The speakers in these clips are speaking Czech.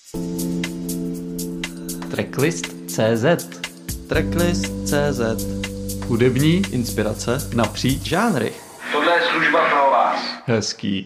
Tracklist.cz Tracklist.cz Hudební inspirace napříč žánry. Tohle je služba pro vás. Hezký.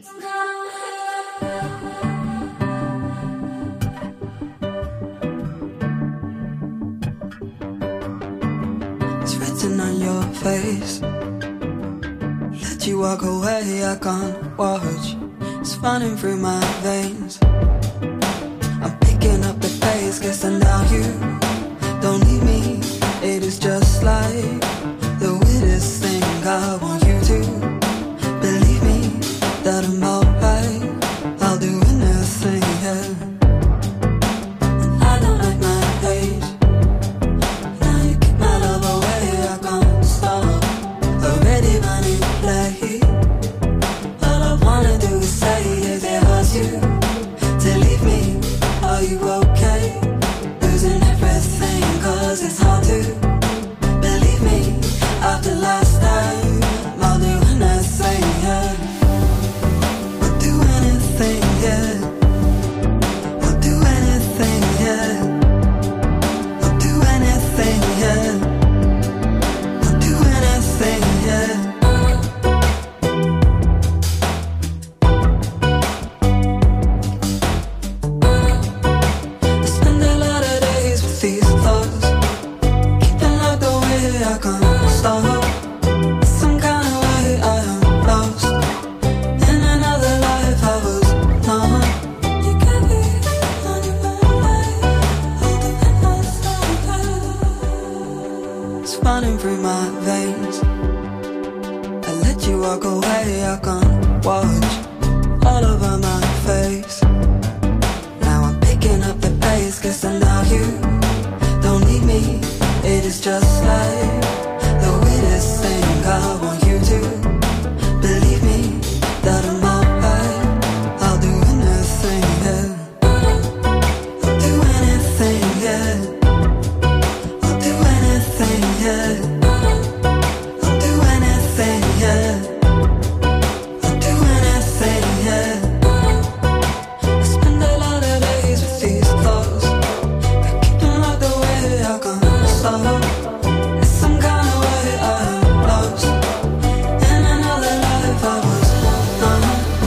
It's written on your face. Let you walk away, I can't watch. It's running through my veins. I'm picking up the pace, guessing now you don't need me. It is just like the weirdest thing. I want you to believe me that I'm alright. I'll do anything, yeah. And I don't like my age. Now you keep my love away, I can't stop. Already running late. All I wanna do is say if it hurts you to leave me. Are you okay? Losing everything, cause it's hard to believe me. After last time, I'll do anything, yeah. I'll do anything, yeah. I'll do anything, yeah. I'll do anything, yeah. I'll do anything, yeah. I spend a lot of days with these thoughts, keeping locked away, I can't stop. Some kind of way I am lost. In another life I was not. You get me on your way. I'll do anything. It's running through my veins. I let you walk away, I can't watch all over my face. Now I'm picking up the pace, guessing now you don't need me. It is just like the weirdest thing. I want you to believe me that I'm alright. I'll do anything, yeah. I'll do anything, yeah. I'll do anything, yeah. I'll do anything, yeah. I'll do anything, yeah. I spend a lot of days with these thoughts. I keep them locked away, I can't stop. It's some kind of way I'm lost. In another life I was not.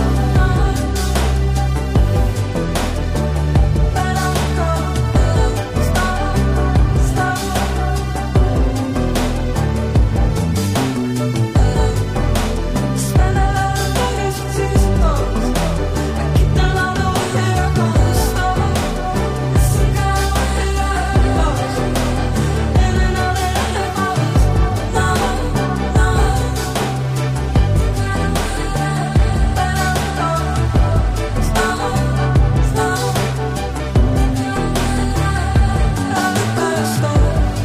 But I'll go, stop. Spend a lot of days with these thoughts. I keep them locked away, I can't stop. It's some kind of way I'm lost. In another life I was not. But I'll go, stop.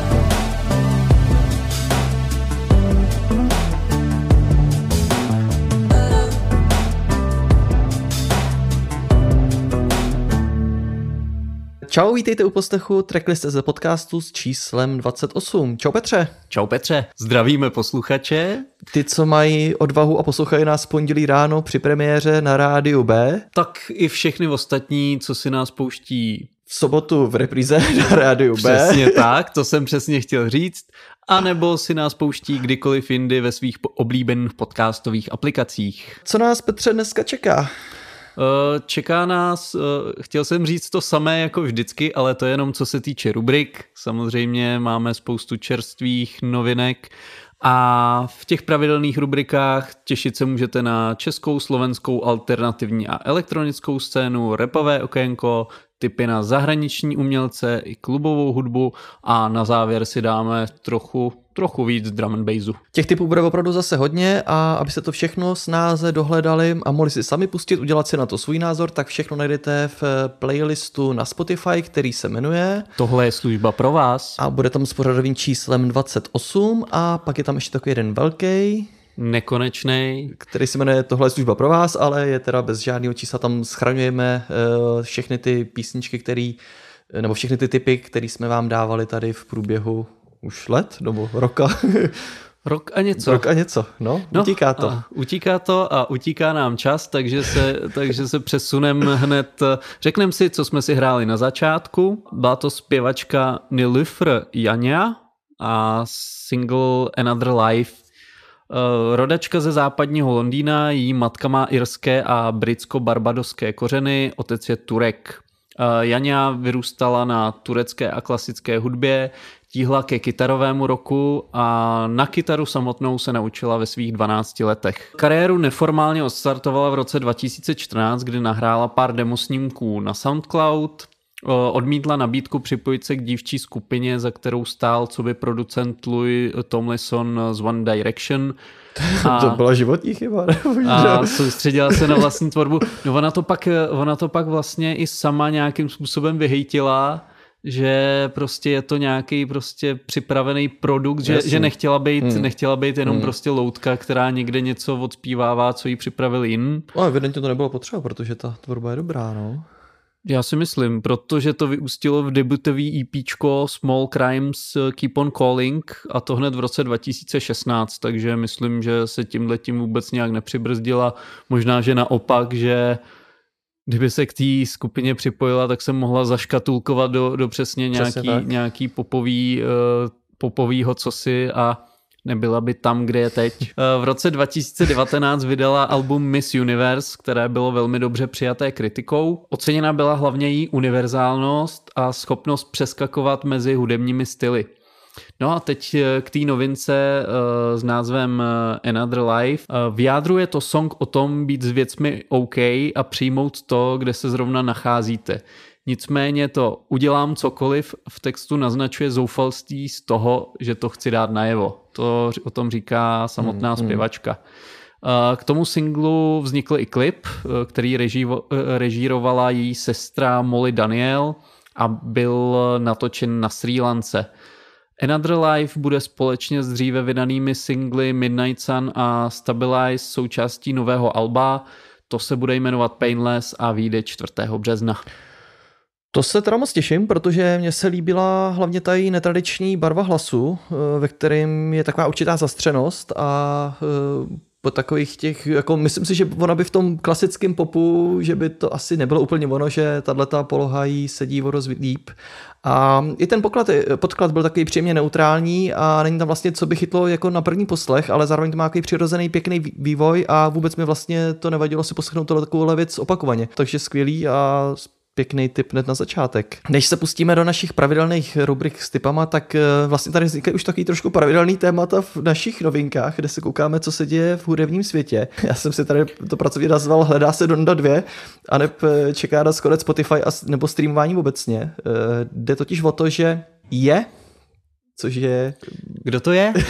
Čau, vítejte u poslechu Tracklist.cz podcastu s číslem 28. Čau Petře. Čau Petře, zdravíme posluchače. Ty, co mají odvahu a poslouchají nás pondělí ráno při premiéře na rádiu B. Tak i všechny ostatní, co si nás pouští. V sobotu v repríze na rádiu B. Přesně tak, to jsem přesně chtěl říct. A nebo si nás pouští kdykoliv jindy ve svých oblíbených podcastových aplikacích. Co nás, Petře, dneska čeká? Čeká nás, chtěl jsem říct to samé jako vždycky, ale to je jenom co se týče rubrik. Samozřejmě máme spoustu čerstvých novinek a v těch pravidelných rubrikách těšit se můžete na českou, slovenskou, alternativní a elektronickou scénu, rapové okénko, tipy na zahraniční umělce i klubovou hudbu a na závěr si dáme trochu víc drum and bassu. Těch typů bude opravdu zase hodně a abyste to všechno snáze dohledali a mohli si sami pustit, udělat si na to svůj názor, tak všechno najdete v playlistu na Spotify, který se jmenuje Tohle je služba pro vás. A bude tam s pořadovým číslem 28 a pak je tam ještě takový jeden velký, nekonečnej, který se jmenuje Tohle je služba pro vás, ale je teda bez žádného čísla, tam schraňujeme všechny ty písničky, nebo všechny ty tipy, které jsme vám dávali tady v průběhu už let, nebo roka, Rok a něco, no utíká to. Utíká to a utíká nám čas, takže se přesuneme hned. Řekneme si, co jsme si hráli na začátku. Byla to zpěvačka Nilüfer Janja a single Another Life. Rodačka ze západního Londýna, její matka má irské a britsko-barbadoské kořeny, otec je Turek. Janja vyrůstala na turecké a klasické hudbě, tíhla ke kytarovému roku a na kytaru samotnou se naučila ve svých 12 letech. Kariéru neformálně odstartovala v roce 2014, kdy nahrála pár demosnímků na SoundCloud, odmítla nabídku připojit se k dívčí skupině, za kterou stál coby producent Louis Tomlinson z One Direction. To byla životní chyba. A soustředila se na vlastní tvorbu. No ona to pak vlastně i sama nějakým způsobem vyhejtila, že prostě je to nějaký prostě připravený produkt, že nechtěla být jenom prostě loutka, která někde něco odspívává, co jí připravil jiný. No, evidentně to nebylo potřeba, protože ta tvorba je dobrá, no. Já si myslím, protože to vyústilo v debutový EPčko Small Crimes Keep on Calling a to hned v roce 2016, takže myslím, že se tímhletím vůbec nějak nepřibrzdila. Možná, že naopak, že kdyby se k té skupině připojila, tak se mohla zaškatulkovat do přesně nějaký popovýho cosi a nebyla by tam, kde je teď. V roce 2019 vydala album Miss Universe, které bylo velmi dobře přijaté kritikou. Oceněna byla hlavně její univerzálnost a schopnost přeskakovat mezi hudebními styly. No a teď k té novince s názvem Another Life. V jádru je to song o tom být s věcmi OK a přijmout to, kde se zrovna nacházíte. Nicméně to udělám cokoliv v textu naznačuje zoufalství z toho, že to chci dát najevo. To o tom říká samotná zpěvačka. K tomu singlu vznikl i klip, který režírovala její sestra Molly Daniel a byl natočen na Srí Lance. Another Life bude společně s dříve vydanými singly Midnight Sun a Stabilize součástí nového alba. To se bude jmenovat Painless a vyjde 4. března. To se teda moc těším, protože mně se líbila hlavně ta její netradiční barva hlasu, ve kterém je taková určitá zastřenost a po takových těch, jako myslím si, že ona by v tom klasickém popu, že by to asi nebylo úplně ono, že tato poloha jí sedí o dost líp. A i ten podklad byl takový příjemně neutrální a není tam vlastně, co by chytlo jako na první poslech, ale zároveň to má takový přirozený pěkný vývoj a vůbec mi vlastně to nevadilo si poslechnout takovouhle věc opakovaně. Takže skvělý a pěkný tip hned na začátek. Než se pustíme do našich pravidelných rubrik s tipama, tak vlastně tady vznikají už takový trošku pravidelný témata v našich novinkách, kde se koukáme, co se děje v hudebním světě. Já jsem si tady to pracovně nazval Hledá se Donda 2 a čeká na konec Spotify nebo streamování obecně. Jde totiž o to, že což je... Kdo to je?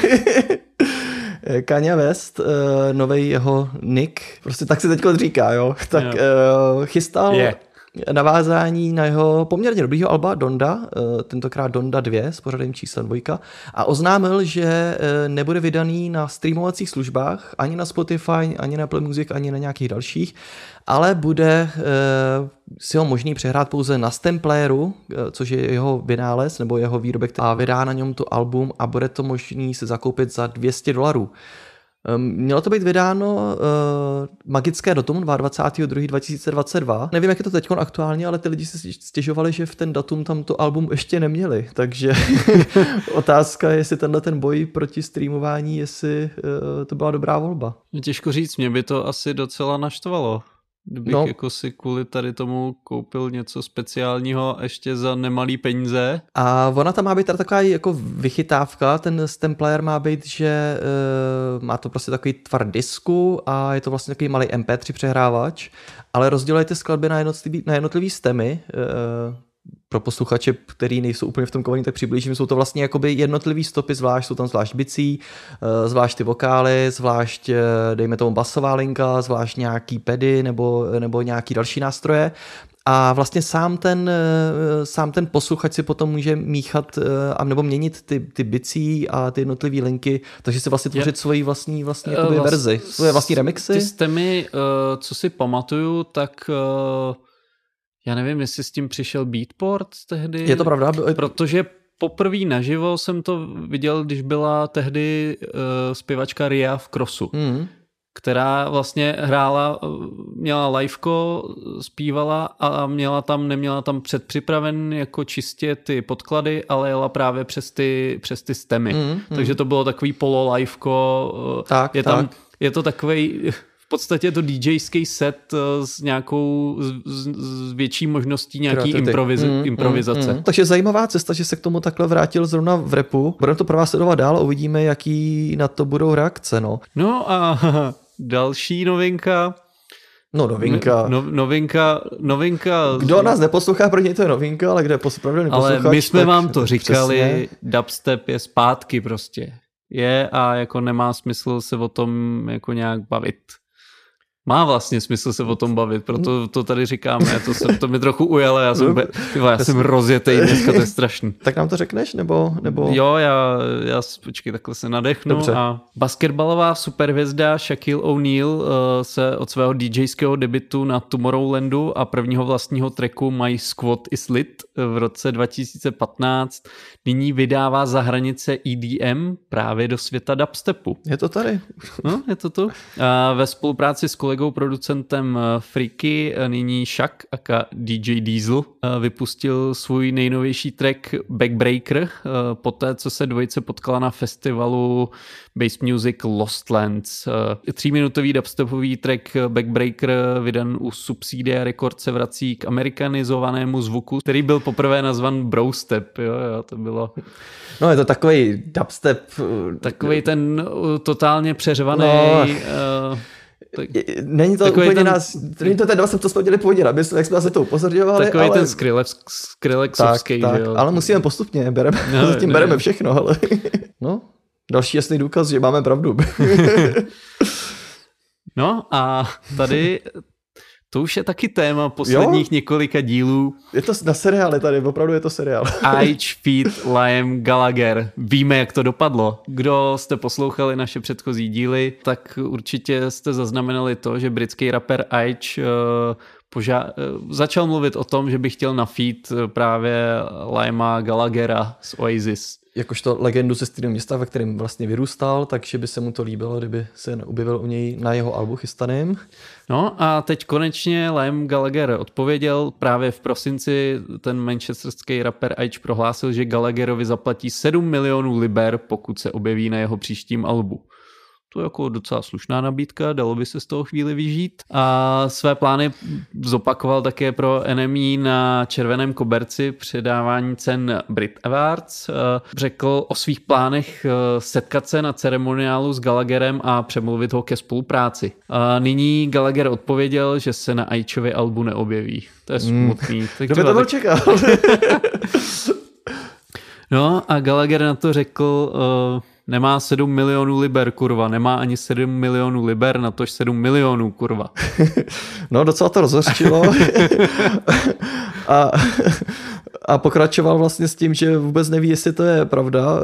Kanye West, novej jeho nick, prostě tak se teďko říká, jo. Tak chystal... navázání na jeho poměrně dobrýho alba Donda, tentokrát Donda 2 s pořadovým číslem 2 a oznámil, že nebude vydaný na streamovacích službách, ani na Spotify, ani na Apple Music, ani na nějakých dalších, ale bude si ho možný přehrát pouze na Stemplayeru, což je jeho vynález nebo jeho výrobek a vydá na něm to album a bude to možný se zakoupit za $200. Mělo to být vydáno magické datum 22.2.2022. Nevím, jak je to teď aktuálně, ale ty lidi si stěžovali, že v ten datum tam to album ještě neměli. Takže otázka je, jestli tenhle ten boj proti streamování, jestli to byla dobrá volba. Těžko říct, mě by to asi docela naštvalo. Kdybych jako si kvůli tady tomu koupil něco speciálního ještě za nemalý peníze. A ona tam má být taková jako vychytávka, ten Stemplayer má být, že má to prostě takový tvar disku a je to vlastně takový malý MP3 přehrávač, ale rozdělujete skladby na jednotlivý stemy. Pro posluchače, který nejsou úplně v tom kovaní, tak přiblížím, jsou to vlastně jakoby jednotlivý stopy zvlášť, jsou tam zvlášť bicí, zvlášť ty vokály, zvlášť dejme tomu basová linka, zvlášť nějaký pedy nebo nějaký další nástroje. A vlastně sám ten posluchač si potom může míchat nebo měnit ty bicí a ty jednotlivé linky, takže si vlastně tvořit svoji vlastní verzi, svoje vlastní remixy. Ty stemy, co si pamatuju, tak... Já nevím, jestli s tím přišel Beatport tehdy. Je to pravda? Protože poprvé naživo jsem to viděl, když byla tehdy zpěvačka Ria v Crossu, která vlastně hrála, měla liveko, zpívala a neměla tam předpřipraven jako čistě ty podklady, ale jela právě přes ty stemy. Takže to bylo takový polo liveko. Je to takovej v podstatě to DJský set s nějakou s větší možností nějaký improvizace. Takže zajímavá cesta, že se k tomu takhle vrátil zrovna v rapu. Budeme to pro vás sledovat dál a uvidíme, jaký na to budou reakce. No a další novinka. Novinka. Kdo nás neposlouchá, pro něj to je novinka, ale kde pravidelný posluchač. Ale my jsme vám to říkali, přesně. Dubstep je zpátky prostě. Je a jako nemá smysl se o tom jako nějak bavit. Má vlastně smysl se o tom bavit, proto to tady říkáme, to mi trochu ujalo, já jsem rozjetej dneska, to je strašný. Tak nám to řekneš, nebo? Jo, já počkej, takhle se nadechnu. Dobře. A basketbalová superhvězda Shaquille O'Neal se od svého DJského debutu na Tomorrowlandu a prvního vlastního tracku My Squad Is Lit v roce 2015 nyní vydává za hranice EDM právě do světa dubstepu. Je to tady. No, je to tu. Ve spolupráci s kolegou producentem Freaky nyní Shaq aka DJ Diesel vypustil svůj nejnovější track Backbreaker poté, co se dvojice potkala na festivalu Bass Music Lost Lands. 3minutový dubstepový track Backbreaker vydan u Subsidia Records se vrací k amerikanizovanému zvuku, který byl poprvé nazvan Brostep. Jo, to bylo... No je to takový dubstep. Takový ten totálně přeřvaný... Není to úplně není to ten dubstep, co jsme dělali původně na mysli, jak jsme se to upozorňovali. Takový ale... ten Skrillexovský. Tak, ale musíme postupně, bereme všechno. Ale... No, další jasný důkaz, že máme pravdu. No a tady... To už je taky téma posledních několika dílů. Je to na seriály tady, opravdu je to seriál. Ice feat. Liam Gallagher. Víme, jak to dopadlo. Kdo jste poslouchali naše předchozí díly, tak určitě jste zaznamenali to, že britský rapper Ice začal mluvit o tom, že by chtěl na feat právě Liama Gallaghera z Oasis. Jakožto legendu ze stejného města, ve kterém vlastně vyrůstal, takže by se mu to líbilo, kdyby se objevil u něj na jeho albu chystaném. No a teď konečně Liam Gallagher odpověděl. Právě v prosinci ten manchesterský rapper Ice prohlásil, že Gallagherovi zaplatí 7 milionů liber, pokud se objeví na jeho příštím albu. To je jako docela slušná nabídka, dalo by se z toho chvíli vyžít. A své plány zopakoval také pro NME na červeném koberci předávání cen Brit Awards. Řekl o svých plánech setkat se na ceremoniálu s Gallagherem a přemluvit ho ke spolupráci. A nyní Gallagher odpověděl, že se na Ičově albu neobjeví. To je smutný. Kdo by to byl čekal? No a Gallagher na to řekl... Nemá 7 milionů liber, kurva. Nemá ani 7 milionů liber, natož 7 milionů, kurva. No, docela to rozhořčilo. a pokračoval vlastně s tím, že vůbec neví, jestli to je pravda,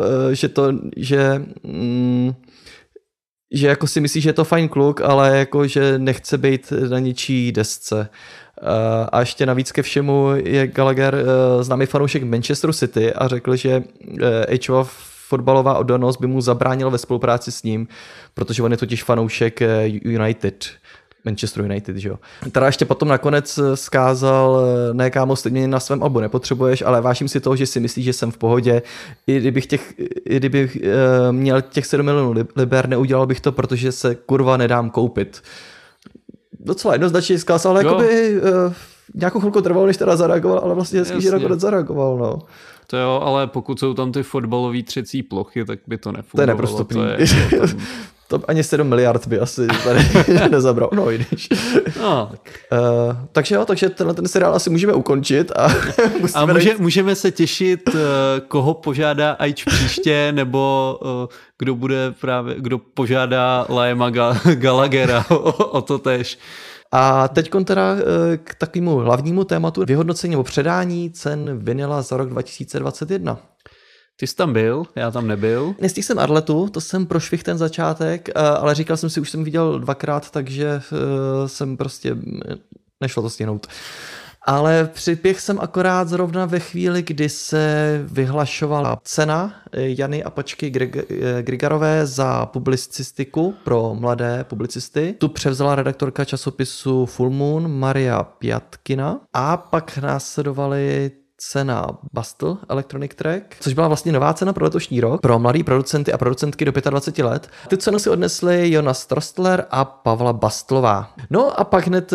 že jako si myslí, že je to fajn kluk, ale jako, že nechce být na ničí desce. A ještě navíc ke všemu je Gallagher známý fanoušek Manchesteru City a řekl, že H.O. fotbalová oddanost by mu zabránila ve spolupráci s ním, protože on je totiž fanoušek Manchester United, že jo. Teda ještě potom nakonec zkázal, ne kámo, stejně mě na svém albu nepotřebuješ, ale vážím si toho, že si myslíš, že jsem v pohodě. I kdybych měl těch 7 milionů liber, neudělal bych to, protože se kurva nedám koupit. Docela jednoznačně zkázal, ale jakoby nějakou chvilku trvalo, než teda zareagoval, ale vlastně hezký, že nakonec zareagoval, no. To jo, ale pokud jsou tam ty fotbalové třecí plochy, tak by to nefungovalo. To je neprostupný. To ani 7 miliard by asi tady nezabral. No, i když. No. Takže jo, takže ten seriál asi můžeme ukončit. Můžeme se těšit, koho požádá Aič příště, nebo kdo požádá Liama Gallaghera o to též. A teď teda k takovému hlavnímu tématu vyhodnocení nebo předání cen vinyla za rok 2021. Ty jsi tam byl, já tam nebyl. Nestihl jsem Arletu, to jsem prošvih ten začátek, ale říkal jsem si, už jsem viděl 2krát, takže jsem prostě nešlo to stihnout. Ale připěch jsem akorát zrovna ve chvíli, kdy se vyhlašovala cena Jany Apačky Grigarové za publicistiku pro mladé publicisty. Tu převzala redaktorka časopisu Full Moon Maria Pjatkina a pak následovaly cena Bastel Electronic Track, což byla vlastně nová cena pro letošní rok pro mladý producenty a producentky do 25 let. Tu cenu si odnesli Jonas Trostler a Pavla Bastlová. No a pak hned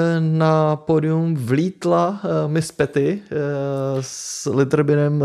na pódium vlítla Miss Petty s Litterbinem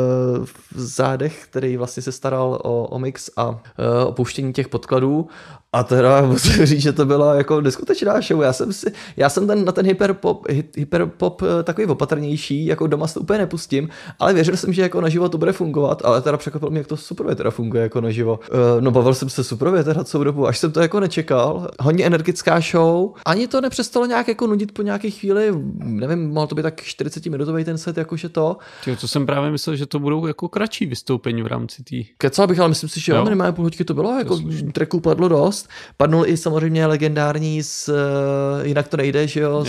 v zádech, který vlastně se staral o mix a o pouštění těch podkladů. A teda musím říct, že to byla jako neskutečná show. Já jsem na ten hyperpop takový opatrnější, jako doma se to úplně nepustím, ale věřil jsem, že jako naživo to bude fungovat, ale teda překvapilo mě, jak to suprově teda funguje jako naživo. No bavil jsem se suprově teda celou dobu, až jsem to jako nečekal. Hodně energická show. Ani to nepřestalo nějak jako nudit po nějaké chvíli, nevím, mohlo to být tak 40-minutový ten set, jakože to. To jsem právě myslel, že to budou jako kratší vystoupení v rámci té. Kecal bych, ale myslím si, že jo, minimálně půl hodinky to bylo, jako tracků padlo dost. Padnul i samozřejmě legendární Jinak to nejde, že jo,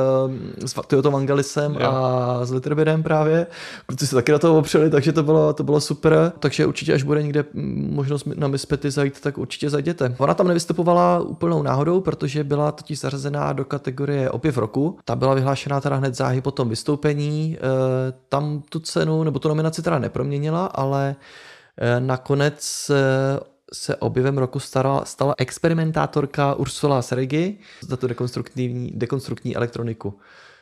s Toyotou Vangalisem a s Litterbinem právě. Kluci se taky na to opřeli, takže to bylo super. Takže určitě, až bude někde možnost na Miss Petty zajít, tak určitě zajděte. Ona tam nevystupovala úplnou náhodou, protože byla totiž zařazená do kategorie Objev roku. Ta byla vyhlášená teda hned záhy po tom vystoupení. Tam tu cenu nebo tu nominaci teda neproměnila, ale nakonec se objevem roku stala experimentátorka Ursula Sergi za tu dekonstruktní elektroniku.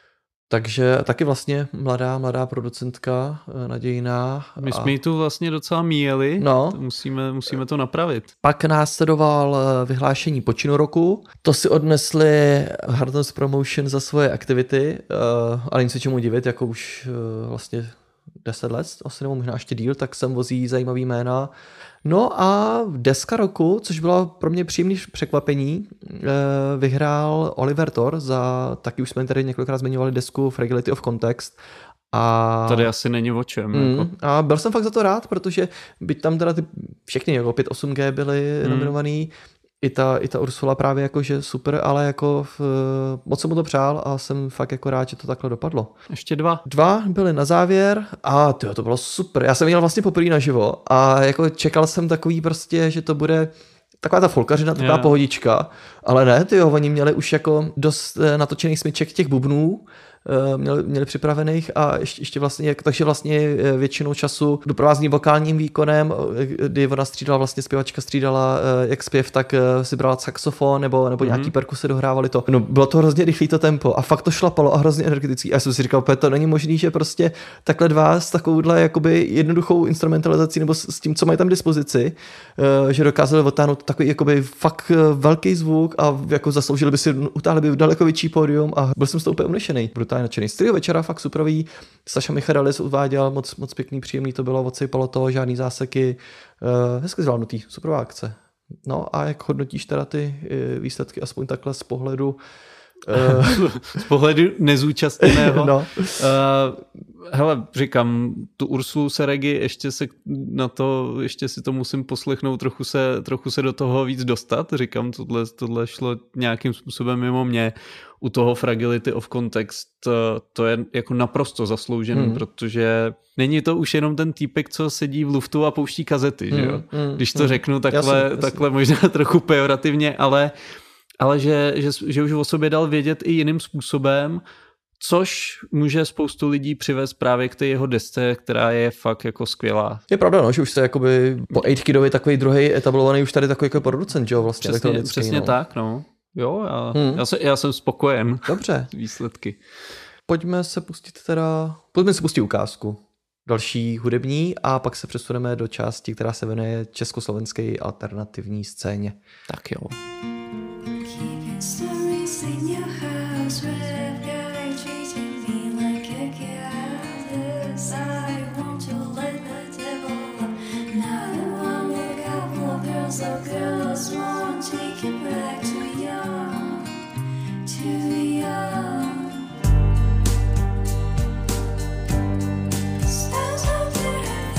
Takže taky vlastně mladá producentka, nadějná. My jsme ji tu vlastně docela míjeli, no. Musíme to napravit. Pak následoval vyhlášení počinu roku. To si odnesli Hardness Promotion za svoje aktivity, ale nic se čemu divit, jako už vlastně 10 let, asi nebo možná ještě díl, tak sem vozí zajímavý jména. No a deska roku, což bylo pro mě příjemné překvapení, vyhrál Oliver Thor za, taky už jsme tady několikrát zmiňovali desku Fragility of Context. A tady asi není o čem. Jako. A byl jsem fakt za to rád, protože byť tam teda všechny jako 5-8G byly nominovaný, i ta Ursula právě jakože super, ale jako moc jsem mu to přál a jsem fakt jako rád, že to takhle dopadlo. Ještě dva. Dva byly na závěr a to bylo super. Já jsem viděl vlastně poprvé naživo a jako čekal jsem takový prostě, že to bude taková ta folkařina, taková pohodička, ale ne, oni měli už jako dost natočených smyček těch bubnů, měli připravených a ještě vlastně, takže vlastně většinou času doprovázním vokálním výkonem, kdy ona střídala, vlastně zpěvačka střídala jak zpěv, tak si brala saxofon nebo nějaký perkusy, dohrávali to. No bylo to hrozně rychlý to tempo a fakt to šlapalo a hrozně energetický. A já jsem si říkal, to není možný, že prostě takhle dva s takovouhle jakoby jednoduchou instrumentalizací nebo s tím, co mají tam dispozici, že dokázali odtáhnout takový jakoby fakt velký zvuk a jako zasloužili by si, utáhli by daleko větší pódium a byl jsem z toho úplně unešený. Brutálně nadšený. Styl večera fakt superový. Saša Michaelis uváděl, moc pěkný, příjemný to bylo, odsejpalo to, žádný záseky, hezky zvládnutý, superová akce. No a jak hodnotíš teda ty výsledky, aspoň takhle z pohledu z pohledu nezúčastněného? No. Hele, říkám, tu Ursulu Seregi ještě si to musím poslechnout, trochu se do toho víc dostat. Říkám, tohle šlo nějakým způsobem mimo mě. U toho Fragility of Context to je jako naprosto zasloužený, protože není to už jenom ten týpek, co sedí v luftu a pouští kazety, že jo? Když to řeknu takhle možná trochu pejorativně, ale že už o sobě dal vědět i jiným způsobem, což může spoustu lidí přivést právě k té jeho desce, která je fakt jako skvělá. Je pravda, no, že už se jakoby po 8Kidovi takový druhý etablovaný už tady takový jako producent, že jo, vlastně. Přesně tak, no. Jo, já jsem spokojen. Dobře. Výsledky. Pojďme si pustit ukázku. Další hudební a pak se přesuneme do části, která se jmenuje československé alternativní scéně. Tak jo.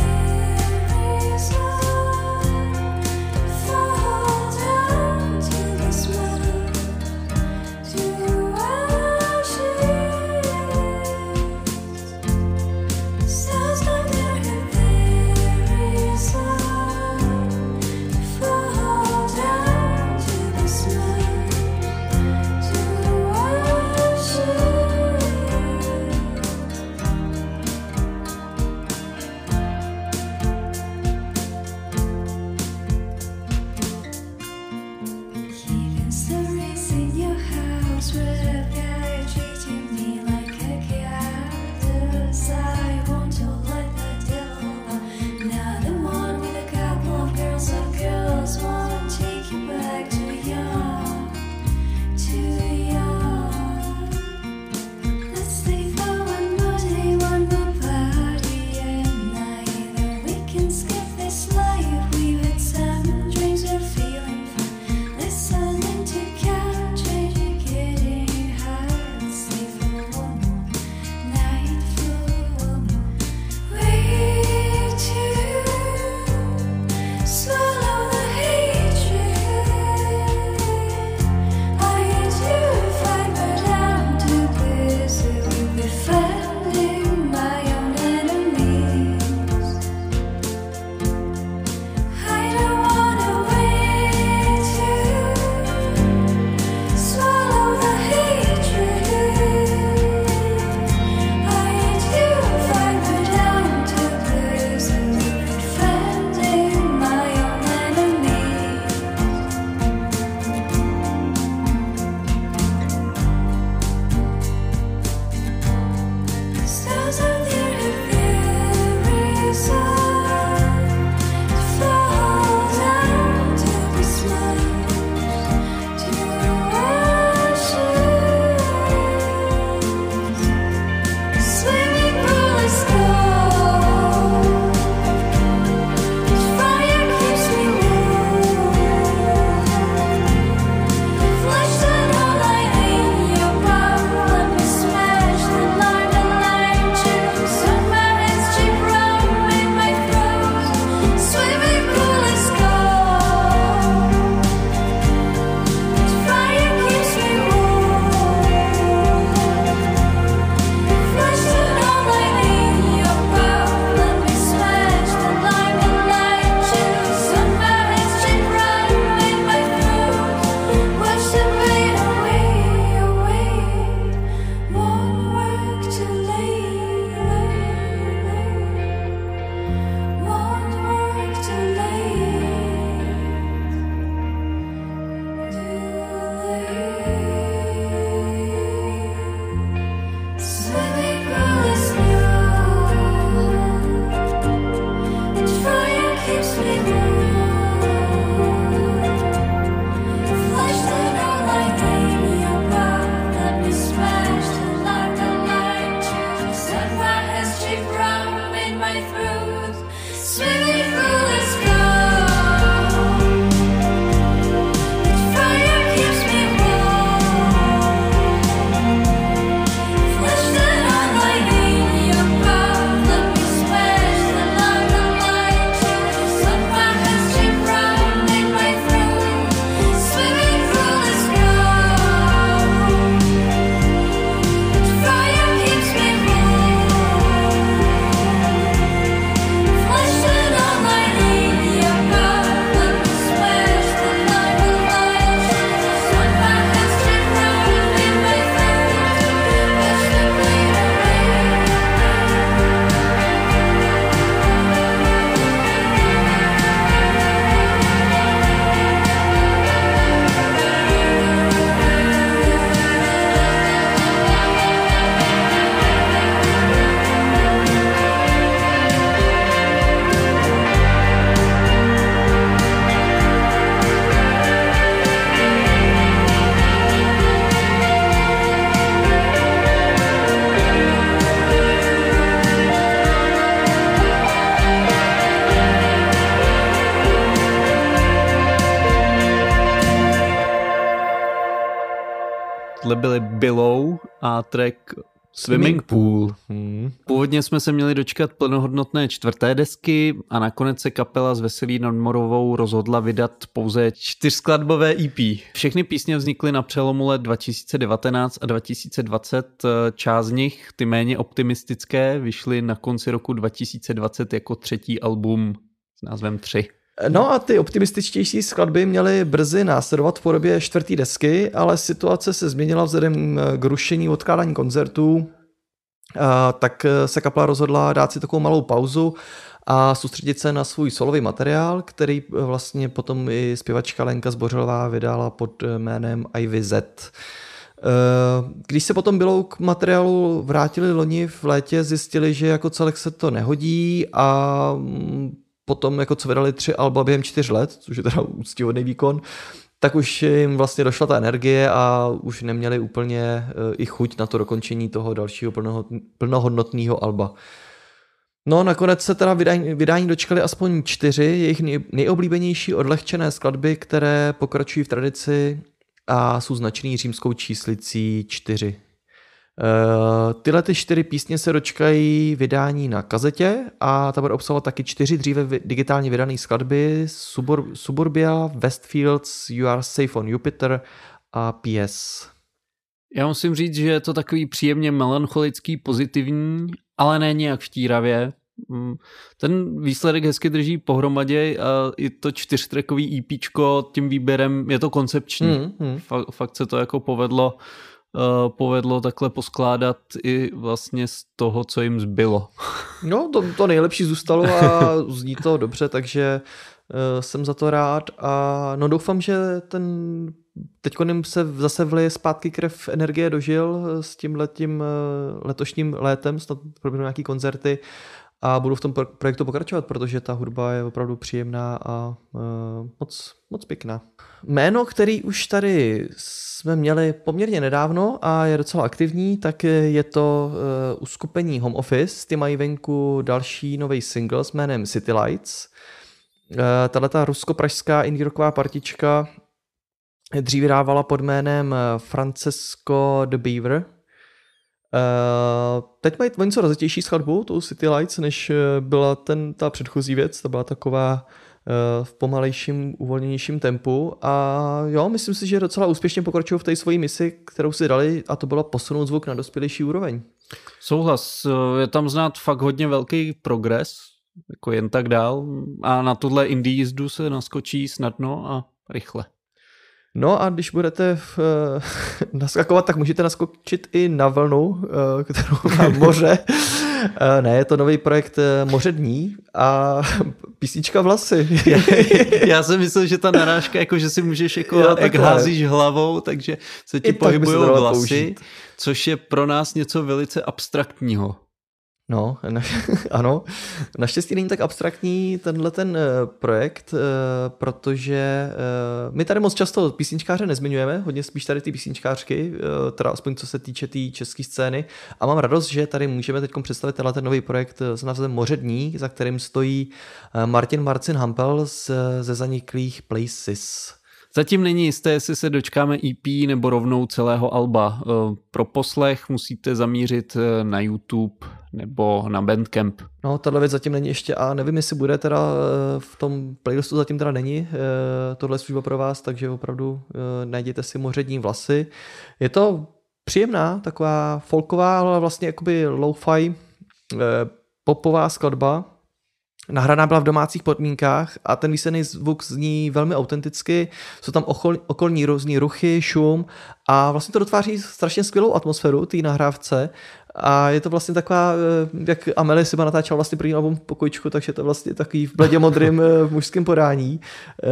To Tohle byly Below a track Swimming Pool. Původně jsme se měli dočkat plnohodnotné 4. desky a nakonec se kapela s Veselí Nadmorovou rozhodla vydat pouze 4skladbové EP. Všechny písně vznikly na přelomu let 2019 a 2020. Část z nich, ty méně optimistické, vyšly na konci roku 2020 jako 3. album s názvem 3. No a ty optimističtější skladby měly brzy následovat v podobě 4. desky, ale situace se změnila vzhledem k rušení odkládání koncertů, tak se kapela rozhodla dát si takovou malou pauzu a soustředit se na svůj solový materiál, který vlastně potom i zpěvačka Lenka Zbořilová vydala pod jménem Ivy Z. Když se potom Below k materiálu vrátili loni v létě, zjistili, že jako celek se to nehodí a potom jako co vydali 3 alba během 4 let, což je teda úctyhodný výkon, tak už jim vlastně došla ta energie a už neměli úplně i chuť na to dokončení toho dalšího plnohodnotného alba. No nakonec se teda vydání dočkali aspoň 4 jejich nejoblíbenější odlehčené skladby, které pokračují v tradici a jsou značený římskou číslicí 4. Tyhle 4 písně se dočkají vydání na kazetě a ta bude obsahovat taky 4 dříve digitálně vydané skladby: Suburbia, Westfields, You Are Safe on Jupiter a PS. Já musím říct, že je to takový příjemně melancholický, pozitivní, ale ne nějak štíravě. Ten výsledek hezky drží pohromadě a i to 4trackový EPčko tím výběrem je to koncepční. Fakt se to jako povedlo takhle poskládat i vlastně z toho, co jim zbylo. No, to nejlepší zůstalo a zní to dobře, takže jsem za to rád a no doufám, že teďko jim se zase vlije zpátky krev energie dožil s tímhletím letošním létem, snad proběhnou nějaký koncerty a budu v tom projektu pokračovat, protože ta hudba je opravdu příjemná a moc pěkná. Jméno, který už tady jsme měli poměrně nedávno a je docela aktivní, tak je to uskupení Home Office. Ty mají venku další nový single s jménem City Lights. Tahleta rusko-pražská indie rocková partička dřív vydávala pod jménem Francesco the Beaver. Teď mají něco rozjetější skladbu, tou City Lights, než byla ta předchozí věc, ta byla taková v pomalejším, uvolněnějším tempu a jo, myslím si, že docela úspěšně pokračují v té svojí misi, kterou si dali a to bylo posunout zvuk na dospělejší úroveň. Souhlas, je tam znát fakt hodně velký progres, jako jen tak dál a na tuhle indie jízdu se naskočí snadno a rychle. No a když budete naskakovat, tak můžete naskočit i na vlnu, kterou má moře. Ne, je to nový projekt Moře dní a písnička Vlasy. Já jsem myslel, že ta narážka, jako že si můžeš, jako jak házíš hlavou, takže se ti pohybujou vlasy, použít. Což je pro nás něco velice abstraktního. No, ano. Naštěstí není tak abstraktní tenhle ten projekt, protože my tady moc často písničkáře nezmiňujeme, hodně spíš tady ty písničkářky, teda aspoň co se týče té české scény. A mám radost, že tady můžeme teď představit tenhle ten nový projekt s názvem Moře dní, za kterým stojí Martin Hampel ze zaniklých Places. Zatím není jisté, jestli se dočkáme EP nebo rovnou celého alba. Pro poslech musíte zamířit na YouTube nebo na Bandcamp. No, tahle věc zatím není ještě a nevím, jestli bude teda v tom playlistu zatím teda není tohle služba pro vás, takže opravdu najděte si Moře dní Vlasy. Je to příjemná, taková folková, ale vlastně jakoby lo-fi popová skladba. Nahraná byla v domácích podmínkách a ten výsledný zvuk zní velmi autenticky, jsou tam okolní různý ruchy, šum a vlastně to dotváří strašně skvělou atmosféru té nahrávce a je to vlastně taková, jak Amelie Siba natáčela vlastně první album v pokojičku, takže to vlastně takový v bledě modrým mužském podání.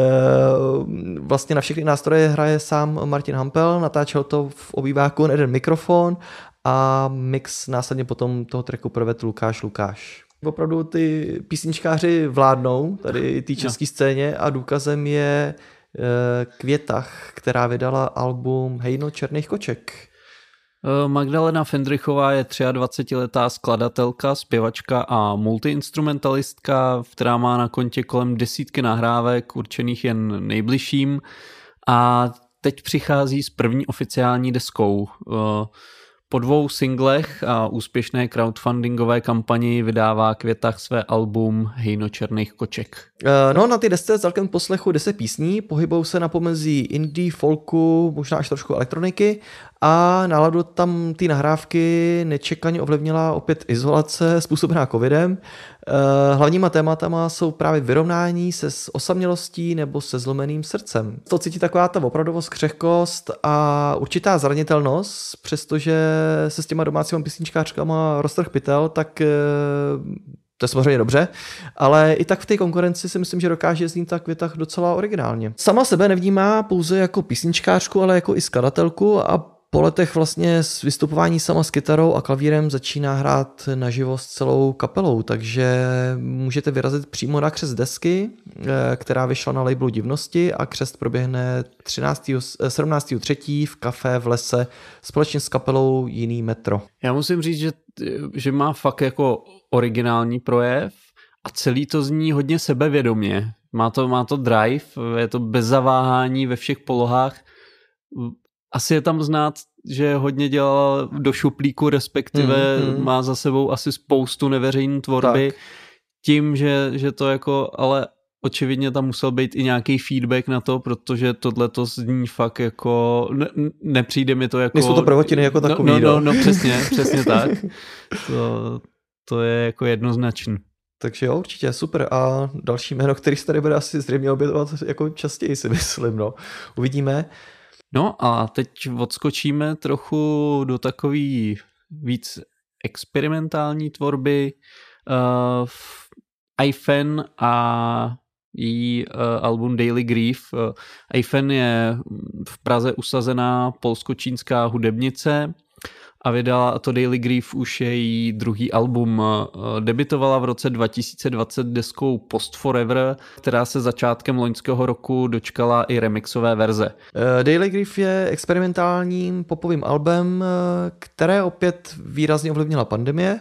Vlastně na všechny nástroje hraje sám Martin Hampel, natáčel to v obýváku na jeden mikrofon a mix následně potom toho tracku provedl Lukáš. Opravdu ty písničkáři vládnou tady té české scéně a důkazem je Květach, která vydala album Hejno černých koček. Magdalena Fendrichová je 23letá skladatelka, zpěvačka a multiinstrumentalistka, která má na kontě kolem 10 nahrávek určených jen nejbližším a teď přichází s první oficiální deskou. Po 2 singlech a úspěšné crowdfundingové kampani vydává Květach své album Hejno černých koček. No, na ty desce celkem poslechu 10 písní, pohybou se na pomezí indie, folku, možná až trošku elektroniky a náladu tam ty nahrávky nečekaně ovlivnila opět izolace způsobená covidem. Hlavníma tématama jsou právě vyrovnání se s osamělostí nebo se zlomeným srdcem. To cítí taková ta opravdovost, křehkost a určitá zranitelnost, přestože se s těma domácíma písničkářkama roztrh pytel, tak to je samozřejmě dobře, ale i tak v té konkurenci si myslím, že dokáže znít ta Květach docela originálně. Sama sebe nevnímá pouze jako písničkářku, ale jako i skladatelku a po letech vlastně s vystupování sama s kytarou a klavírem začíná hrát naživo s celou kapelou, takže můžete vyrazit přímo na křest desky, která vyšla na labelu Divnosti a křest proběhne 17.3. v kafe v lese společně s kapelou Jiný metro. Já musím říct, že má fakt jako originální projev a celý to zní hodně sebevědomě. Má to drive, je to bez zaváhání ve všech polohách. Asi je tam znát, že hodně dělal do šuplíku, respektive má za sebou asi spoustu neveřejné tvorby. Tak. Tím, že to jako, ale očividně tam musel být i nějaký feedback na to, protože tohleto zní fakt jako, nepřijde mi to jako... Nejsou to prvotiny jako takový. No přesně tak. To je jako jednoznačný. Takže jo, určitě, super. A další jméno, který se tady bude asi zřejmě objevovat jako častěji, si myslím, no. Uvidíme. No a teď odskočíme trochu do takový víc experimentální tvorby. iFan a její album Daily Grief. iFan je v Praze usazená polsko-čínská hudebnice a vydala to Daily Grief už její druhý album. Debitovala v roce 2020 deskou Post Forever, která se začátkem loňského roku dočkala i remixové verze. Daily Grief je experimentálním popovým albem, které opět výrazně ovlivnila pandemie.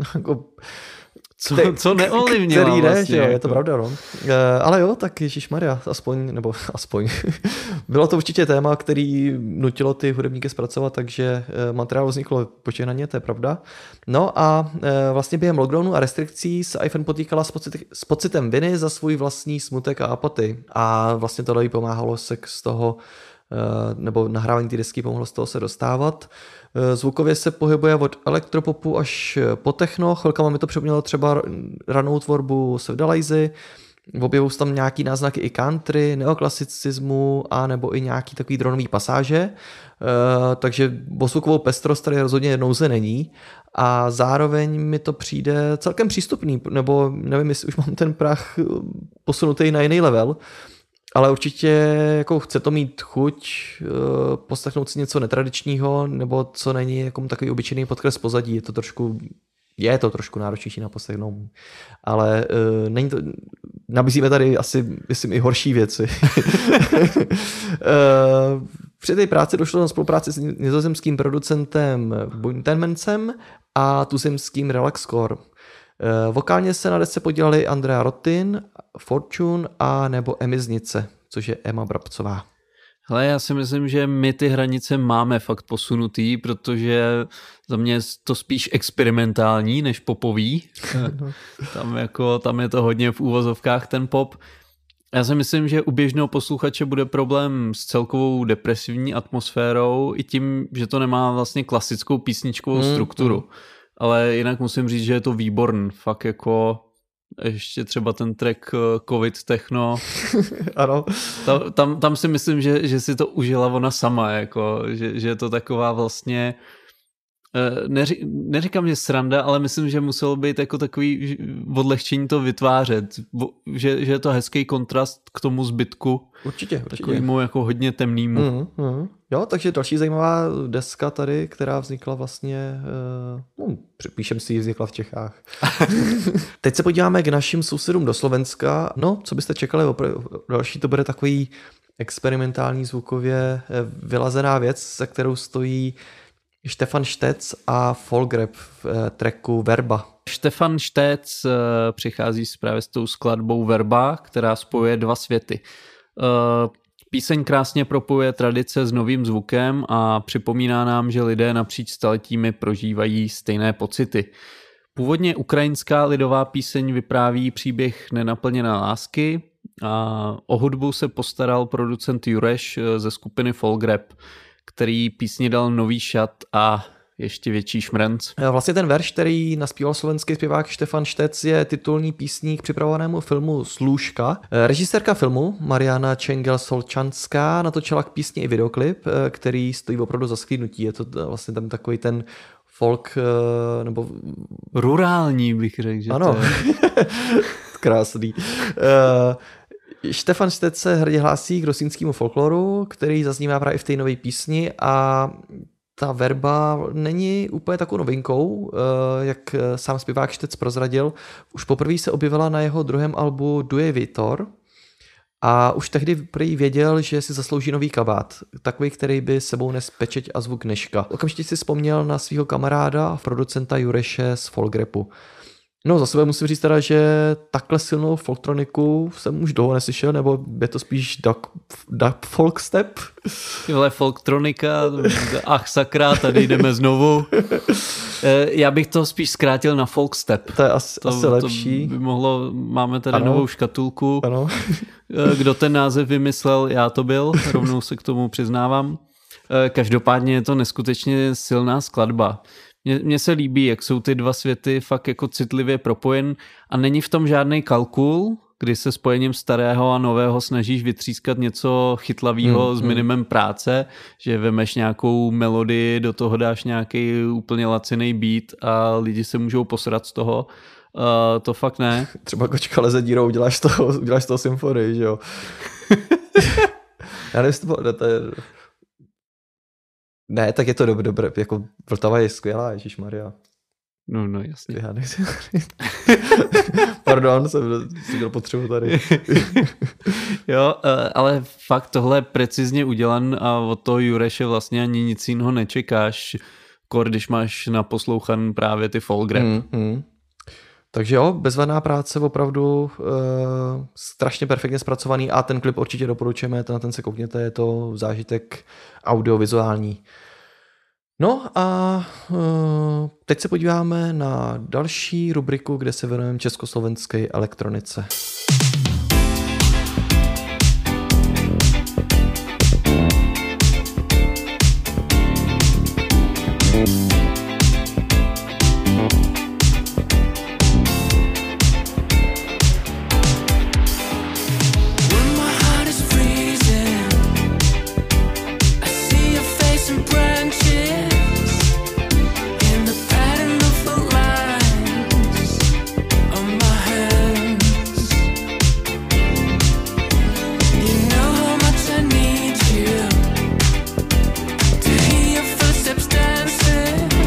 Co neovlivnila který jde, vlastně, jo, jako. Je to pravda, no. Ale jo, tak ježišmarja, aspoň. Bylo to určitě téma, který nutilo ty hudebníky zpracovat, takže materiál vzniklo požehnaně, to je pravda. No a vlastně během lockdownu a restrikcí se iFan potýkala s pocitem viny za svůj vlastní smutek a apatii. A vlastně tohle jí pomáhalo se z toho, nebo nahrávání té desky pomohlo z toho se dostávat. Zvukově se pohybuje od elektropopu až po techno, chvilkama mi to připomnělo třeba ranou tvorbu Sevdalizy, objevují tam nějaký náznaky i country, neoklasicismu a nebo i nějaký takový dronový pasáže, takže o zvukovou pestrost tady rozhodně nouze není a zároveň mi to přijde celkem přístupný, nebo nevím, jestli už mám ten prach posunutý na jiný level, ale určitě jako chce to mít chuť, poslechnout si něco netradičního, nebo co není jako takový obyčejný podkres pozadí, je to trošku náročnější na poslechnout, ale není to, nabízíme tady asi, myslím, i horší věci. Při té práci došlo na spolupráci s nizozemským producentem Buntenmancem a tuzemským Relaxcore. Vokálně se na desce podíleli Andrea Rotin, Fortune a nebo Emiznice, což je Emma Brabcová. Hele, já si myslím, že my ty hranice máme fakt posunutý, protože za mě je to spíš experimentální než popový. Tam je to hodně v úvozovkách ten pop. Já si myslím, že u běžného posluchače bude problém s celkovou depresivní atmosférou i tím, že to nemá vlastně klasickou písničkovou strukturu. Ale jinak musím říct, že je to výborný. Fakt jako ještě třeba ten track Covid Techno. Ano. Tam si myslím, že si to užila ona sama. Jako, že je to taková vlastně neříkám, že sranda, ale myslím, že muselo být jako takový odlehčení to vytvářet. Že je to hezký kontrast k tomu zbytku. Určitě. Takovýmu jako hodně temnýmu. Jo, takže další zajímavá deska tady, která vznikla vlastně, píšem si ji, vznikla v Čechách. Teď se podíváme k našim sousedům do Slovenska. No, co byste čekali, další to bude takový experimentální zvukově vylazená věc, za kterou stojí Štefan Štec a Folgrab v tracku Verba. Štefan Štec přichází právě s tou skladbou Verba, která spojuje dva světy. Píseň krásně propojuje tradice s novým zvukem a připomíná nám, že lidé napříč staletími prožívají stejné pocity. Původně ukrajinská lidová píseň vypráví příběh nenaplněné lásky a o hudbu se postaral producent Jureš ze skupiny Folgrab, který písni dal nový šat a ještě větší šmrnc. Vlastně ten verš, který naspíval slovenský zpěvák Štefan Štec, je titulní písní k připravovanému filmu Slůžka. Režisérka filmu Mariana Čengel-Solčanská natočila k písni i videoklip, který stojí opravdu za sklídnutí. Je to vlastně tam takový ten folk, nebo... Rurální bych řekl, že ano. To je... Krásný. Štefan Štec se hrdě hlásí k rosínskému folkloru, který zaznívá právě v té nové písni a ta verba není úplně takovou novinkou, jak sám zpěvák Štec prozradil. Už poprvé se objevila na jeho druhém albu Duje Vitor a už tehdy prý věděl, že si zaslouží nový kabát, takový, který by sebou nes pečeť a zvuk Neška. Okamžitě si vzpomněl na svého kamaráda a producenta Jureše z Folkrepu. No za sebe musím říct teda, že takhle silnou folktroniku jsem už dlouho neslyšel, nebo je to spíš duck folkstep? Tyhle folktronika, ach sakra, tady jdeme znovu. Já bych to spíš zkrátil na folkstep. To je asi lepší. To by mohlo, máme tady novou škatulku. Ano. Kdo ten název vymyslel, já to byl, rovnou se k tomu přiznávám. Každopádně je to neskutečně silná skladba. Mně se líbí, jak jsou ty dva světy fakt jako citlivě propojen a není v tom žádný kalkul, kdy se spojením starého a nového snažíš vytřískat něco chytlavého s minimem práce, že vemeš nějakou melodii, do toho dáš nějaký úplně lacinej beat a lidi se můžou posrat z toho. To fakt ne. Třeba kočka leze dírou, uděláš z toho symfonii, že jo? Já nevím, to je... Ne, tak je to dobré, jako Vltava je skvělá, ježišmarja. No jasně. Já nechci. Pardon, jsem si měl potřebu tady. Jo, ale fakt tohle je precizně udělan a od toho Jureše vlastně ani nic jiného nečekáš, když máš naposlouchan právě ty folk rap. Takže jo, bezvadná práce, opravdu strašně perfektně zpracovaný a ten klip určitě doporučujeme, na ten se koukněte, je to zážitek audiovizuální. No a teď se podíváme na další rubriku, kde se věnujeme československé elektronice. Footsteps dancing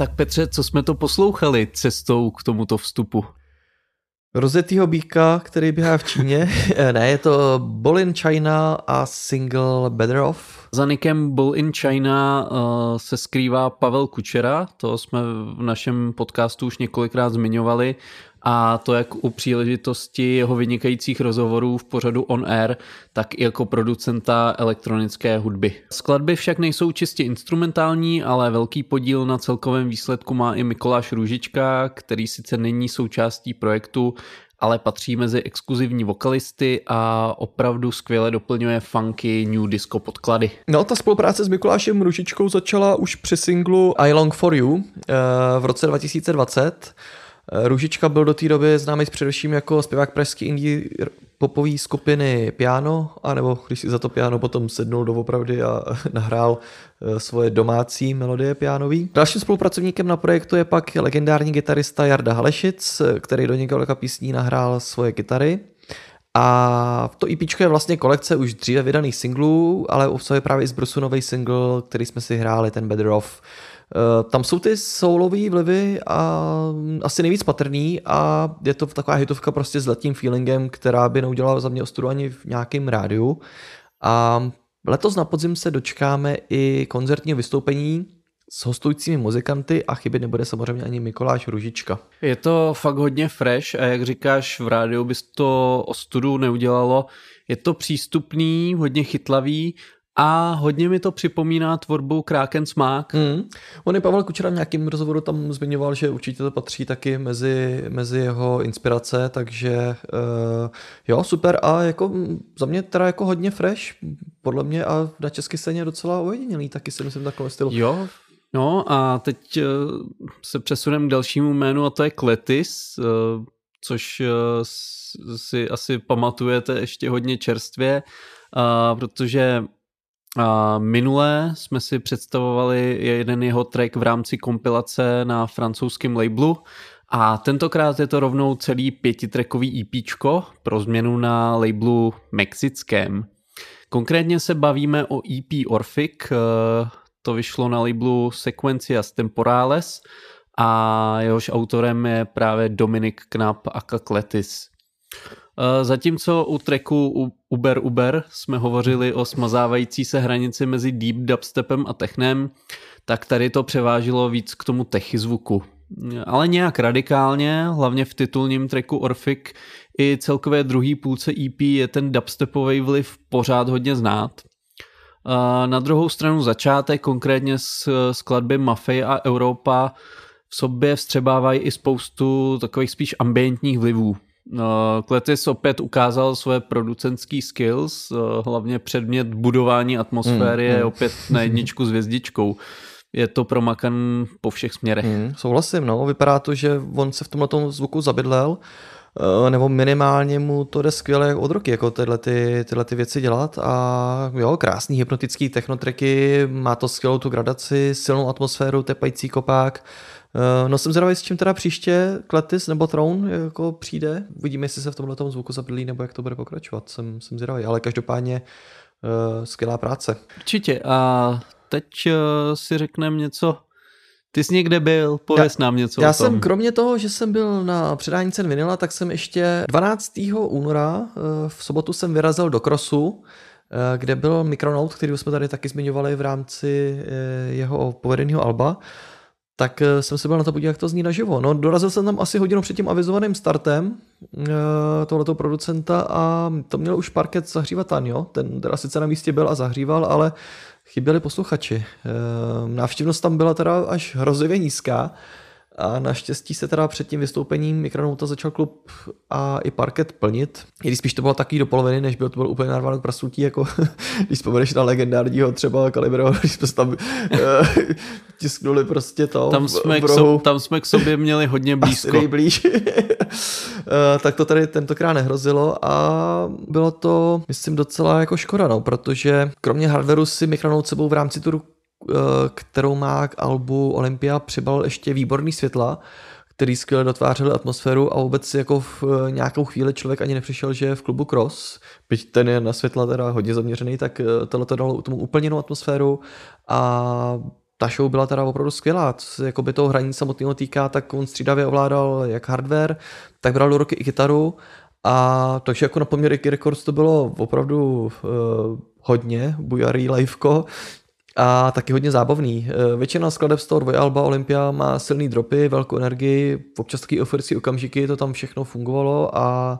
Tak Petře, co jsme to poslouchali cestou k tomuto vstupu? Rozjetýho býka, který běhá v Číně. Ne, je to Ball in China a single Better Off. Za nickem Ball in China se skrývá Pavel Kučera, to jsme v našem podcastu už několikrát zmiňovali, a to jak u příležitosti jeho vynikajících rozhovorů v pořadu On Air, tak i jako producenta elektronické hudby. Skladby však nejsou čistě instrumentální, ale velký podíl na celkovém výsledku má i Mikoláš Růžička, který sice není součástí projektu, ale patří mezi exkluzivní vokalisty a opravdu skvěle doplňuje funky new disco podklady. No, ta spolupráce s Mikulášem Růžičkou začala už při singlu I Long For You v roce 2020. Růžička byl do té doby známý především jako zpěvák pražské indie popové skupiny Piano, anebo když si za to piano potom sednul doopravdy a nahrál svoje domácí melodie pianový. Dalším spolupracovníkem na projektu je pak legendární kytarista Jarda Halešic, který do několika písní nahrál svoje kytary. A to EPčko je vlastně kolekce už dříve vydaných singlů, ale obsahuje právě i z Brusu nový single, který jsme si hráli, ten Better Off. Tam jsou ty soulový vlivy a asi nejvíc patrný a je to taková hitovka prostě s letním feelingem, která by neudělala za mě ostudu ani v nějakém rádiu. A letos na podzim se dočkáme i koncertního vystoupení s hostujícími muzikanty a chybět nebude samozřejmě ani Mikoláš Růžička. Je to fakt hodně fresh a jak říkáš, v rádiu bys to ostudu neudělalo. Je to přístupný, hodně chytlavý a hodně mi to připomíná tvorbu Kraken Smák. On i Pavel Kučera v nějakém rozhovoru tam zmiňoval, že určitě to patří taky mezi jeho inspirace, takže jo, super a jako za mě teda jako hodně fresh, podle mě a na české scéně docela ojedinělý, taky si myslím takový styl. Jo, no a teď se přesuneme k dalšímu jménu a to je Kletis, což si asi pamatujete ještě hodně čerstvě, protože minule jsme si představovali jeden jeho track v rámci kompilace na francouzském labelu a tentokrát je to rovnou celý 5trackový EPčko pro změnu na labelu mexickém. Konkrétně se bavíme o EP Orphic, to vyšlo na labelu Sequencias Temporales a jehož autorem je právě Dominik Knapp aka Kletis. Zatímco u tracku Uber jsme hovořili o smazávající se hranici mezi deep dubstepem a technem, tak tady to převážilo víc k tomu techy zvuku. Ale nějak radikálně, hlavně v titulním tracku Orphic i celkové druhý půlce EP je ten dubstepový vliv pořád hodně znát. Na druhou stranu začátek, konkrétně z skladby Maffei a Europa, v sobě vstřebávají i spoustu takových spíš ambientních vlivů. Kletis opět ukázal své producentský skills, hlavně předmět budování atmosféry je opět na jedničku s hvězdičkou. Je to promakan po všech směrech. Souhlasím, no. Vypadá to, že on se v tomhletom zvuku zabydlel, nebo minimálně mu to jde skvěle od roky, jako tyhle ty věci dělat a jo, krásný hypnotický technotracky, má to skvělou tu gradaci, silnou atmosféru, tepající kopák. No jsem zvědavý, s čím teda příště Kletis nebo Throne jako přijde. Uvidíme, jestli se v tomhletom zvuku zabydlí, nebo jak to bude pokračovat. Jsem zvědavý, ale každopádně skvělá práce. Určitě a teď si řekneme něco. Ty jsi někde byl, pověz nám něco o tom. Já jsem kromě toho, že jsem byl na předání cen vinyla, tak jsem ještě 12. února v sobotu jsem vyrazil do Crossu, kde byl Micronote, který jsme tady taky zmiňovali v rámci jeho povedeného alba. Tak jsem se byl na to podívat, jak to zní naživo. No, dorazil jsem tam asi hodinu před tím avizovaným startem tohoto producenta a to měl už parket zahřívat Tanjo. Ten teda sice na místě byl a zahříval, ale chyběli posluchači. Návštěvnost tam byla teda až hrozivě nízká a naštěstí se teda před tím vystoupením Micronauta začal klub a i parket plnit. I když spíš to bylo taky do poloviny, než to byl úplně narváno k prasnutí, jako když vzpomeneš na legendárního třeba Kalibro, když jsme tam tisknuli prostě to tam jsme k sobě měli hodně blízko. Asi nejblíž. Tak to tady tentokrát nehrozilo a bylo to, myslím, docela jako škoda, no, protože kromě hardwareu si Micronaut sebou v rámci turu, kterou má k albu Olympia, přibal ještě výborný světla, který skvěle dotvářely atmosféru a vůbec jako v nějakou chvíli člověk ani nepřišel, že je v klubu Cross, byť ten je na světla teda hodně zaměřený, tak tohle to dalo tomu úplně jinou atmosféru a ta show byla teda opravdu skvělá. Co se jakoby toho hraní samotného týká, tak on střídavě ovládal jak hardware, tak bral do ruky i kytaru. A takže jako na poměr Ricky Records to bylo opravdu hodně bujarý liveko a taky hodně zábavný. Většina skladeb z toho dvojalba Olympia má silný dropy, velkou energii, občas taky euforické okamžiky, to tam všechno fungovalo a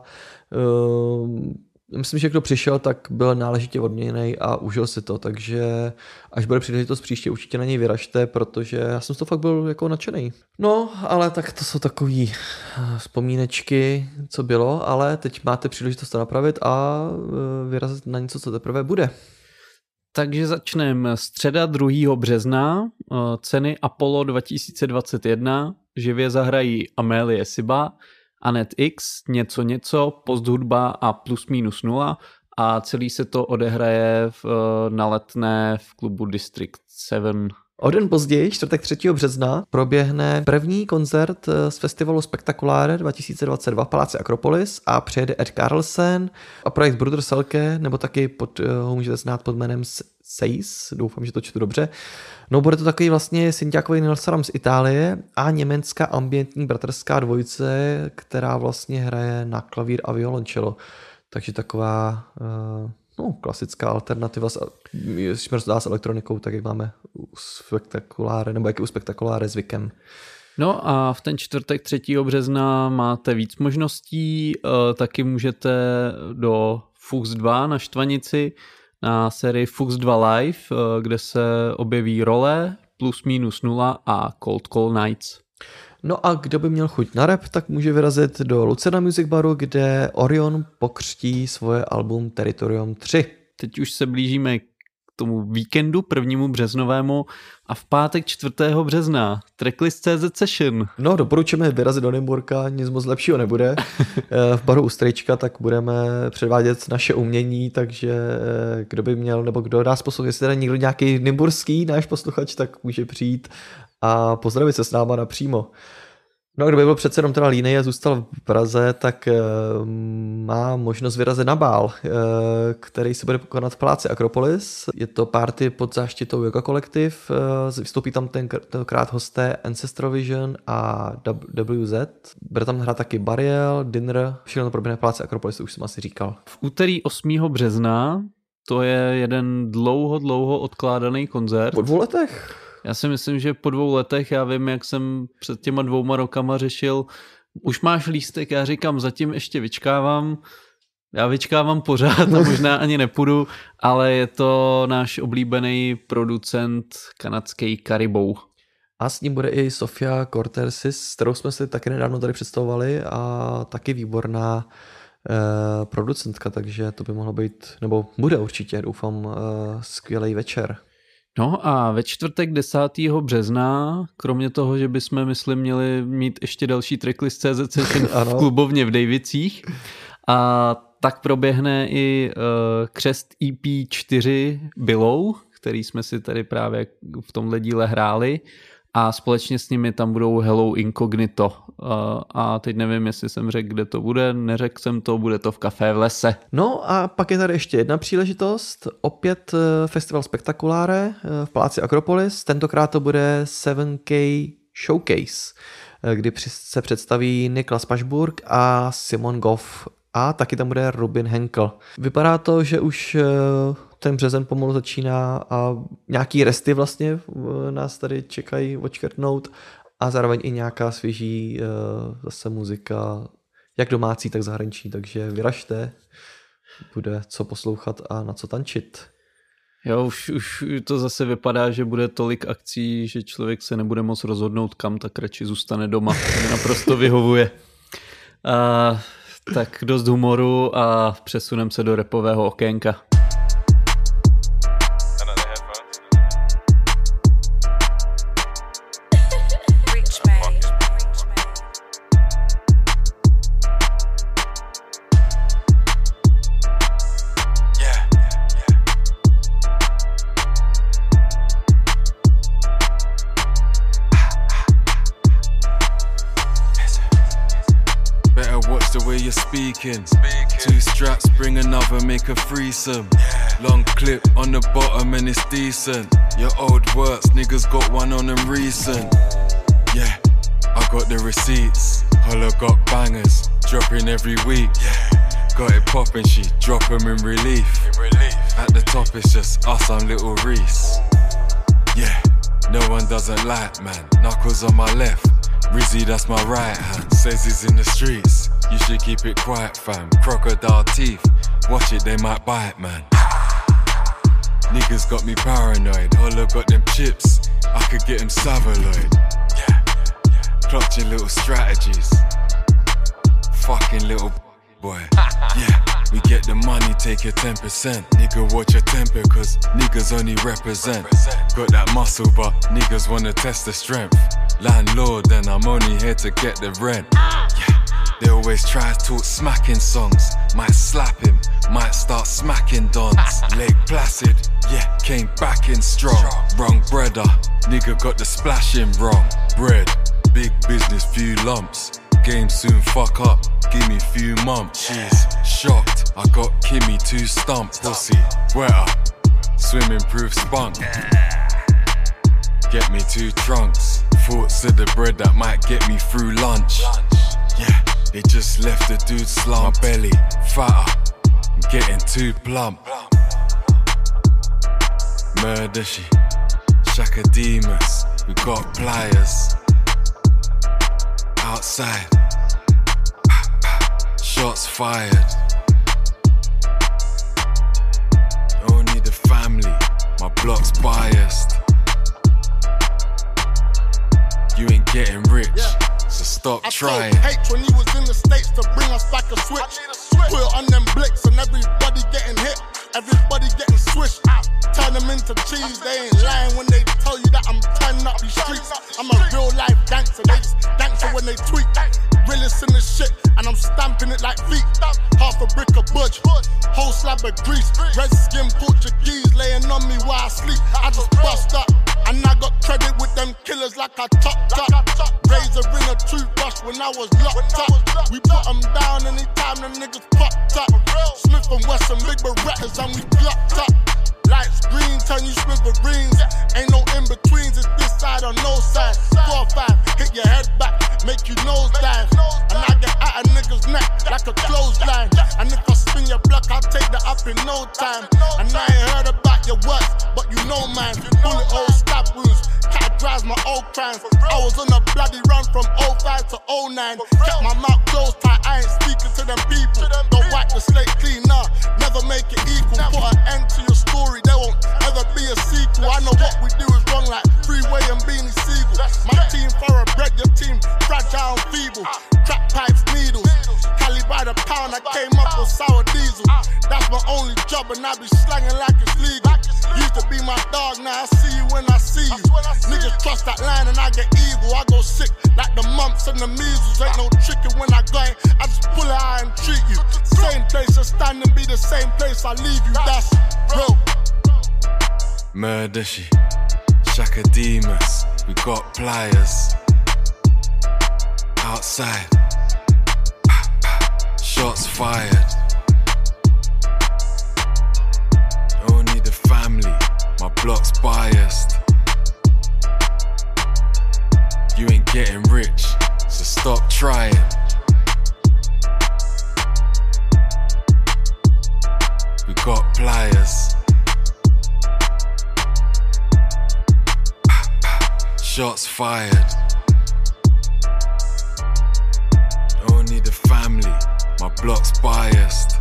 myslím, že kdo přišel, tak byl náležitě odměněný a užil si to, takže až bude příležitost příště, určitě na něj vyražte, protože já jsem z toho fakt byl jako nadšený. No, ale tak to jsou takový vzpomínečky, co bylo, ale teď máte příležitost to napravit a vyrazit na něco, co teprve bude. Takže začneme středa 2. března, ceny Apollo 2021, živě zahrají Amélie Siba, Anet X, něco, posthudba a plus minus 0 a celý se to odehraje na Letné v klubu District 7. O den později, čtvrtek 3. března, proběhne první koncert z festivalu Spektakuláre 2022 v Paláci Akropolis a přijede Ed Carlsen a projekt Bruder Selke, nebo taky ho můžete znát pod jménem Seis, doufám, že to čtu dobře. No bude to takový vlastně synťákový Nilsaram z Itálie a německá ambientní bratrská dvojice, která vlastně hraje na klavír a violoncello. Takže taková klasická alternativa, když se dá s elektronikou, tak jak máme u Spektakuláre, nebo jak je u Spektakuláre zvykem. No a v ten čtvrtek 3. března máte víc možností, taky můžete do Fuchs 2 na Štvanici, na sérii Fuchs 2 Live, kde se objeví Role, plus minus 0 a Cold Call Nights. No a kdo by měl chuť na rap, tak může vyrazit do Lucena Music Baru, kde Orion pokřtí svoje album Territorium 3. Teď už se blížíme k tomu víkendu 1. březnovému a v pátek 4. března Tracklist.cz Session. No, doporučujeme vyrazit do Nymburka, nic moc lepšího nebude. V baru u Strejčka tak budeme předvádět naše umění, takže kdo by měl, nebo kdo nás poslouchá, jestli teda někdo nějaký nymburský náš posluchač, tak může přijít a pozdravit se s náma napřímo. No a kdo by byl přece jenom teda línej a zůstal v Praze, tak má možnost vyrazit na bál, který se bude konat v Paláci Akropolis. Je to party pod záštitou Yoga Collective, vystoupí tam tentokrát hosté Ancestral Vision a WZ. Bude tam hrát taky Bariel, Dinner, všechno to proběhne v Paláci Akropolis, to už jsem asi říkal. V úterý 8. března to je jeden dlouho odkládaný koncert. Po 2 letech? Já si myslím, že po 2 letech, já vím, jak jsem před těma 2 rokama řešil, už máš lístek, já říkám, zatím ještě vyčkávám, já vyčkávám pořád a možná ani nepůjdu, ale je to náš oblíbený producent kanadský Caribou. A s ním bude i Sofia Cortersis, kterou jsme si taky nedávno tady představovali a taky výborná producentka, takže to by mohlo být, nebo bude určitě, doufám, skvělý večer. No a ve čtvrtek 10. března, kromě toho, že bychom, myslím, měli mít ještě další Tracklist.cz v klubovně v Dejvicích, a tak proběhne i křest EP 4 Below, který jsme si tady právě v tomhle díle hráli a společně s nimi tam budou Hello Incognito. A teď nevím, jestli jsem řekl, kde to bude, neřekl jsem to, bude to v Café v lese. No a pak je tady ještě jedna příležitost, opět festival Spektakuláre v Paláci Akropolis, tentokrát to bude 7K Showcase, kdy se představí Niklas Pašburg a Simon Goff a taky tam bude Robin Henkel. Vypadá to, že už ten březen pomalu začíná a nějaký resty vlastně nás tady čekají odškrtnout a zároveň i nějaká svěží zase muzika, jak domácí, tak zahraniční, takže vyražte, bude co poslouchat a na co tančit. Jo, už to zase vypadá, že bude tolik akcí, že člověk se nebude moc rozhodnout kam, tak radši zůstane doma. To naprosto vyhovuje. Tak dost humoru a přesuneme se do rapového okénka. Speaking. 2 straps, bring another, make a threesome. Long clip on the bottom and it's decent. Your old works, niggas got one on them recent. Yeah, I got the receipts. Holla got bangers, dropping every week. Got it poppin', she drop 'em in relief. At the top it's just us and Little Reese. Yeah, no one doesn't like, man. Knuckles on my left, Rizzy that's my right hand. Says he's in the streets, you should keep it quiet, fam. Crocodile teeth, watch it, they might bite, man. Niggas got me paranoid, Holla got them chips, I could get him savaloid. Clutching little strategies, fucking little boy. Yeah, we get the money, take your 10%. Nigga, watch your temper, cause niggas only represent. Got that muscle, but niggas wanna test the strength. Landlord, then I'm only here to get the rent. Yeah, they always try to talk smacking songs. Might slap him, might start smacking dons. Lake Placid, yeah, came back in strong. Wrong brother, nigga got the splashing wrong. Bread, big business, few lumps. Game soon fuck up, give me few months. She's shocked, I got Kimmy 2 stump. Pussy, wetter, swimming proof spunk. Get me 2 trunks. Thoughts of the bread that might get me through lunch. Yeah, they just left the dude slump. My belly, fatter, I'm getting too plump. Murder she, Shakademus, we got pliers. Outside, shots fired. Only the family, my block's biased. You ain't getting rich, so stop trying. I told H when he was in the States to bring us back a switch. Put it on them blicks and everybody getting hit. Everybody getting swished. Turn them into cheese, they ain't lying when they tell you that I'm turning up these streets. I'm a real life gangster, they just gangster when they tweet. Realest in the shit, and I'm stamping it like feet. Half a brick of budge, whole slab of grease. Red skin Portuguese laying on me while I sleep. I just bust up, and I got credit with them killers like I topped up. Razor ring a toothbrush when I was locked up. We put them down anytime the niggas popped up. Smith and Wesson, big Berettas, and we blocked up. Lights green, turn you smithereens. Ain't no in-betweens, it's this side or no side. 4-5, hit your head back, make you nosedive. And I get at a nigga's neck like a clothesline. And if I spin your block, I'll take that up in no time. And I ain't heard about your works, but you know mine. Bullet holes, stab wounds, categorize my old crimes. I was on a bloody run from 05 to 09. Kept my mouth closed tight, I ain't speaking to them people. Don't wipe the slate clean, nah, never make it equal. Put an end to your story, there won't ever be a sequel. I know what we do is wrong like Freeway and Beanie Siegel. My team thoroughbred, your team fragile and feeble. Crack pipes, needles, Cali by the pound, I came up with sour diesel. That's my only job and I be slanging like it's legal. Used to be my dog, now I see you when I see you. Niggas cross that line and I get evil. I go sick like the mumps and the measles. Ain't no tricking when I go in, I just pull it out and treat you. Same place I stand and be the same place I leave you, that's real. Murder she, Shakademus, we got pliers. Outside, shots fired. Only the family, my block's biased. You ain't getting rich, so stop trying. We got pliers. Shots fired. Only the family, my block's biased.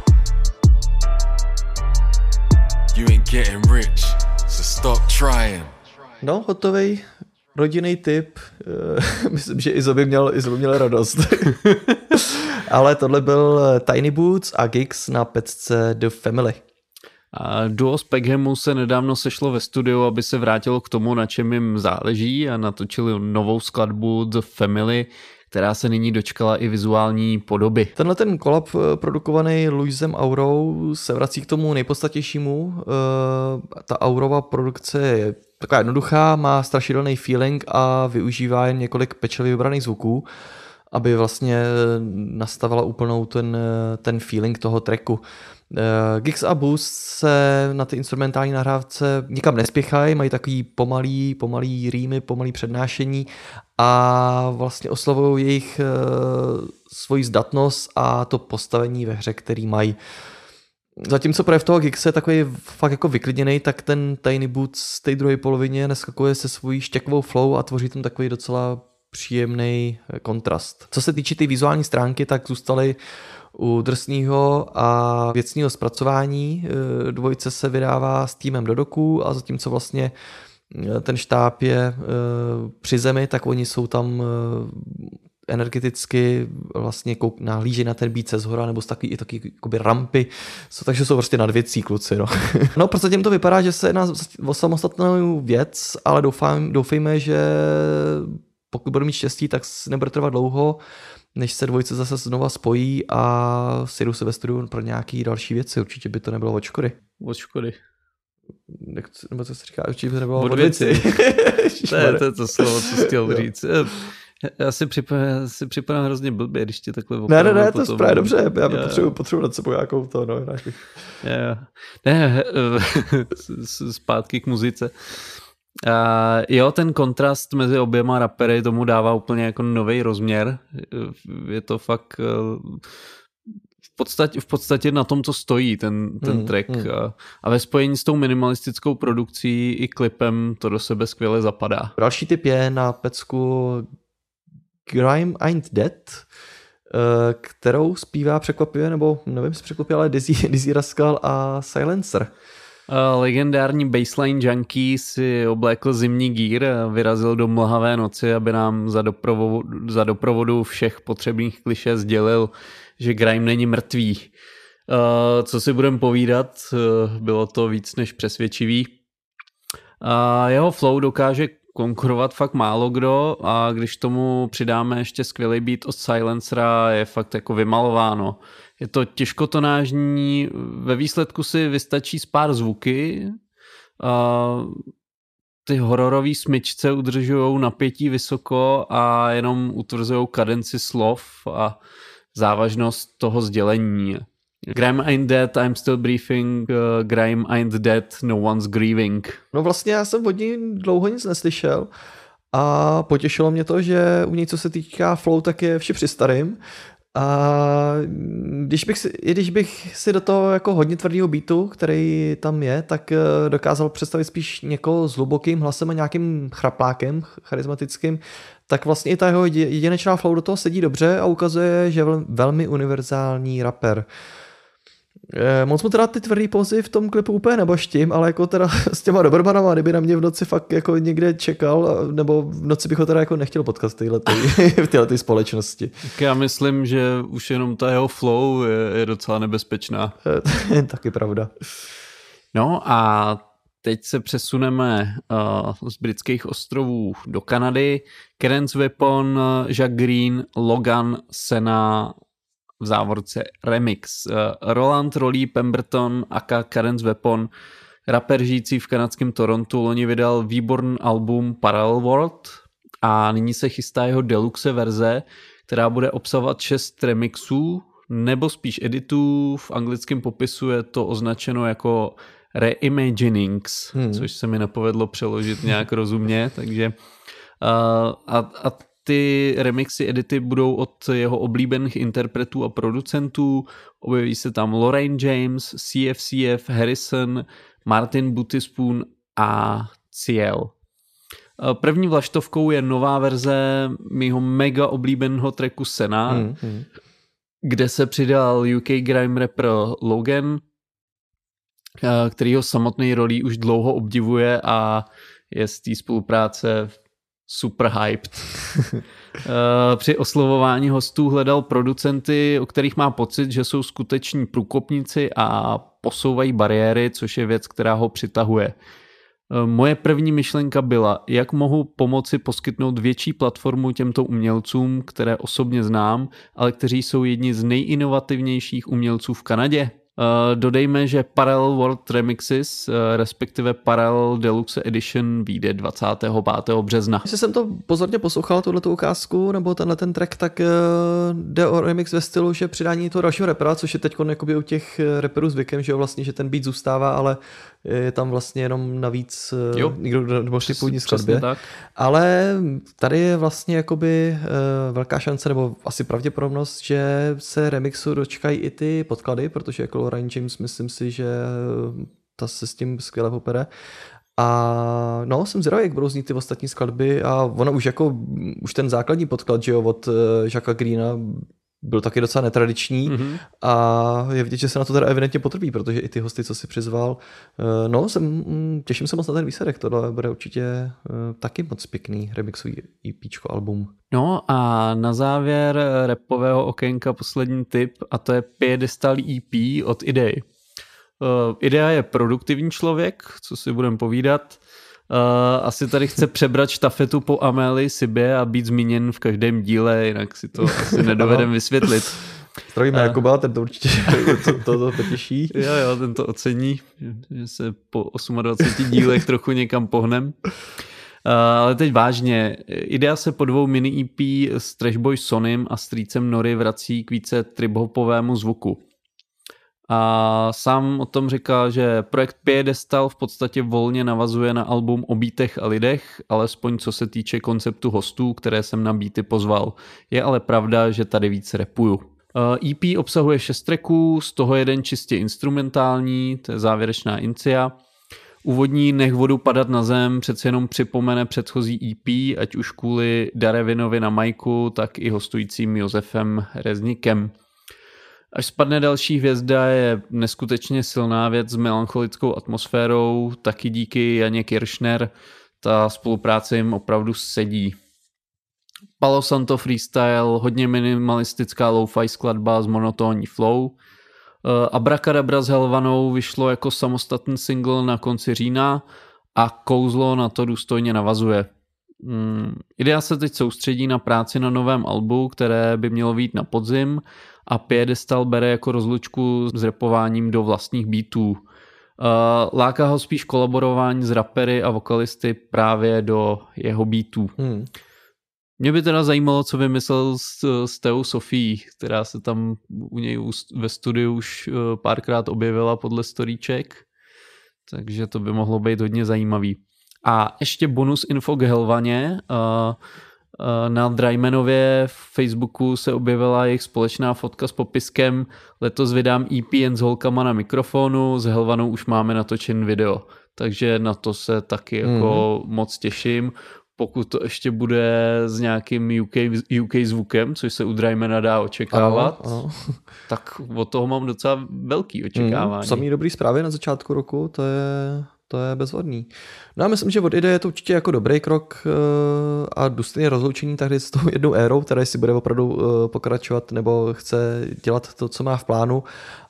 You ain't getting rich, so stop trying. No, hotovej rodinný tip. Myslím, že Izo by měl radost. Ale tohle byl Tiny Boots a Giggs na pecce The Family. A duo z Peckhamu se nedávno sešlo ve studiu, aby se vrátilo k tomu, na čem jim záleží, a natočili novou skladbu The Family, která se nyní dočkala i vizuální podoby. Tenhle ten kolab produkovaný Luisem Aurou se vrací k tomu nejpodstatnějšímu. Ta Aurova produkce je taková jednoduchá, má strašidelný feeling a využívá jen několik pečlivě vybraných zvuků. aby vlastně nastavila úplnou ten feeling toho tracku. Giggs a Boost se na ty instrumentální nahrávce nikam nespěchají, mají takový pomalý rýmy, pomalý přednášení a vlastně oslovují jejich svoji zdatnost a to postavení ve hře, který mají. Zatímco projev toho Giggse je takový fakt jako vyklidněný, tak ten Tiny Boots v té druhé polovině neskakuje se svojí štěkovou flow a tvoří tam takový docela příjemný kontrast. Co se týče té vizuální stránky, tak zůstaly u drsného a věcného zpracování. Dvojice se vydává s týmem do doku a zatímco vlastně ten štáb je při zemi, tak oni jsou tam energeticky vlastně nahlížejí na ten beat se zhora, nebo z takový jakoby rampy, takže jsou prostě nad věcí kluci. No, no prozatím to vypadá, že se jedná o samostatnou věc, ale doufejme, že pokud budu mít štěstí, tak nebude trvat dlouho, než se dvojice zase znova spojí a sjedou se ve studiu pro nějaký další věci. Určitě by to nebylo od škody. Od škody. Nebo co se říká, určitě by to nebylo od věci. To je to slovo, co jsi chtěl říct. Já si připadám hrozně blbě, když tě takhle opravdu. Ne, to je právě dobře, já potřebuji nad sebou nějakou to, no, jinak bych. Ne, zpátky k muzice. Jo, ten kontrast mezi oběma rapery tomu dává úplně jako nový rozměr. Je to fakt v podstatě na tom, co stojí ten track. A ve spojení s tou minimalistickou produkcí i klipem to do sebe skvěle zapadá. Další tip je na pecku Grime Ain't Dead, kterou zpívá překvapivě, nebo nevím, jestli překvapivě, ale Dizzy Rascal a Silencer. Legendární bassline junkie si oblékl zimní gír a vyrazil do mlhavé noci, aby nám za doprovodu všech potřebných klišé sdělil, že grime není mrtvý. Co si budeme povídat, bylo to víc než přesvědčivý. Jeho flow dokáže konkurovat fakt málo kdo a když tomu přidáme ještě skvělý beat od Silencera, je fakt jako vymalováno. Je to těžkotonážní, ve výsledku si vystačí z pár zvuky, ty hororové smyčce udržují napětí vysoko a jenom utvrzují kadenci slov a závažnost toho sdělení. Grime ain't dead, I'm still breathing, Grime ain't dead, no one's grieving. No vlastně já jsem od něj dlouho nic neslyšel a potěšilo mě to, že u něj, co se týká flow, tak je vše při starým. A když bych si do toho jako hodně tvrdého beatu, který tam je, tak dokázal představit spíš někoho s hlubokým hlasem a nějakým chraplákem charismatickým, tak vlastně i ta jeho jedinečná flow do toho sedí dobře a ukazuje, že je velmi univerzální rapper. Moc mu teda ty tvrdý pozy v tom klipu úplně neboštím, ale jako teda s těma Dobermanama, kdyby na mě v noci fakt jako někde čekal, nebo v noci bych ho teda jako nechtěl potkat v této společnosti. Tak já myslím, že už jenom ta jeho flow je docela nebezpečná. Taky pravda. No a teď se přesuneme z britských ostrovů do Kanady. Karen's Weapon, Jack Green, Logan, Senna, v závorce remix. Roland Rolly Pemberton aka Karen's Weapon, rapper žijící v kanadském Torontu, loni vydal výborný album Parallel World a nyní se chystá jeho deluxe verze, která bude obsahovat 6 remixů, nebo spíš editů. V anglickém popisu je to označeno jako reimaginings, což se mi nepovedlo přeložit nějak rozumně, takže ty remixy, edity budou od jeho oblíbených interpretů a producentů. Objeví se tam Lorraine James, CFCF, Harrison, Martin Bootispoon a Ciel. První vlaštovkou je nová verze mýho mega oblíbeného tracku Senna, kde se přidal UK grime rapper Logan, kterýho samotný rolí už dlouho obdivuje a je z té spolupráce super hyped. Při oslovování hostů hledal producenty, o kterých má pocit, že jsou skuteční průkopníci a posouvají bariéry, což je věc, která ho přitahuje. Moje první myšlenka byla, jak mohu pomoci poskytnout větší platformu těmto umělcům, které osobně znám, ale kteří jsou jedni z nejinovativnějších umělců v Kanadě. Dodejme, že Parallel World Remixes, respektive Parallel Deluxe Edition, vyjde 25. března. Jestli jsem to pozorně poslouchal, tuhletu ukázku, nebo tenhle ten track, tak jde o remix ve stylu, že přidání toho dalšího rapera, což je teď u těch raperů zvykem, že vlastně, že ten beat zůstává, ale je tam vlastně jenom navíc někdo nebo v původní skladbě. Ale tady je vlastně jakoby velká šance, nebo asi pravděpodobnost, že se remixu dočkají i ty podklady, protože jako Ryan James, myslím si, že ta se s tím skvěle popere. A no, jsem zvědavý, jak budou znít ty ostatní skladby a ono už ten základní podklad, že jo, od Jacka Greena byl taky docela netradiční a je vidět, že se na to teda evidentně potrpí, protože i ty hosty, co si přizval, těším se moc na ten výsledek, tohle bude určitě taky moc pěkný remixový EPčko album. No a na závěr rapového okénka poslední tip a to je Piedestal EP od Idei. Idea je produktivní člověk, co si budeme povídat. Asi tady chce přebrat štafetu po Amélii Sibě a být zmíněn v každém díle, jinak si to asi nedovedem vysvětlit. Zdravíme Jakuba, ten to určitě to potěší. Jo, ten to ocení, že se po 28 dílech trochu někam pohnem. Ale teď vážně, Idea se po 2 mini EP s Trashboy Sonym a strýcem Nori vrací k více trip-hopovému zvuku. A sám o tom říkal, že projekt Piedestal v podstatě volně navazuje na album o beatech a lidech, alespoň co se týče konceptu hostů, které jsem na beaty pozval. Je ale pravda, že tady víc rapuju. EP obsahuje 6 tracků, z toho jeden čistě instrumentální, to je závěrečná incia. Úvodní Nech vodu padat na zem přece jenom připomene předchozí EP, ať už kvůli Darevinovi na majku, tak i hostujícím Josefem Reznikem. Až spadne další hvězda je neskutečně silná věc s melancholickou atmosférou, taky díky Janě Kiršner, ta spolupráce jim opravdu sedí. Palo Santo freestyle, hodně minimalistická lo-fi skladba s monotónní flow. Abracadabra s Helvanou vyšlo jako samostatný single na konci října a kouzlo na to důstojně navazuje. Idea se teď soustředí na práci na novém albu, které by mělo vyjít na podzim a Piedestal bere jako rozlučku s rapováním do vlastních beatů. Láká ho spíš kolaborování s rapery a vokalisty právě do jeho beatů. Mě by teda zajímalo, co vymyslel s Teou Sofií, která se tam u něj ve studiu už párkrát objevila podle storíček, takže to by mohlo být hodně zajímavý. A ještě bonus info k Helvaně. Na Drymanově v Facebooku se objevila jejich společná fotka s popiskem letos vydám EP jen s holkama na mikrofonu, s Helvanou už máme natočen video, takže na to se taky jako moc těším. Pokud to ještě bude s nějakým UK zvukem, což se u Drymana dá očekávat, ano. Tak od toho mám docela velký očekávání. Samý dobrý zprávy na začátku roku, to je bezvadný. No a myslím, že od Idea je to určitě jako dobrý krok a důstojné rozloučení tady s tou jednou érou, která si bude opravdu pokračovat nebo chce dělat to, co má v plánu.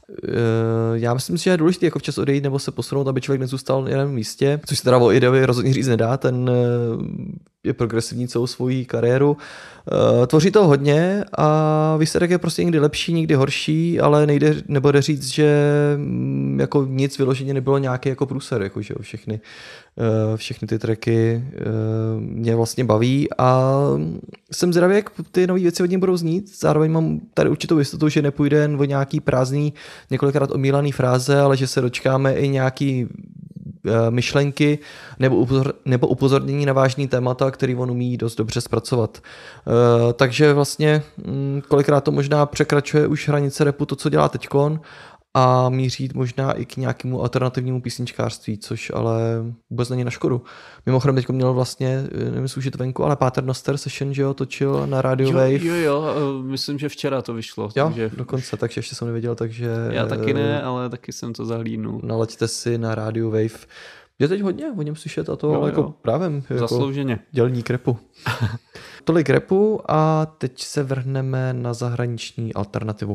Já myslím, že je důležité jako včas odejít nebo se posunout, aby člověk nezůstal jen v místě, což se teda o Ideovi rozhodně říct nedá, ten je progresivní celou svoji kariéru. Tvoří to hodně a výsledek je prostě někdy lepší, někdy horší, ale nebude říct, že jako nic vyloženě nebylo nějaký jako průser, jako že všechny ty tracky mě vlastně baví a jsem zvědavý, jak ty nové věci od něj budou znít. Zároveň mám tady určitou jistotu, že nepůjde jen o nějaký prázdný, několikrát omílaný fráze, ale že se dočkáme i nějaký myšlenky nebo upozornění na vážný témata, který on umí dost dobře zpracovat. Takže vlastně kolikrát to možná překračuje už hranice rapu to, co dělá teďkon a míří možná i k nějakému alternativnímu písničkářství, což ale vůbec není na škodu. Mimochodem teďko měl vlastně, nevím, jestli už je to venku, ale Pater Noster Session, že jo, točil na Radio Wave. Jo, myslím, že včera to vyšlo. Jo, takže dokonce, takže ještě jsem nevěděl, takže... Já taky ne, ale taky jsem to zahlídnul. Nalaďte si na Radio Wave. Je teď hodně o něm slyšet a to jako právem. Zaslouženě. Jako dělník rapu. Tolik rapu a teď se vrhneme na zahraniční alternativu.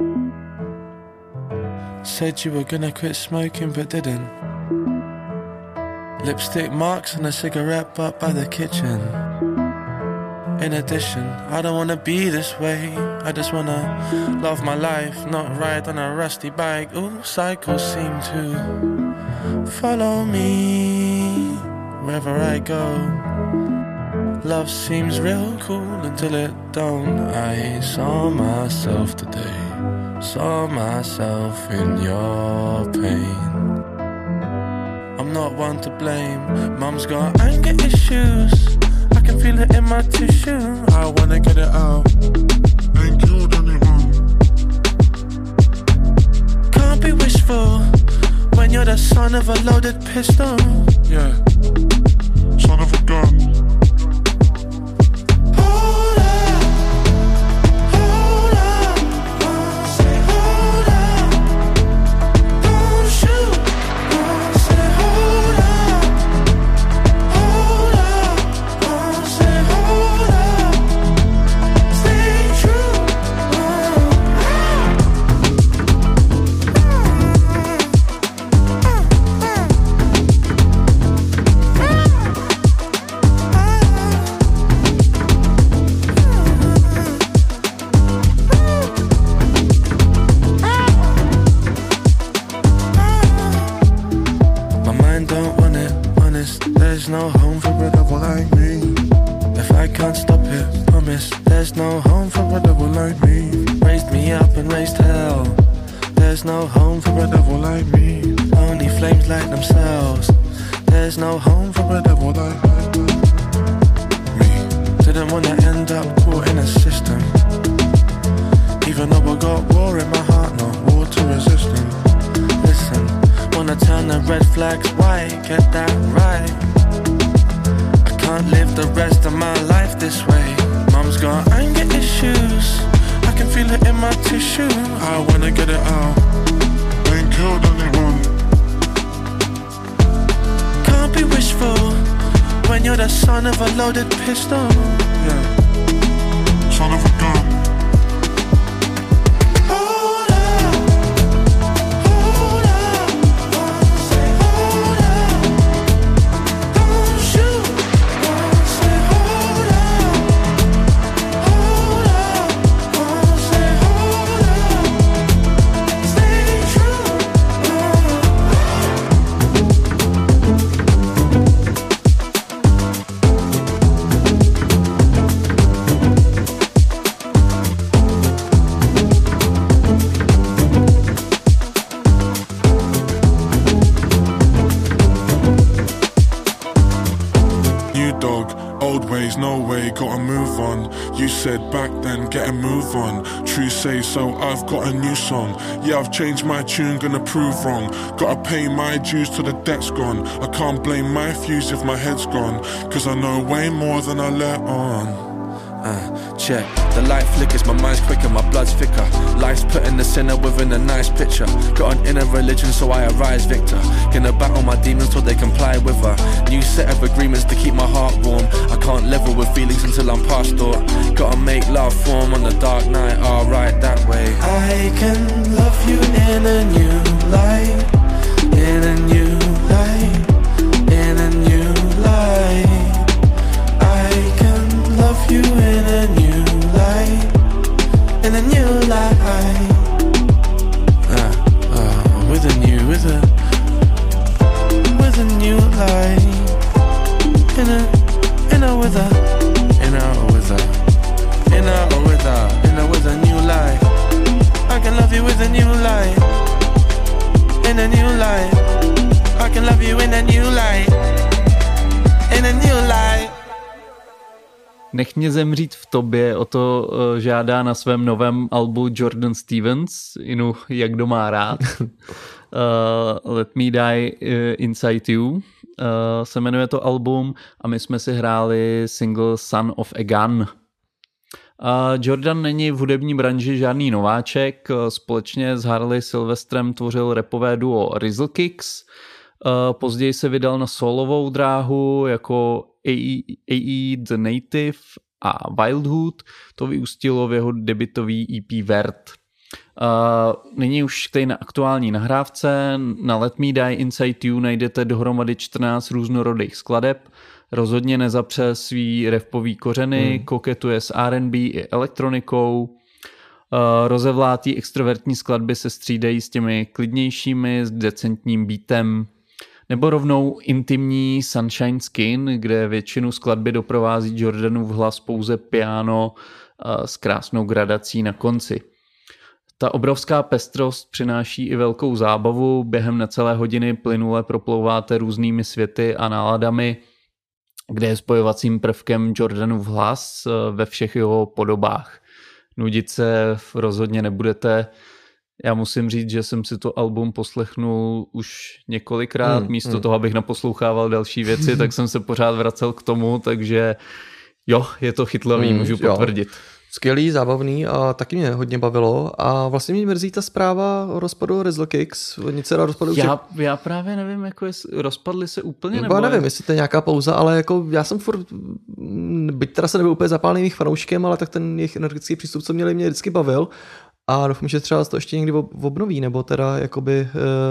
Said you were gonna quit smoking but didn't. Lipstick marks on a cigarette butt by the kitchen. In addition, I don't wanna be this way. I just wanna love my life, not ride on a rusty bike. Ooh, cycles seem to follow me wherever I go. Love seems real cool until it don't. I saw myself today, saw myself in your pain. I'm not one to blame. Mum's got anger issues, I can feel it in my tissue. I wanna get it out. Ain't killed anyone. Can't be wishful when you're the son of a loaded pistol. Yeah, son of a gun. Loaded pistol. Yeah, son of a gun. Hold up, hold up, say hold up. Don't shoot, say hold up, hold up, say hold up. Stay true. No way, gotta move on. You said back then, get a move on. True say so, I've got a new song. Yeah, I've changed my tune, gonna prove wrong. Gotta pay my dues till the debt's gone. I can't blame my fuse if my head's gone, cause I know way more than I let on. Check, the light flickers, my mind's quicker, my blood's thicker. Life's putting the sinner within a nice picture. Got an inner religion, so I arise victor. Gonna battle my demons till they comply with her. New set of agreements to keep my heart warm. I can't level with feelings until I'm past thought. Gotta make love form on the dark night, alright that way. I can love you in a new light, in a new light, in a new light. I can love you in a new light, in a new light. With a new light. With a new light. I can love you with a new light, in a new light. I can love you in a new light, in a new light. Nech mě zemřít v tobě, o to žádá na svém novém albu Jordan Stevens, inu jak kdo má rád. Let Me Die Inside You se jmenuje to album a my jsme si hráli single Son of a Gun. Jordan není v hudební branži žádný nováček, společně s Harley Sylvestrem tvořil rapové duo Rizzle Kicks, později se vydal na solovou dráhu jako A.E. The Native a Wildhood, to vyústilo v jeho debutový EP Vert. Nyní už k té aktuální nahrávce. Na Let Me Die Inside You najdete dohromady 14 různorodých skladeb. rozhodně nezapře svý rapový kořeny, koketuje s R&B i elektronikou, rozevlátý extrovertní skladby se střídají s těmi klidnějšími, s decentním beatem, nebo rovnou intimní Sunshine Skin, kde většinu skladby doprovází Jordanův hlas pouze piano s krásnou gradací na konci. Ta obrovská pestrost přináší i velkou zábavu, během necelé hodiny plynule proplouváte různými světy a náladami, kde je spojovacím prvkem Jordanův hlas ve všech jeho podobách. Nudit se rozhodně nebudete. Já musím říct, že jsem si to album poslechnul už několikrát, místo toho, abych naposlouchával další věci, tak jsem se pořád vracel k tomu, takže jo, je to chytlavý, můžu potvrdit. Skvělý, zábavný a taky mě hodně bavilo a vlastně mě mrzí ta zpráva o rozpadu Rizzle Kicks. Nic se na rozpadu já právě nevím, jako rozpadli se úplně nebo... Já nevím, jestli to je nějaká pauza, ale jako já jsem furt, byť teda se nebyl úplně zapálený jejich fanouškem, ale tak ten jejich energetický přístup, co měli, mě vždycky bavil a doufám, že třeba to ještě někdy obnoví, nebo teda jakoby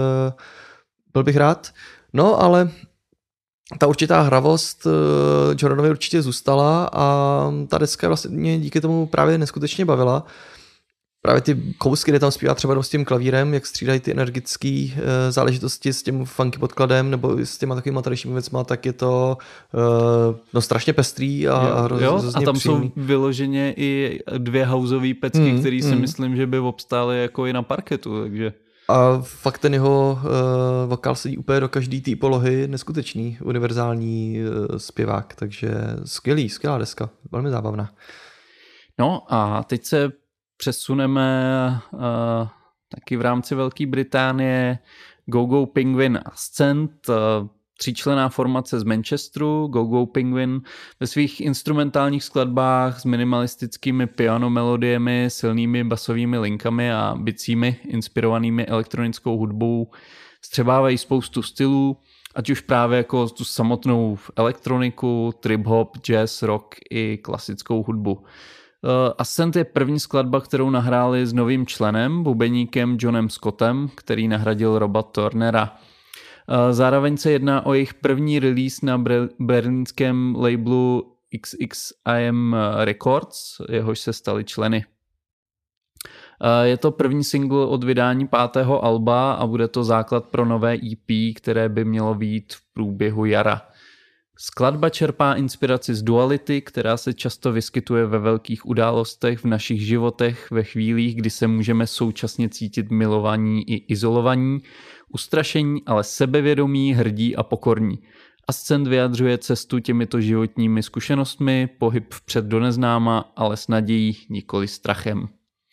byl bych rád. No, ale ta určitá hravost Jordanovi určitě zůstala a ta deska vlastně mě díky tomu právě neskutečně bavila. Právě ty kousky, kde tam zpívá třeba s tím klavírem, jak střídají ty energické záležitosti s tím funky podkladem nebo s těma takovýma tradičními věcma, tak je to strašně pestrý a hrozně tam příjemný. Jsou vyloženě i 2 houseové pecky, které si myslím, že by obstály jako i na parketu, takže... A fakt ten jeho vokál sedí úplně do každé té polohy, neskutečný, univerzální zpěvák, takže skvělá deska, velmi zábavná. No a teď se přesuneme taky v rámci Velké Británie. Go Penguin Ascent, 3členná formace z Manchesteru. Go Penguin ve svých instrumentálních skladbách s minimalistickými piano melodiemi, silnými basovými linkami a bicími inspirovanými elektronickou hudbou střebávají spoustu stylů, ať už právě jako tu samotnou elektroniku, trip-hop, jazz, rock i klasickou hudbu. Ascent je první skladba, kterou nahráli s novým členem, bubeníkem Johnem Scottem, který nahradil Roba Turnera. Zároveň se jedná o jejich první release na berlínském labelu XXIM Records, jehož se stali členy. Je to první single od vydání 5. alba a bude to základ pro nové EP, které by mělo vyjít v průběhu jara. Skladba čerpá inspiraci z duality, která se často vyskytuje ve velkých událostech v našich životech ve chvílích, kdy se můžeme současně cítit milovaní i izolovaní, ustrašení, ale sebevědomí, hrdí a pokorní. Ascent vyjadřuje cestu těmito životními zkušenostmi, pohyb vpřed do neznáma, ale s nadějí, nikoli strachem.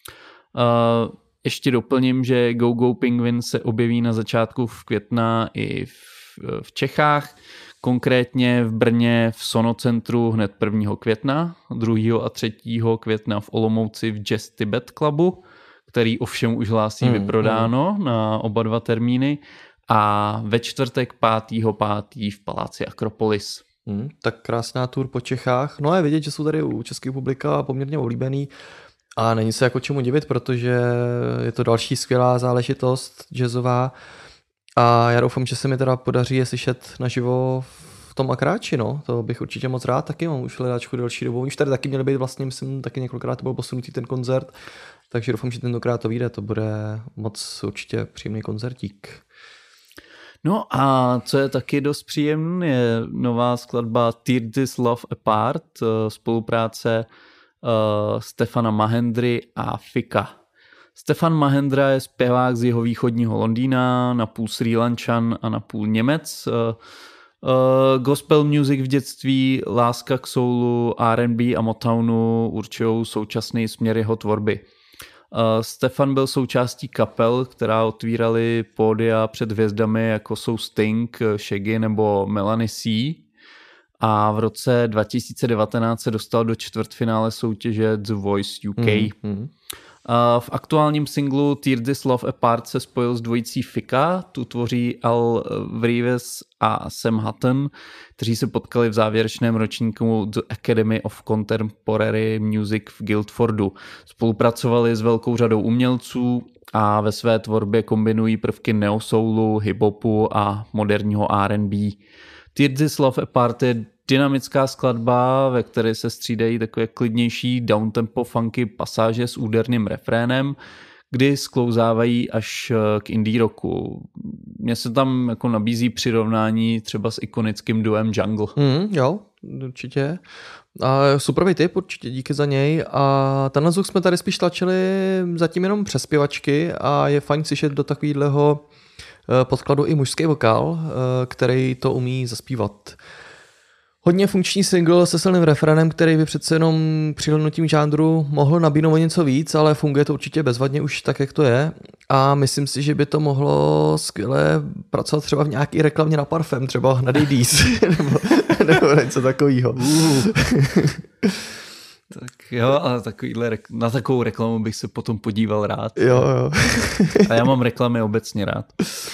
Ještě doplním, že Go Penguin se objeví na začátku května i v Čechách, konkrétně v Brně v Sonocentru hned 1. května, 2. a 3. května v Olomouci v Jazz Tibet Clubu, který ovšem už hlásí vyprodáno na oba 2 termíny, a ve čtvrtek 5.5. v Paláci Akropolis. Tak krásná tour po Čechách. No a je vidět, že jsou tady u českého publika poměrně oblíbený a není se jako čemu divit, protože je to další skvělá záležitost jazzová. A já doufám, že se mi teda podaří je slyšet naživo v tom Akráči, no. To bych určitě moc rád, taky mám už hledáčku delší dobu. Už tady taky měli být vlastně, myslím, taky několikrát to byl posunutý ten koncert, takže doufám, že tentokrát to vyjde, to bude moc určitě příjemný koncertík. No a co je taky dost příjemný, je nová skladba Tear This Love Apart, spolupráce Stefana Mahendry a Fika. Stefan Mahendra je zpěvák z jihovýchodního Londýna, napůl Srí Lančan a napůl Němec. Gospel music v dětství, láska k soulu, R&B a Motownu určují současný směr jeho tvorby. Stefan byl součástí kapel, která otvíraly pódia před hvězdami, jako jsou Sting, Shaggy nebo Melanie C. A v roce 2019 se dostal do čtvrtfinále soutěže The Voice UK. V aktuálním singlu Tear This Love Apart se spojil s dvojicí Fika, tu tvoří Al Vrives a Sam Hutton, kteří se potkali v závěrečném ročníku The Academy of Contemporary Music v Guildfordu. Spolupracovali s velkou řadou umělců a ve své tvorbě kombinují prvky neosoulu, hiphopu a moderního R&B. Tear This Love Apart je dynamická skladba, ve které se střídají takové klidnější downtempo funky pasáže s úderným refrénem, kdy sklouzávají až k indie rocku. Mně se tam jako nabízí přirovnání třeba s ikonickým duem Jungle. Jo, určitě. A superový tip, určitě díky za něj. A tenhle zvuk jsme tady spíš tlačili zatím jenom přes zpěvačky a je fajn slyšet do takového podkladu i mužský vokál, který to umí zaspívat. Hodně funkční single se silným refrénem, který by přece jenom přihlédnutím žánru mohl nabídnout něco víc, ale funguje to určitě bezvadně už tak, jak to je. A myslím si, že by to mohlo skvěle pracovat třeba v nějaký reklamě na parfém, třeba na Daydies, nebo něco takového. Tak jo, ale na takovou reklamu bych se potom podíval rád. Jo. A já mám reklamy obecně rád.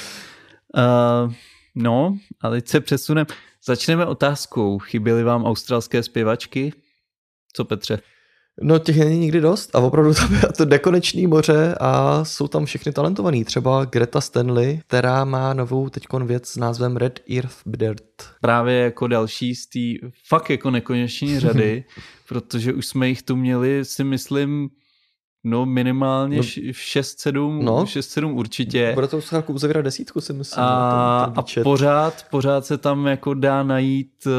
No, a teď se přesuneme. Začneme otázkou. Chyběly vám australské zpěvačky? Co, Petře? No těch není nikdy dost a opravdu tam je to nekonečný moře a jsou tam všechny talentovaný. Třeba Greta Stanley, která má novou teďkon věc s názvem Red Earth Dirt. Právě jako další z té fakt jako nekoneční řady, protože už jsme jich tu měli, si myslím, no minimálně 6-7 určitě. Bude to chvilku uzavírat 10, si myslím. A pořád se tam jako dá najít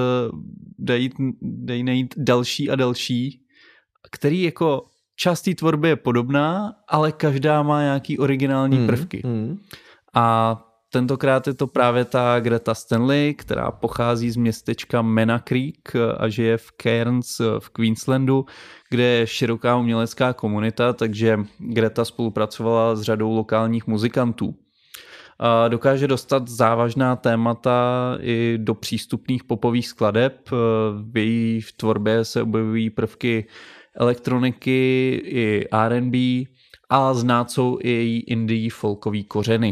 další a další, který jako část té tvorby je podobná, ale každá má nějaký originální prvky. A tentokrát je to právě ta Greta Stanley, která pochází z městečka Mena Creek a žije v Cairns v Queenslandu, kde je široká umělecká komunita, takže Greta spolupracovala s řadou lokálních muzikantů. A dokáže dostat závažná témata i do přístupných popových skladeb. V její tvorbě se objevují prvky elektroniky i R&B a znát jsou i její indie folkový kořeny.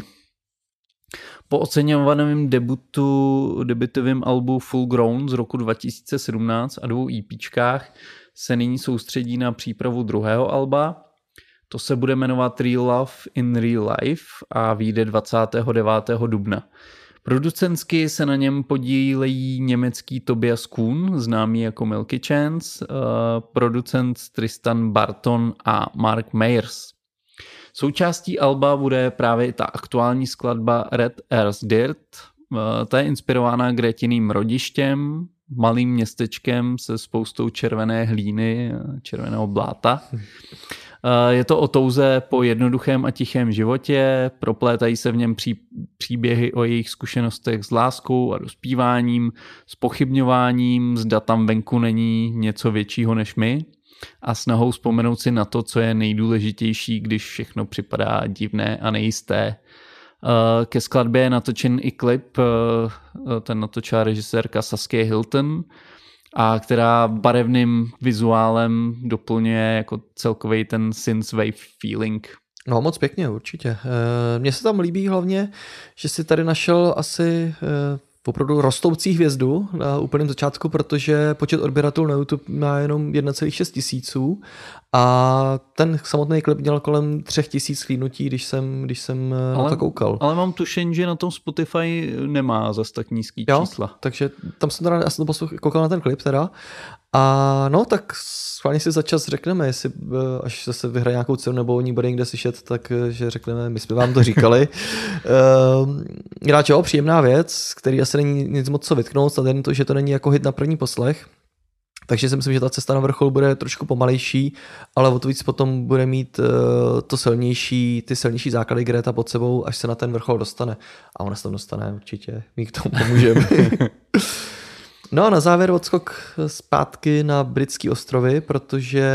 Po oceňovaném debutovém albu Full Grown z roku 2017 a 2 EPčkách se nyní soustředí na přípravu druhého alba. To se bude jmenovat Real Love in Real Life a vyjde 29. dubna. Producentsky se na něm podílejí německý Tobias Kuhn, známý jako Milky Chance, producent Tristan Barton a Mark Meyers. Součástí alba bude právě ta aktuální skladba Red Earth Dirt. Ta je inspirována Gretiným rodištěm, malým městečkem se spoustou červené hlíny, červeného bláta. Je to o touze po jednoduchém a tichém životě, proplétají se v něm příběhy o jejich zkušenostech s láskou a dospíváním, s pochybňováním, zda tam venku není něco většího než my a snahou vzpomenout si na to, co je nejdůležitější, když všechno připadá divné a nejisté. Ke skladbě je natočen i klip, ten natočila režisérka Saskia Hilton, a která barevným vizuálem doplňuje jako celkový ten synthwave feeling. No moc pěkně, určitě. Mně se tam líbí hlavně, že si tady našel asi opravdu rostoucí hvězdu na úplném začátku, protože počet odběratelů na YouTube má jenom 1,6 tisíců a ten samotný klip měl kolem 3 000 shlídnutí, když jsem na to koukal. Ale mám tušení, že na tom Spotify nemá zas tak nízký čísla. Takže tam jsem teda, já jsem to koukal na ten klip teda a no tak schválně si za čas řekneme, jestli až zase vyhraje nějakou cenu nebo o ní bude někde slyšet, takže řekneme, my jsme vám to říkali. Jináč příjemná věc, který asi není nic moc co vytknout, snad jen to, že to není jako hit na první poslech. Takže si myslím, že ta cesta na vrchol bude trošku pomalejší, ale o to víc potom bude mít ty silnější základy Greta pod sebou, až se na ten vrchol dostane. A ona se tam dostane určitě, my k tomu pomůžeme. No a na závěr odskok zpátky na britské ostrovy, protože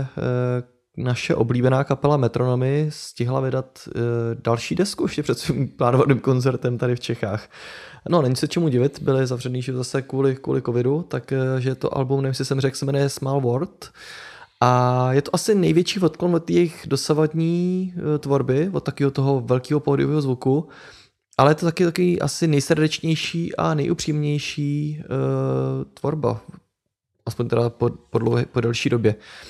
naše oblíbená kapela Metronomy stihla vydat další desku ještě před svým plánovaným koncertem tady v Čechách. No, není se čemu divit, byli zavřený že zase kvůli covidu, takže to album, nevím, jestli jsem řekl, se jmenuje Small World. A je to asi největší odklon od jejich dosavadní tvorby, od takového toho velkého pódiového zvuku, ale je to taky asi nejsrdečnější a nejupřímnější tvorba, aspoň teda po delší době.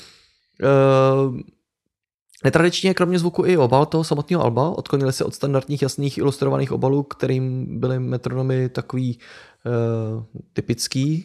Netradičně kromě zvuku i obal toho samotného alba, odklonili se od standardních jasných ilustrovaných obalů, kterým byly Metronomy takový typický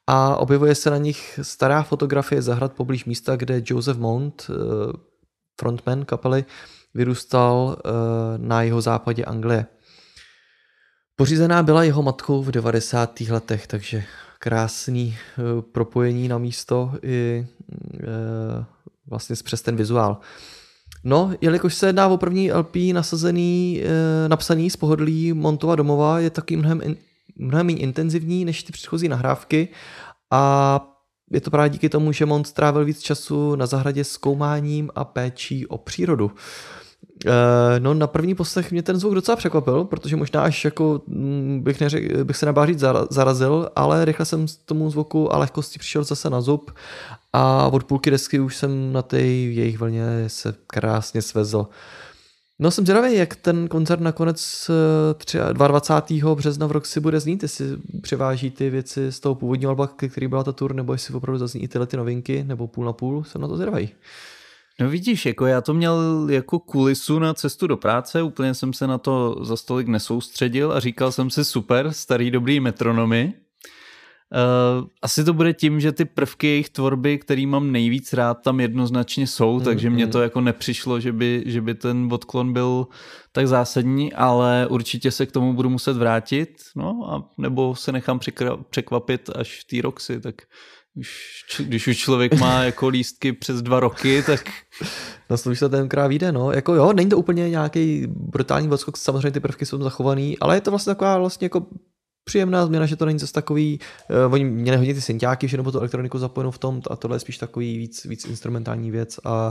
a objevuje se na nich stará fotografie zahrad poblíž místa, kde Joseph Mount, frontman kapely, vyrůstal na jihozápadě Anglie. Pořízená byla jeho matkou v 90. letech, takže krásný propojení na místo i vlastně přes ten vizuál. No, jelikož se jedná o první LP napsaný z pohodlí Montova domova, je taky mnohem méně intenzivní než ty předchozí nahrávky a je to právě díky tomu, že Mont strávil víc času na zahradě zkoumáním a péčí o přírodu. No, na první poslech mě ten zvuk docela překvapil, protože možná až jako bych se nebál říct zarazil, ale rychle jsem tomu zvuku a lehkosti přišel zase na zub a od půlky desky už jsem na té jejich vlně se krásně svezl. No, jsem zvědavý, jak ten koncert nakonec 22. března v Roxy bude znít, jestli převáží ty věci z toho původního alba, který byla ta tour, nebo jestli opravdu zazní i tyhle ty novinky, nebo půl na půl, jsem na to zvědavý. No vidíš, jako já to měl jako kulisu na cestu do práce, úplně jsem se na to za stolik nesoustředil a říkal jsem si super, starý dobrý metronomy. Asi to bude tím, že ty prvky jejich tvorby, který mám nejvíc rád, tam jednoznačně jsou, takže mně to jako nepřišlo, že by ten odklon byl tak zásadní, ale určitě se k tomu budu muset vrátit, no a nebo se nechám překvapit až v té Roxy, tak když už člověk má jako lístky přes 2 roky, tak... No to už se tenkrát vyjde, no. Jako jo, není to úplně nějaký brutální odskok, samozřejmě ty prvky jsou zachovaný, ale je to vlastně taková vlastně jako příjemná změna, že to není zase takový, oni měli hodně ty synťáky, že nebo tu elektroniku zapojenou v tom a tohle je spíš takový víc instrumentální věc a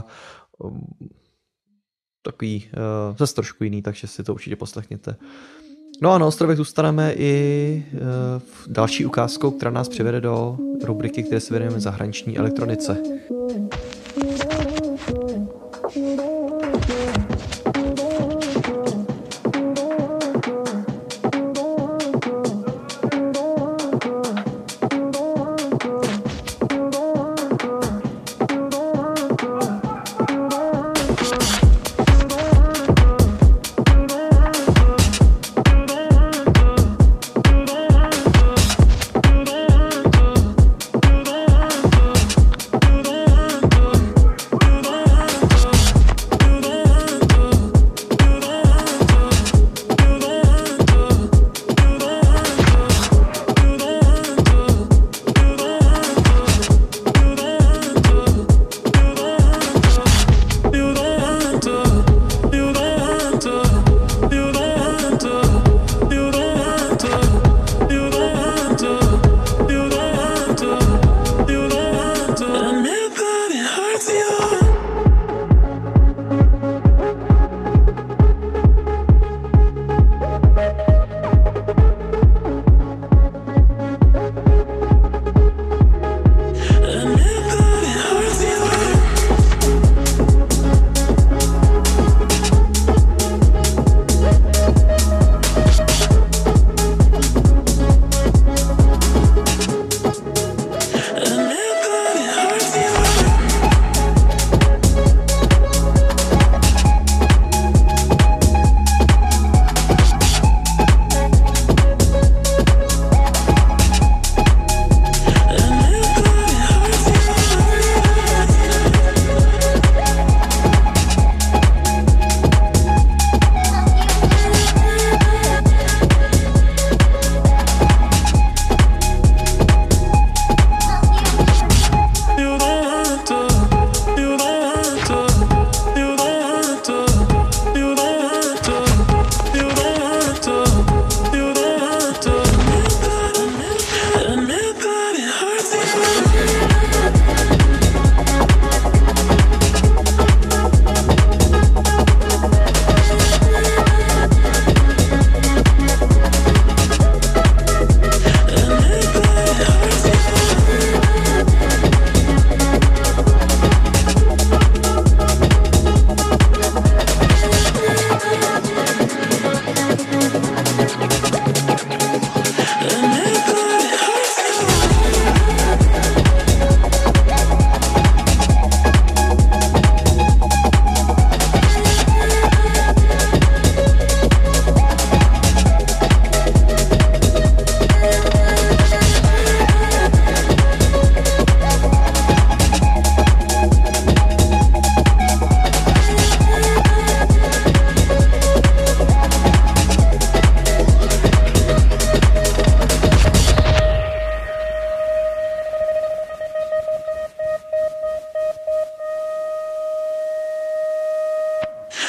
takový zase trošku jiný, takže si to určitě poslechněte. No a na ostrovech zůstaneme i další ukázkou, která nás přivede do rubriky, které se věnujeme zahraniční elektronice.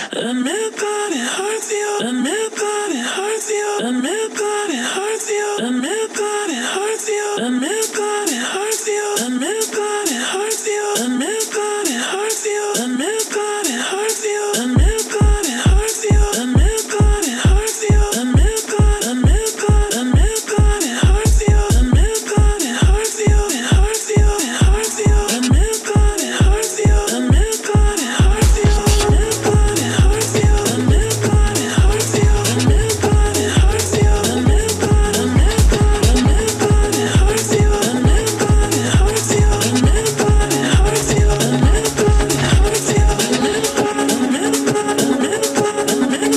Admit that it hurts you. Admit that it hurts you. Admit that it hurts you. Admit that it hurts you. Admit that it hurts you. Admit that it hurts you. Admit that it hurts you. Admit that it hurts you. Admit that it hurts you. Admit that it hurts you. Admit that. Admit that. Admit that it hurts you. Admit that it hurts you. It hurts you. It hurts you. Admit that it hurts you. Admit that it hurts you. Admit that it hurts you. Admit that it hurts you. Admit that it hurts you. Admit that. Admit that. Admit that it hurts you. Admit that it hurts you. Admit that it hurts you. Admit that it hurts you. Admit that. Admit that. Admit that. Admit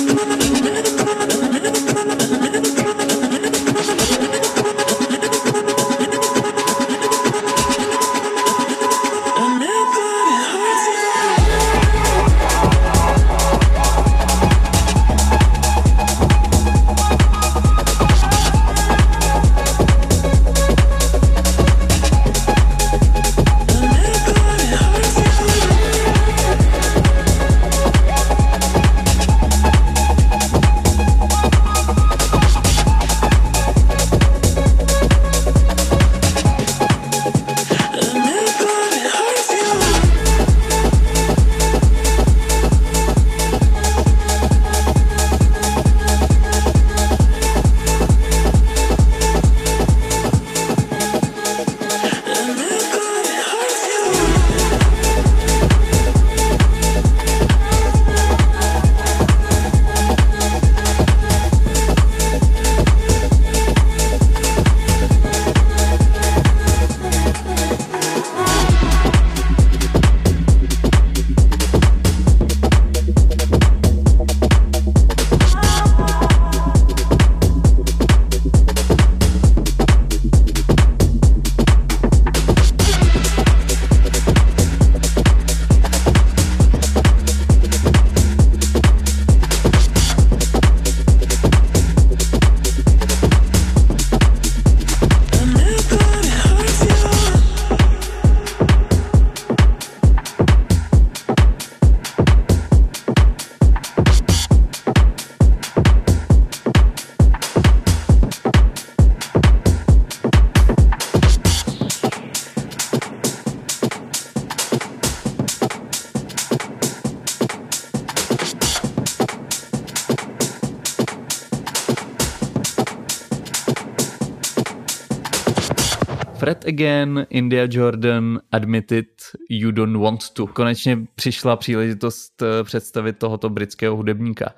Fred Again, India Jordan, Admit It, You Don't Want To. Konečně přišla příležitost představit tohoto britského hudebníka.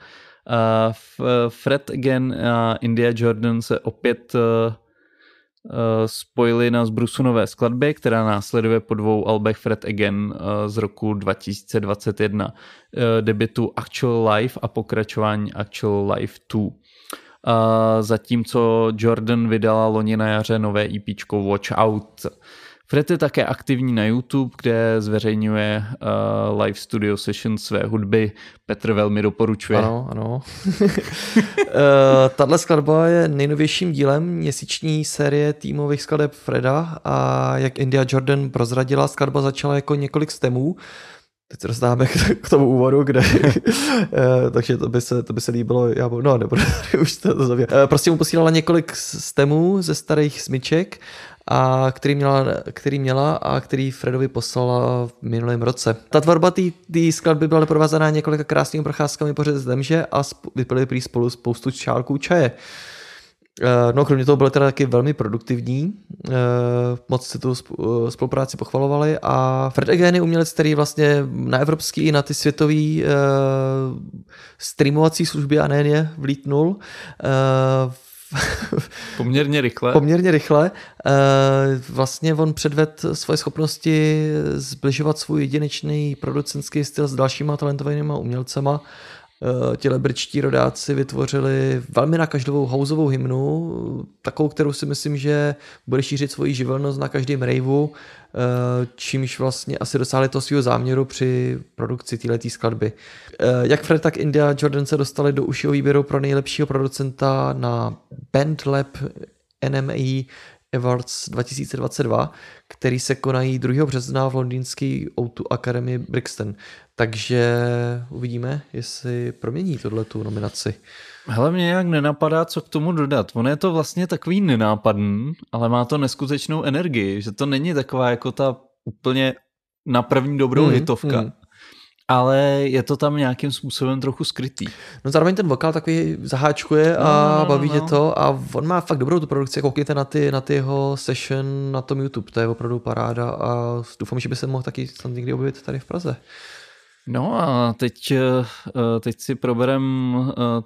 Fred Again a India Jordan se opět spojili na zbrusu nové skladby, která následuje po 2 albech Fred Again z roku 2021, debutu Actual Life a pokračování Actual Life 2. Zatímco Jordan vydala loni na jaře nové EPčko Watch Out. Fred je také aktivní na YouTube, kde zveřejňuje live studio sessions své hudby. Petr velmi doporučuje. Ano. Tato skladba je nejnovějším dílem měsíční série týmových skladeb Freda a jak India Jordan prozradila, skladba začala jako několik stemů. Teď se dostáváme k tomu úvodu, kde takže to by se líbilo, nebudu už to zavět. Prostě mu posílala několik stemů ze starých smyček, a který měla a který Fredovi poslala v minulém roce. Ta tvorba té skladby byla doprovázaná několika krásnými procházkami po řece Zemže a vypili prý spolu spoustu šálků čaje. No, kromě toho bylo teda taky velmi produktivní, moc si tu spolupráci pochvalovali a Fred Again je umělec, který vlastně na evropský i na ty světový streamovací služby a nejen je vlítnul. Poměrně rychle. Vlastně on předvedl svoje schopnosti zbližovat svůj jedinečný producentský styl s dalšíma talentovanými umělcema. Ti lebričtí rodáci vytvořili velmi nakažlivou houseovou hymnu, takovou, kterou si myslím, že bude šířit svoji živelnost na každém raveu, čímž vlastně asi dosáhli toho svého záměru při produkci této skladby. Jak Fred, tak India Jordan se dostali do užšího výběru pro nejlepšího producenta na BandLab NME Awards 2022, který se konají 2. března v londýnské O2 Academy Brixton. Takže uvidíme, jestli promění tohletu nominaci. Hele, mě nějak nenapadá, co k tomu dodat. Ono je to vlastně takový nenápadný, ale má to neskutečnou energii, že to není taková jako ta úplně na první dobrou hitovka. Ale je to tam nějakým způsobem trochu skrytý. No zároveň ten vokál takový zaháčkuje a baví tě to a on má fakt dobrou tu produkci, koukněte na ty jeho session na tom YouTube, to je opravdu paráda a doufám, že by se mohl taky snad někdy objevit tady v Praze. No a teď si proberem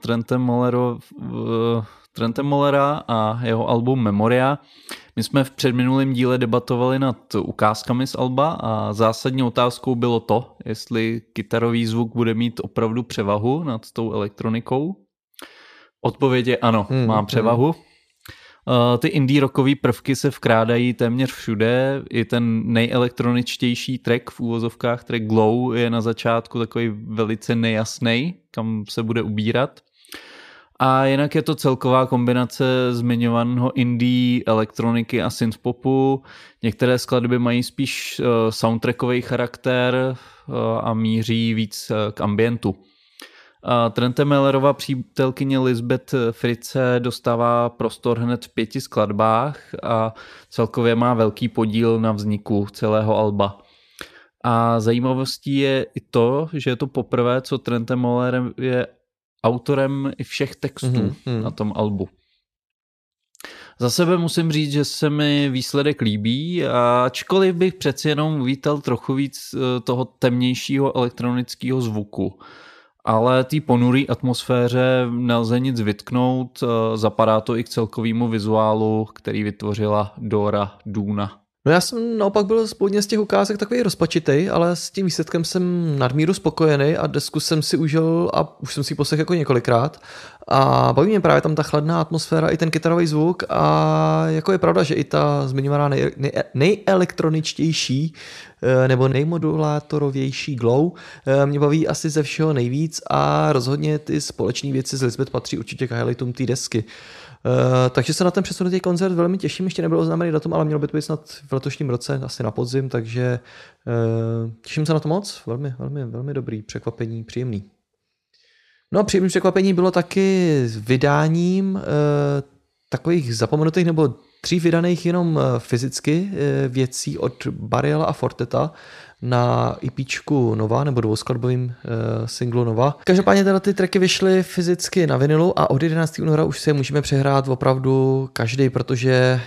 Trenta Mollera a jeho album Memoria. My jsme v předminulém díle debatovali nad ukázkami z alba a zásadní otázkou bylo to, jestli kytarový zvuk bude mít opravdu převahu nad tou elektronikou. Odpověď je ano, má převahu. Ty indie rockové prvky se vkrádají téměř všude. I ten nejelektroničtější track v úvozovkách, track Glow, je na začátku takový velice nejasný, kam se bude ubírat. A jinak je to celková kombinace zmiňovaného indie, elektroniky a synthpopu. Některé skladby mají spíš soundtrackový charakter a míří víc k ambientu. Trenta Mollerova přítelkyně Lisbeth Fritze dostává prostor hned v 5 skladbách a celkově má velký podíl na vzniku celého alba. A zajímavostí je i to, že je to poprvé, co Trenta Moller je autorem i všech textů na tom albu. Za sebe musím říct, že se mi výsledek líbí, ačkoliv bych přeci jenom uvítal trochu víc toho temnějšího elektronického zvuku. Ale té ponurý atmosféře nelze nic vytknout, zapadá to i k celkovému vizuálu, který vytvořila Dora Duna. No já jsem naopak byl spodně z těch ukázek takový rozpačitej, ale s tím výsledkem jsem nadmíru spokojený a desku jsem si užil a už jsem si ji poslech jako několikrát a baví mě právě tam ta chladná atmosféra i ten kytarový zvuk a jako je pravda, že i ta zmiňovaná nejelektroničtější nebo nejmodulátorovější Glow mě baví asi ze všeho nejvíc a rozhodně ty společné věci z Lisbeth patří určitě k highlightům té desky. Takže se na ten přesunutý koncert velmi těším, ještě nebylo oznámený datum, ale mělo by to být snad v letošním roce, asi na podzim, takže těším se na to moc, velmi, velmi, velmi dobrý překvapení, příjemný. No a příjemný překvapení bylo taky vydáním takových zapomenutých nebo 3 vydaných jenom fyzicky věcí od Buriala a Forteta na EPčku Nova, nebo 2skladbovým singlu Nova. Každopádně teda ty tracky vyšly fyzicky na vinilu a od 11. února už si je můžeme přehrát opravdu každý, protože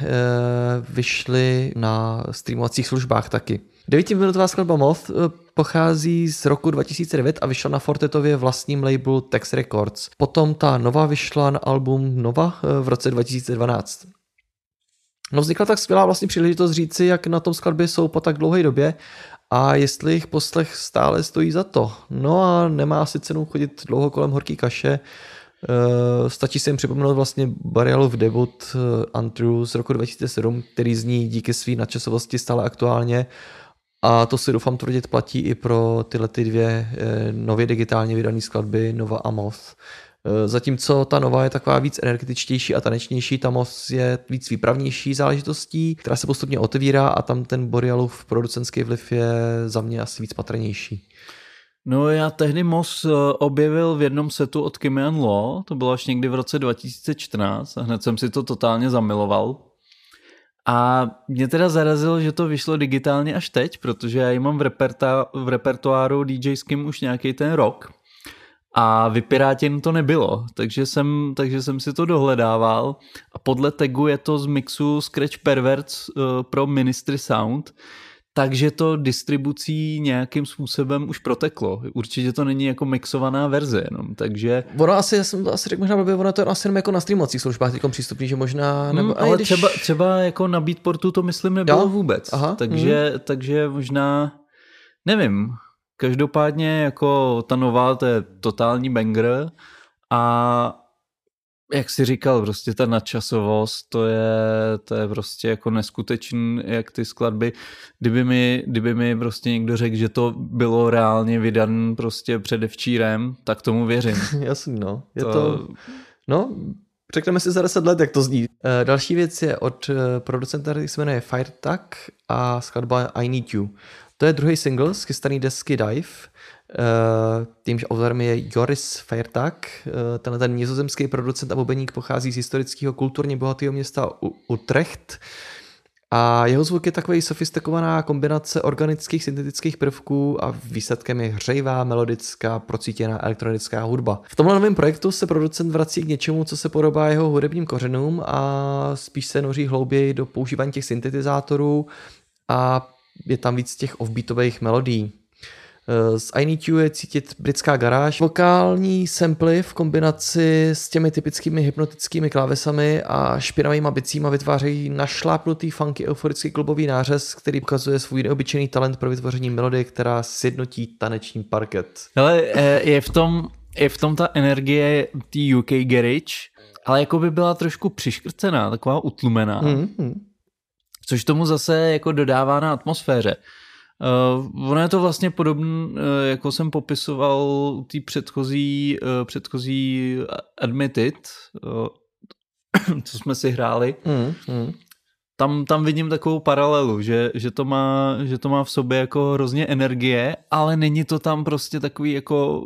vyšly na streamovacích službách taky. 9minutová skladba Moth pochází z roku 2009 a vyšla na Fortetově vlastním labelu Tex Records. Potom ta Nova vyšla na album Nova v roce 2012. No vznikla tak skvělá vlastně příležitost říci, jak na tom skladbě jsou po tak dlouhé době a jestli jich poslech stále stojí za to. No a nemá asi cenu chodit dlouho kolem horký kaše. Stačí si jim připomenout vlastně Burialův debut Untrue z roku 2007, který zní díky své nadčasovosti stále aktuálně. A to si doufám tvrdit platí i pro tyhle ty 2 nově digitálně vydané skladby Nova a Moth. Zatímco ta Nova je taková víc energetičtější a tanečnější, ta Moth je víc výpravnější záležitostí, která se postupně otevírá a tam ten Burialův producentský vliv je za mě asi víc patrnější. No já tehdy Moth objevil v jednom setu od Kimmy & Law, to bylo až někdy v roce 2014 a hned jsem si to totálně zamiloval. A mě teda zarazilo, že to vyšlo digitálně až teď, protože já ji mám v repertoáru DJským už nějaký ten rok a vypirátěn to nebylo, takže jsem si to dohledával a podle tagu je to z mixu Scratch Perverts pro Ministry Sound, takže to distribucí nějakým způsobem už proteklo. Určitě to není jako mixovaná verze jenom, takže... Ono asi, já jsem to asi řekl možná blbě, ono to je asi jenom jako na streamovacích službách teďkom přístupný, že možná... Nebo, ale třeba jako na Beatportu to myslím nebylo vůbec, aha, takže možná, nevím, každopádně jako ta Nová, to je totální banger a jak jsi říkal, prostě ta nadčasovost, to je prostě jako neskutečný, jak ty skladby, kdyby mi prostě někdo řekl, že to bylo reálně vydané prostě předevčírem, tak tomu věřím. Jasný, no. Je to... No, Řekneme si za 10 let, jak to zní. Další věc je od producenta, který se jmenuje Firetak a skladba I Need You. To je druhý single z chystaný desky Dive. Tímž autorem je Joris Firetak. Tenhle ten nizozemský producent a bubeník pochází z historického kulturně bohatého města Utrecht. A jeho zvuk je takový sofistikovaná kombinace organických syntetických prvků a výsledkem je hřejivá, melodická, procítěná elektronická hudba. V tomhle novém projektu se producent vrací k něčemu, co se podobá jeho hudebním kořenům a spíš se noří hlouběji do používání těch syntetizátorů a je tam víc těch offbeatových melodií. Z I Need You je cítit britská garáž, vokální samply v kombinaci s těmi typickými hypnotickými klávesami a špinavýma bicíma vytvářejí našlápnutý funky euforický klubový nářez, který ukazuje svůj neobyčejný talent pro vytvoření melodie, která sjednotí taneční parket. Ale je v tom ta energie té UK Garage, ale jako by byla trošku přiškrcená, taková utlumená. Což tomu zase jako dodává na atmosféře. Ono je to vlastně podobné, jako jsem popisoval u té předchozí Admitted, co jsme si hráli. Tam vidím takovou paralelu, že to má v sobě jako hrozně energie, ale není to tam prostě takový jako...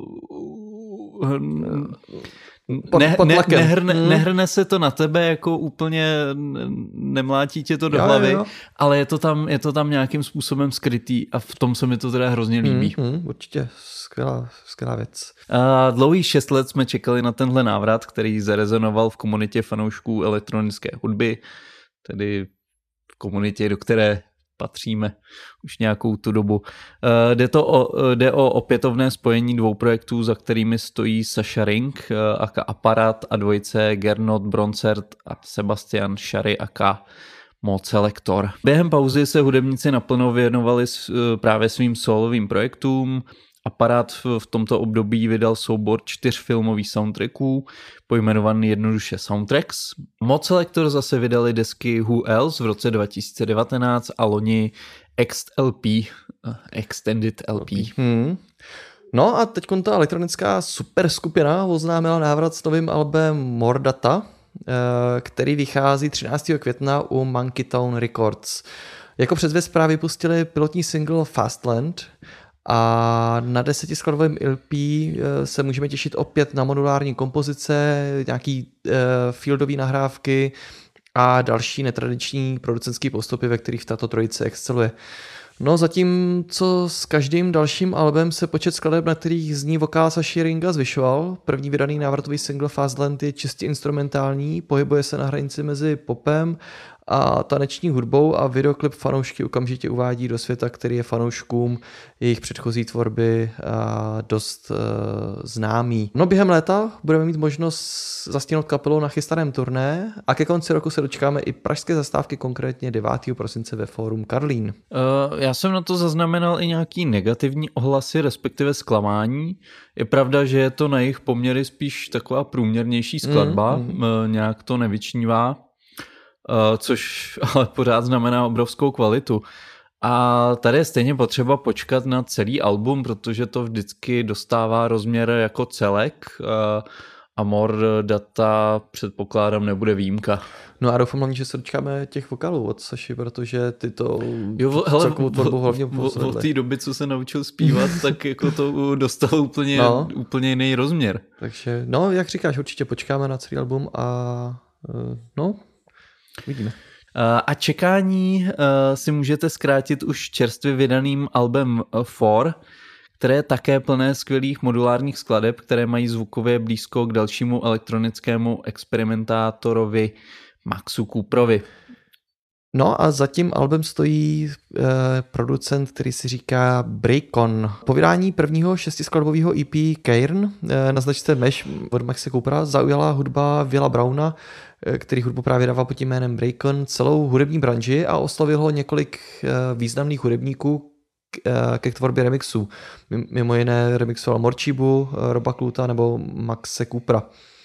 Nehrne se to na tebe, jako úplně nemlátí tě to do hlavy, jo. Ale je to tam nějakým způsobem skrytý a v tom se mi to teda hrozně líbí. Určitě, skvělá věc. Dlouhých 6 let jsme čekali na tenhle návrat, který zarezonoval v komunitě fanoušků elektronické hudby, tedy v komunitě, do které patříme už nějakou tu dobu. Jde o opětovné spojení dvou projektů, za kterými stojí Sascha Ring aka Aparat a dvojice Gernot Bronsert a Sebastian Shary aka Mod Selector. Během pauzy se hudebníci naplno věnovali právě svým solovým projektům. Aparát v tomto období vydal soubor 4 filmových soundtracků, pojmenovaný jednoduše Soundtracks. Mod Selector zase vydali desky Who Else v roce 2019 a loni Extended LP. No a teď ta elektronická super skupina oznámila návrat s novým albem More Data, který vychází 13. května u Monkey Town Records. Jako předzvěst právě pustili pilotní single Fastland, a na 10skladovém LP se můžeme těšit opět na modulární kompozice, nějaký fieldové nahrávky a další netradiční producentský postupy, ve kterých tato trojice exceluje. No zatímco s každým dalším albem se počet skladeb, na kterých zní vokál Sashy Ringa, zvyšoval. První vydaný návratový single Fastland je čistě instrumentální, pohybuje se na hranici mezi popem a taneční hudbou a videoklip fanoušky okamžitě uvádí do světa, který je fanouškům jejich předchozí tvorby dost známý. No během léta budeme mít možnost zastínout kapelu na chystaném turné a ke konci roku se dočkáme i pražské zastávky, konkrétně 9. prosince ve Fórum Karlín. Já jsem na to zaznamenal i nějaký negativní ohlasy, respektive zklamání. Je pravda, že je to na jejich poměry spíš taková průměrnější skladba, nějak to nevyčnívá. Což ale pořád znamená obrovskou kvalitu. A tady je stejně potřeba počkat na celý album, protože to vždycky dostává rozměr jako celek a More Data předpokládám nebude výjimka. No a doufám hlavně, že se dočkáme těch vokálů od Saši, protože ty to celkovou tvorbu hlavně posledli. Od té doby, co se naučil zpívat, tak jako to dostalo úplně jiný rozměr. Takže, no, jak říkáš, určitě počkáme na celý album a no, vidíme. A čekání si můžete zkrátit už čerstvě vydaným albem 4, které je také plné skvělých modulárních skladeb, které mají zvukově blízko k dalšímu elektronickému experimentátorovi Maxu Cooperovi. No a za tím albem stojí producent, který si říká Breakon. Po vydání prvního 6skladbového EP Cairn na značce Mesh od Maxe Coopera zaujala hudba Willa Browna, který hudbu právě dává pod tím jménem Breakon, celou hudební branži a oslavil ho několik významných hudebníků ke tvorbě remixů. Mimo jiné remixoval Morchibu, Roba Kluta nebo Maxe Coopera.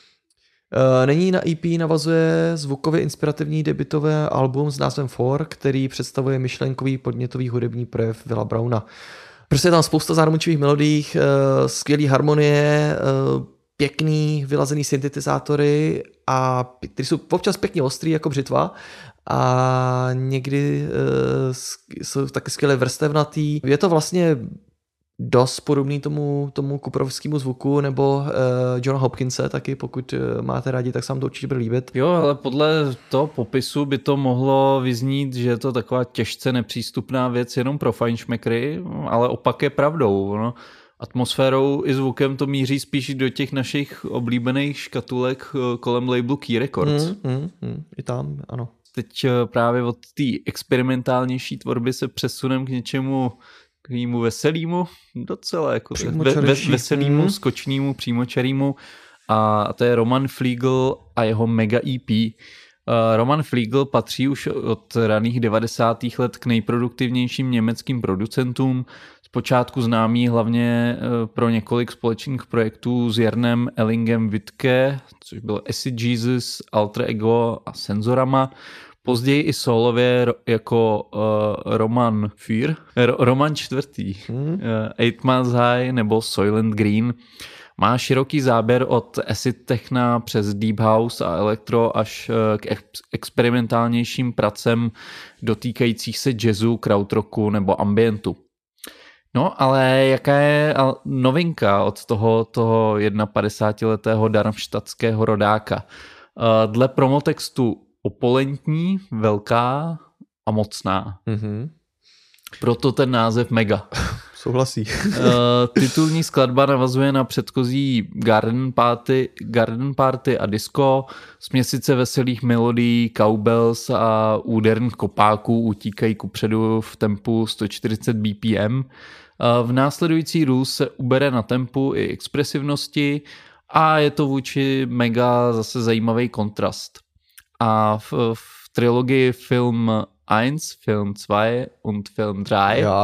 Nyní na EP navazuje zvukově inspirativní debutové album s názvem 4, který představuje myšlenkový podnětový hudební projev Willa Browna. Prostě je tam spousta zármučivých melodií, skvělý harmonie, pěkný vylazený syntetizátory, a ty jsou občas pěkně ostrý jako břitva a někdy jsou taky skvěle vrstevnatý. Je to vlastně dost podobný tomu Cooperovskému zvuku nebo Johna Hopkinse taky, pokud máte rádi, tak se vám to určitě bude líbit. Jo, ale podle toho popisu by to mohlo vyznít, že je to taková těžce nepřístupná věc jenom pro fajnšmekry, ale opak je pravdou. No. Atmosférou i zvukem to míří spíš do těch našich oblíbených škatulek kolem labelu Key Records. I tam, ano. Teď právě od té experimentálnější tvorby se přesunem k něčemu takovému veselýmu, docela jako veselýmu, skočnýmu, přímočarýmu, a to je Roman Fliegel a jeho Mega EP. Roman Fliegel patří už od raných 90. let k nejproduktivnějším německým producentům, zpočátku známý hlavně pro několik společných projektů s Jernem Ellingem Wittke, což byl Acid Jesus, Alter Ego a Senzorama, později i solově jako Roman 4, Roman 4, 8 Miles High nebo Soylent Green. Má široký záběr od acid techna přes deep house a elektro až k experimentálnějším pracem dotýkajících se jazzu, krautrocku nebo ambientu. No, ale jaká je novinka od toho 51letého darmštadtského rodáka? Dle promotextu opulentní, velká a mocná. Proto ten název Mega. Souhlasí. Titulní skladba navazuje na předchozí Garden Party a disco, směsice veselých melodií, cowbells a úderných kopáků utíkají kupředu v tempu 140 BPM. V následující růst se ubere na tempu i expresivnosti a je to vůči Mega zase zajímavý kontrast. A v trilogii Film 1, Film 2 und Film 3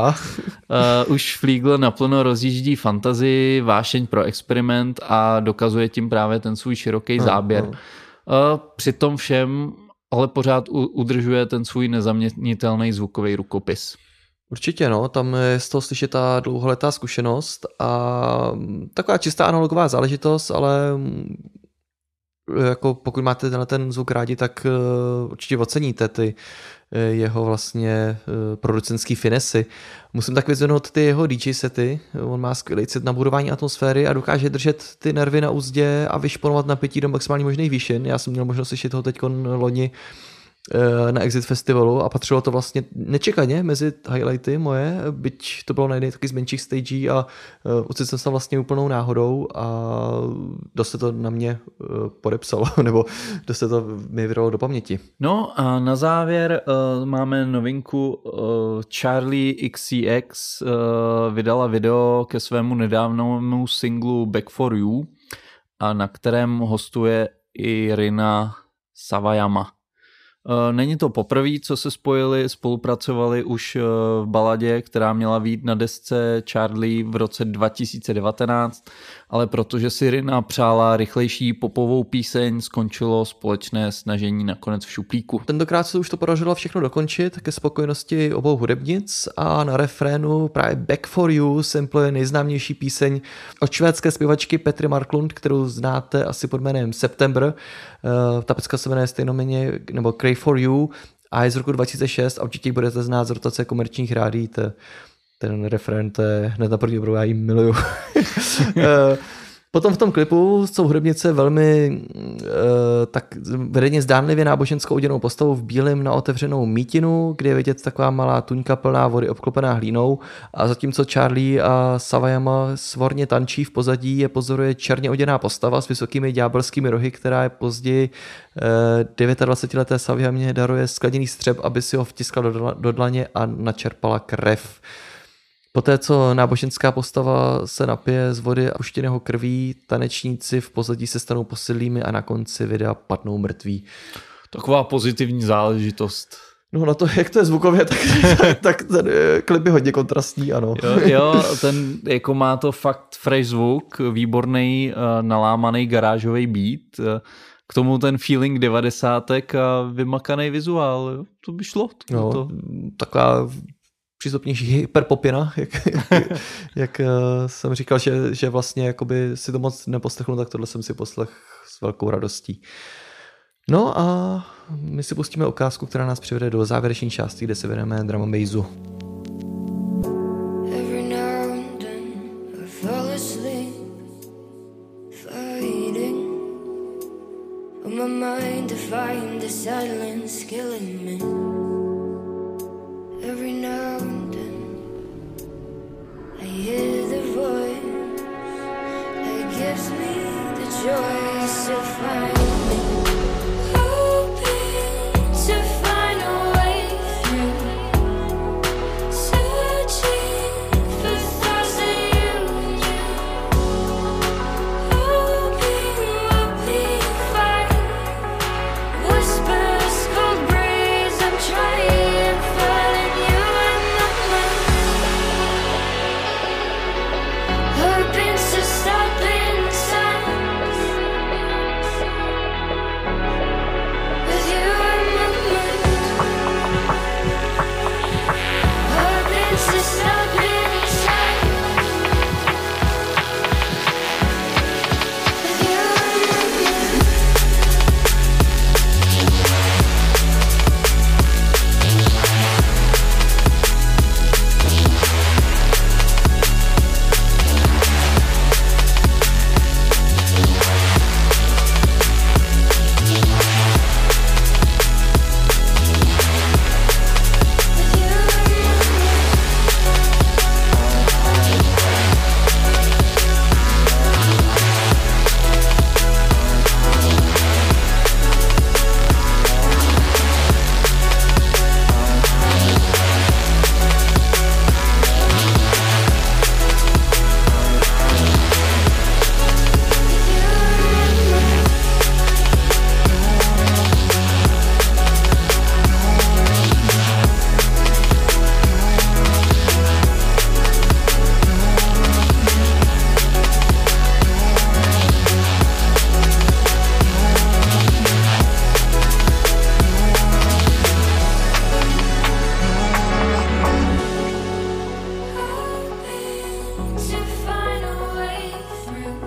už Fliegel naplno rozjíždí fantazii, vášeň pro experiment a dokazuje tím právě ten svůj široký záběr. Při tom všem ale pořád udržuje ten svůj nezaměnitelný zvukový rukopis. Určitě, no, tam je z toho slyšet ta dlouholetá zkušenost a taková čistá analogová záležitost, ale jako pokud máte ten zvuk rádi, tak určitě oceníte ty jeho vlastně producentský finesy. Musím tak vyzvednout ty jeho DJ sety, on má skvělý cit na budování atmosféry a dokáže držet ty nervy na uzdě a vyšponovat napětí do maximálně možných výšin. Já jsem měl možnost slyšet toho teď loni na Exit Festivalu a patřilo to vlastně nečekaně mezi highlighty moje, byť to bylo na jedné taky z menších stagí a ocitl jsem se vlastně úplnou náhodou a dost se to na mě podepsalo, nebo dost se to mi vydalo do paměti. No a na závěr máme novinku. Charlie XCX vydala video ke svému nedávnému singlu Back for You, a na kterém hostuje i Rina Sawayama. Není to poprvé, co se spolupracovali už v baladě, která měla vyjít na desce Charlie v roce 2019, ale protože si Rina přála rychlejší popovou píseň, skončilo společné snažení nakonec v šuplíku. Tentokrát se už to podařilo všechno dokončit ke spokojenosti obou hudebnic a na refrénu právě Back for You sampluje nejznámější píseň od švédské zpěvačky Petry Marklund, kterou znáte asi pod jménem September. Ta pecka se jmenuje stejnomenně, nebo Crave for You a je z roku 2006 a určitě budete znát z rotace komerčních rádií. Ten refrén, to je hned na první obrou, já ji miluju. Potom v tom klipu jsou hudebnice velmi tak vedeně zdánlivě náboženskou oděnou postavou v bílém na otevřenou mítinu, kde je vidět taková malá tuňka plná vody obklopená hlínou a zatímco Charlie a Sawayama svorně tančí v pozadí, je pozoruje černě oděná postava s vysokými ďábelskými rohy, která je později 29leté Sawayamě daruje skleněný střep, aby si ho vtiskla do dlaně a načerpala krev. Poté, co náboženská postava se napije z vody a puštěného krví, tanečníci v pozadí se stanou posedlými a na konci videa padnou mrtví. Taková pozitivní záležitost. No na to, jak to je zvukově, tak ten klip je hodně kontrastní, ano. Jo, ten jako má to fakt fresh zvuk, výborný nalámaný garážový beat, k tomu ten feeling 90. a vymakaný vizuál, jo. To by šlo. No, taková nejpřístupnější hyperpopina, jak jsem říkal, že vlastně jakoby si to moc neposlechnu, tak tohle jsem si poslech s velkou radostí. No a my si pustíme ukázku, která nás přivede do závěrečné části, kde se věnujeme drum and bassu. My mind to find the silence killing me. Every now and then I hear the voice that gives me the choice to find me. Hoping to find a way through, searching for thoughts that you knew. Hoping we'll be fine. Whispers, cold breeze, I'm trying, falling you in my mind. Hoping to stop inside with you in my mind. Hoping to stop inside with you in my mind. To find a way through,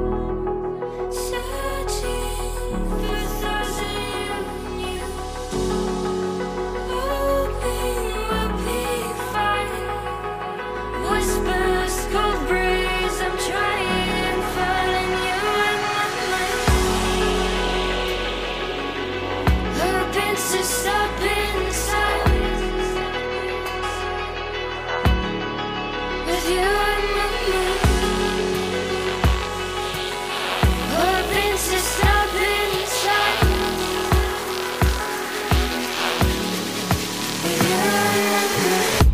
searching for thoughts that you knew. Hoping we'll be fine. Whispers, cold breeze, I'm trying, falling you in my mind. Hoping to stop inside with you in my mind. Hoping to stop inside with you in my mind.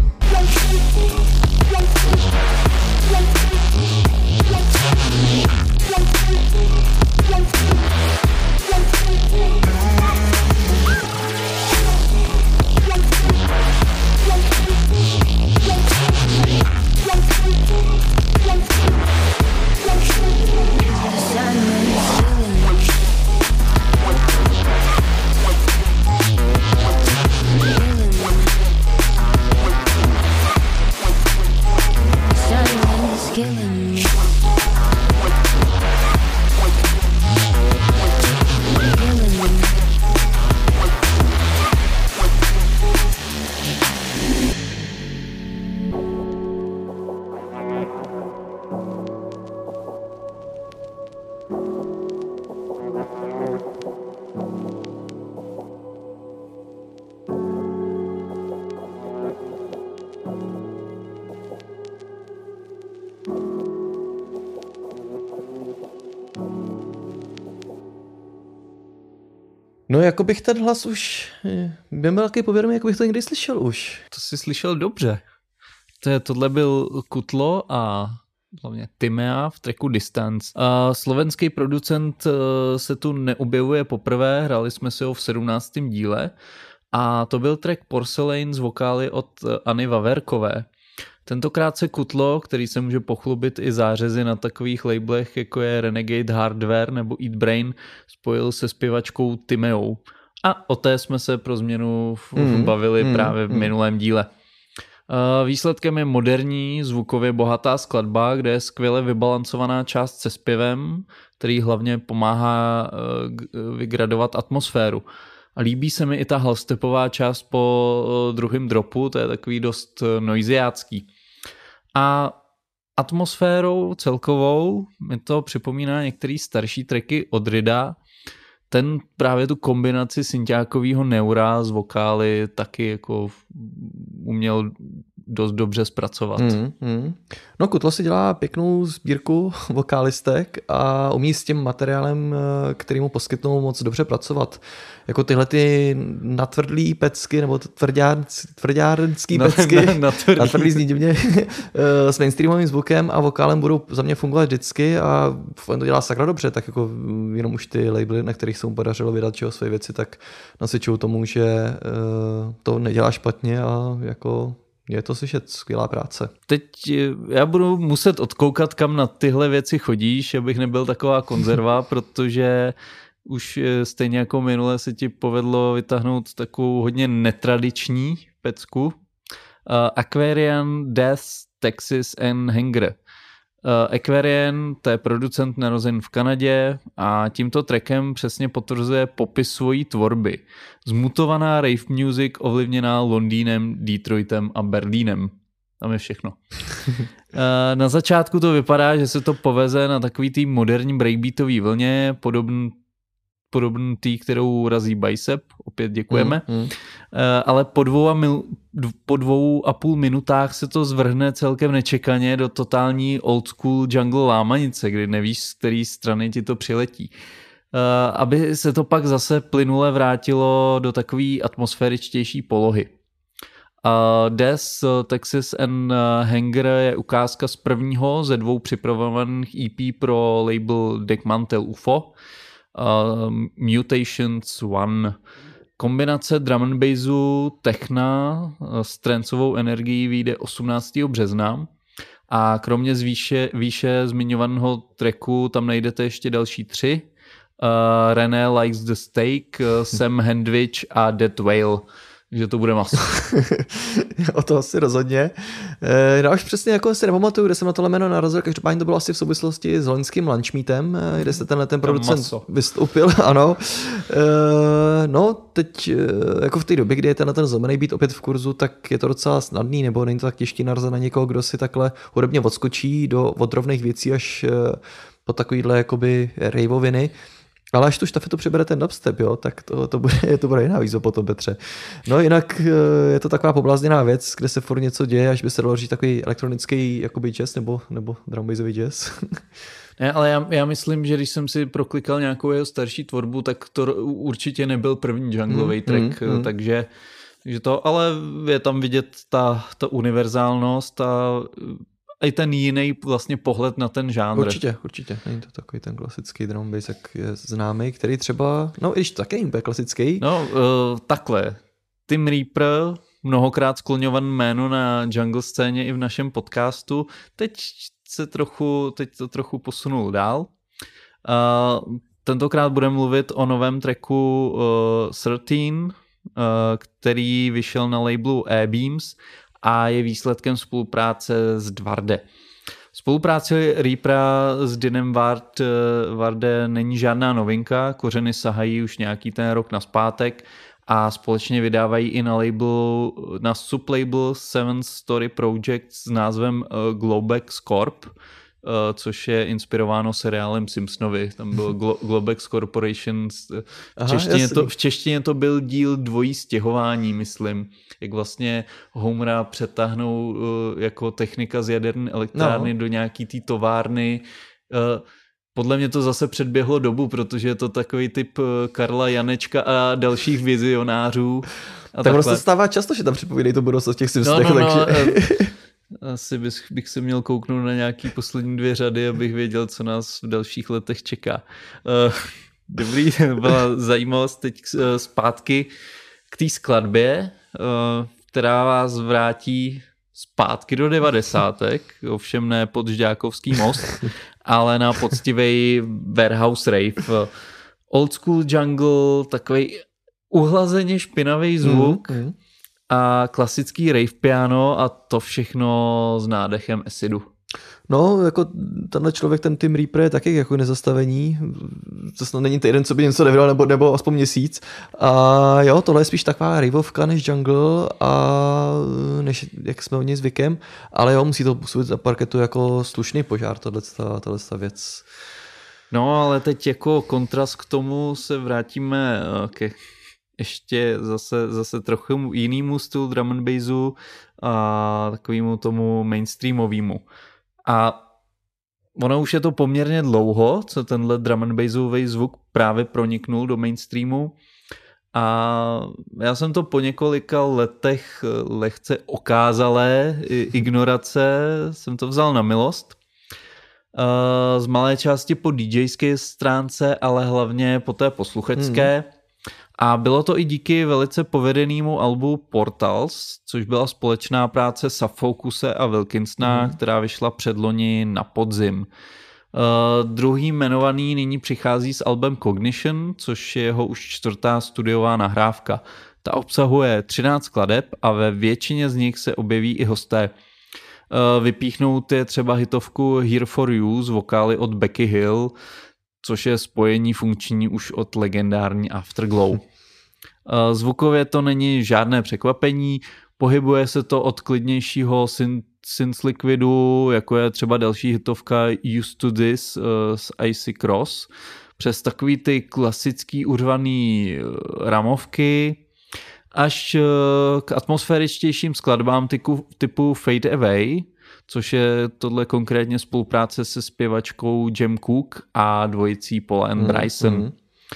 Silence killing me. Killing me. No jako bych ten hlas už, byl takový povědomý, jako bych to někdy slyšel už. To jsi slyšel dobře. Tohle byl Kutlo a hlavně Timea v tracku Distance. Slovenský producent se tu neobjevuje poprvé, hráli jsme si ho v 17. díle a to byl track Porcelain z vokály od Anny Vaverkové. Tentokrát se Kutlo, který se může pochlubit i zářezy na takových labelech, jako je Renegade Hardware nebo Eat Brain, spojil se zpěvačkou Timeou. A o té jsme se pro změnu bavili právě v minulém díle. Výsledkem je moderní, zvukově bohatá skladba, kde je skvěle vybalancovaná část se zpěvem, který hlavně pomáhá vygradovat atmosféru. A líbí se mi i ta halstepová část po druhém dropu, to je takový dost noiziácký. A atmosférou celkovou mi to připomíná některé starší tracky od Rida. Ten právě tu kombinaci synťákovýho neura z vokály taky jako uměl dost dobře zpracovat. No Kutlo si dělá pěknou sbírku vokálistek a umí s tím materiálem, který mu poskytnou, moc dobře pracovat. Jako tyhle ty natvrdlý pecky, nebo tvrdárnský pecky, natvrdlý zní divně, s mainstreamovým zvukem a vokálem budou za mě fungovat vždycky a on to dělá sakra dobře, tak jako jenom už ty labely, na kterých se mu podařilo vydat své věci, tak nasvědčují tomu, že to nedělá špatně a jako je to slyšet, skvělá práce. Teď já budu muset odkoukat, kam na tyhle věci chodíš, abych nebyl taková konzerva, protože už stejně jako minule se ti povedlo vytáhnout takovou hodně netradiční pecku. Aquarian, Death, Texas and Hanger. Aquarian, to je producent narozen v Kanadě a tímto trackem přesně potvrzuje popis svojí tvorby. Zmutovaná rave music ovlivněná Londýnem, Detroitem a Berlínem. Tam je všechno. Na začátku to vypadá, že se to poveze na takový tý moderní breakbeatový vlně, podobný tý, kterou razí Bicep, opět děkujeme. Ale po 2,5 minutách se to zvrhne celkem nečekaně do totální old school jungle lámanice, kdy nevíš, z které strany ti to přiletí. Aby se to pak zase plynule vrátilo do takové atmosféričtější polohy. Death, Texas and Hanger je ukázka z prvního ze 2 připravovaných EP pro label Deckmantel UFO. Mutations One. Kombinace drum and bassu, techna s trancovou energií vyjde 18. března a kromě výše zmiňovaného tracku tam najdete ještě další 3. René Likes the Steak, Sam Handwich a Dead Whale. Že to bude maso. O to asi rozhodně. No už přesně jako si nepamatuju, kde jsem na tohle jméno narazil, každopádně to bylo asi v souvislosti s loňským lunch meetem, kde se ten producent vystoupil, ano. No teď jako v té době, kdy je ten zlomený beat opět v kurzu, tak je to docela snadný, nebo není to tak těžký narazit na někoho, kdo si takhle hudebně odskočí od rovných věcí až po takovýhle jakoby raveoviny. Ale až tu štafetu přebere ten dubstep, jo, tak to bude jiná výzva potom, Petře. No jinak je to taková poblázněná věc, kde se furt něco děje, až by se dalo říct takový elektronický jakoby jazz nebo drumbassový jazz. Ne, ale já myslím, že když jsem si proklikal nějakou jeho starší tvorbu, tak to určitě nebyl první junglový track, takže to, ale je tam vidět ta univerzálnost a i ten jiný vlastně pohled na ten žánr. Určitě. Není to takový ten klasický drum bass, jak je známý, který třeba, no i když taky není klasický. No, takhle. Tim Reaper, mnohokrát skloňovaný jméno na jungle scéně i v našem podcastu, teď to trochu posunul dál. Tentokrát budeme mluvit o novém tracku 13, který vyšel na labelu E-Beams a je výsledkem spolupráce s Dvarde. Spolupráce Reapera s Dinem Varde není žádná novinka, kořeny sahají už nějaký ten rok nazpátek a společně vydávají i na sublabel Seven Story Project s názvem Globex Corp, což je inspirováno seriálem Simpsonovi. Tam byl Globex Corporation. V češtině to byl díl dvojí stěhování, myslím. Jak vlastně Homera přetáhnou jako technika z jaderné elektrárny do nějaký té továrny. Podle mě to zase předběhlo dobu, protože je to takový typ Karla Janečka a dalších vizionářů. Tak prostě stává často, že tam předpovídají to budoucnost těch Simpsonech. Asi bych se měl kouknout na nějaký poslední 2 řady, abych věděl, co nás v dalších letech čeká. Dobrý, byla zajímavost. Teď zpátky k té skladbě, která vás vrátí zpátky do 90. Ovšem ne pod Žďákovský most, ale na poctivej warehouse rave. Old school jungle, takovej uhlazeně špinavý zvuk, a klasický rave piano a to všechno s nádechem acidu. No, jako tenhle člověk, ten Tim Reaper je taky jako nezastavení. To snad není týden, co by něco nevydal, nebo aspoň měsíc. A jo, tohle je spíš taková raveovka než jungle a než jak jsme o něj zvykem. Ale jo, musí to působit na parketu jako slušný požár, tato věc. No, ale teď jako kontrast k tomu se vrátíme ke ještě zase trochu jinému stylu drum and bassu a takovému tomu mainstreamovému. A ono už je to poměrně dlouho, co tenhle drum and bassový zvuk právě proniknul do mainstreamu. A já jsem to po několika letech lehce okázalé ignorace jsem to vzal na milost. Z malé části po DJské stránce, ale hlavně po té posluchačské. A bylo to i díky velice povedenému albu Portals, což byla společná práce Subfocuse a Wilkinsona, která vyšla předloni na podzim. Druhý jmenovaný nyní přichází s albem Cognition, což je jeho už 4. studiová nahrávka. Ta obsahuje 13 skladeb a ve většině z nich se objeví i hosté. Vypíchnout je třeba hitovku Here for You z vokály od Becky Hill, což je spojení funkční už od legendární Afterglow. Zvukově to není žádné překvapení, pohybuje se to od klidnějšího synth liquidu, jako je třeba další hitovka Used to This z Icy Cross, přes takový ty klasický urvaný ramovky, až k atmosféričtějším skladbám typu Fade Away, což je tohle konkrétně spolupráce se zpěvačkou Jem Cook a dvojicí Paula and Bryson.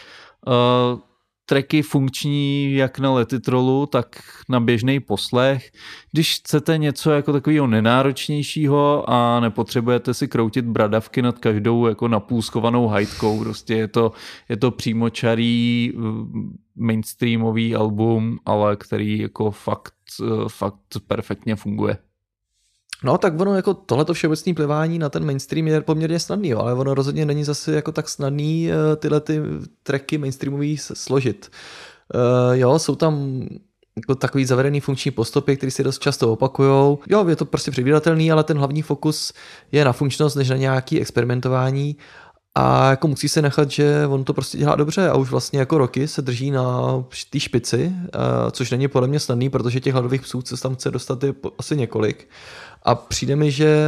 Tracky funkční jak na Letitrolu, tak na běžný poslech. Když chcete něco jako takového nenáročnějšího a nepotřebujete si kroutit bradavky nad každou jako napůl schovanou hajtkou, prostě je to přímočarý mainstreamový album, ale který jako fakt perfektně funguje. No tak ono jako tohleto všeobecné plivání na ten mainstream je poměrně snadný, jo, ale ono rozhodně není zase jako tak snadný tyhle ty tracky mainstreamový složit. Jo, jsou tam jako takový zavedený funkční postupy, které se dost často opakujou. Jo, je to prostě předvídatelný, ale ten hlavní fokus je na funkčnost, než na nějaký experimentování. A jako musí se nechat, že on to prostě dělá dobře a už vlastně jako roky se drží na té špici, což není podle mě snadný, protože těch hladových psů, co se tam chce dostat, je asi několik. A přijde mi, že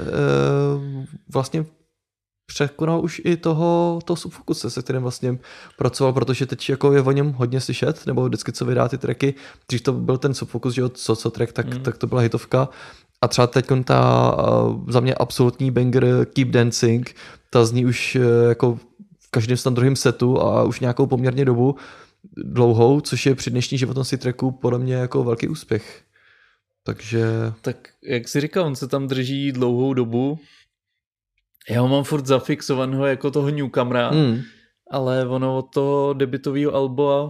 vlastně překonal už i toho Subfocuse, se kterým vlastně pracoval, protože teď jako je o něm hodně slyšet, nebo vždycky, co vydá ty tracky. Dřív to byl ten Subfocus, že jo, co track, tak to byla hitovka. A třeba teď ta za mě absolutní banger Keep Dancing, ta zní už jako v každém snad druhém setu a už nějakou poměrně dobu dlouhou, což je při dnešní životnosti tracku podle mě jako velký úspěch. Takže... Tak jak jsi říkal, on se tam drží dlouhou dobu. Já ho mám furt zafixovaného jako toho newcomera, ale ono od toho debutového alba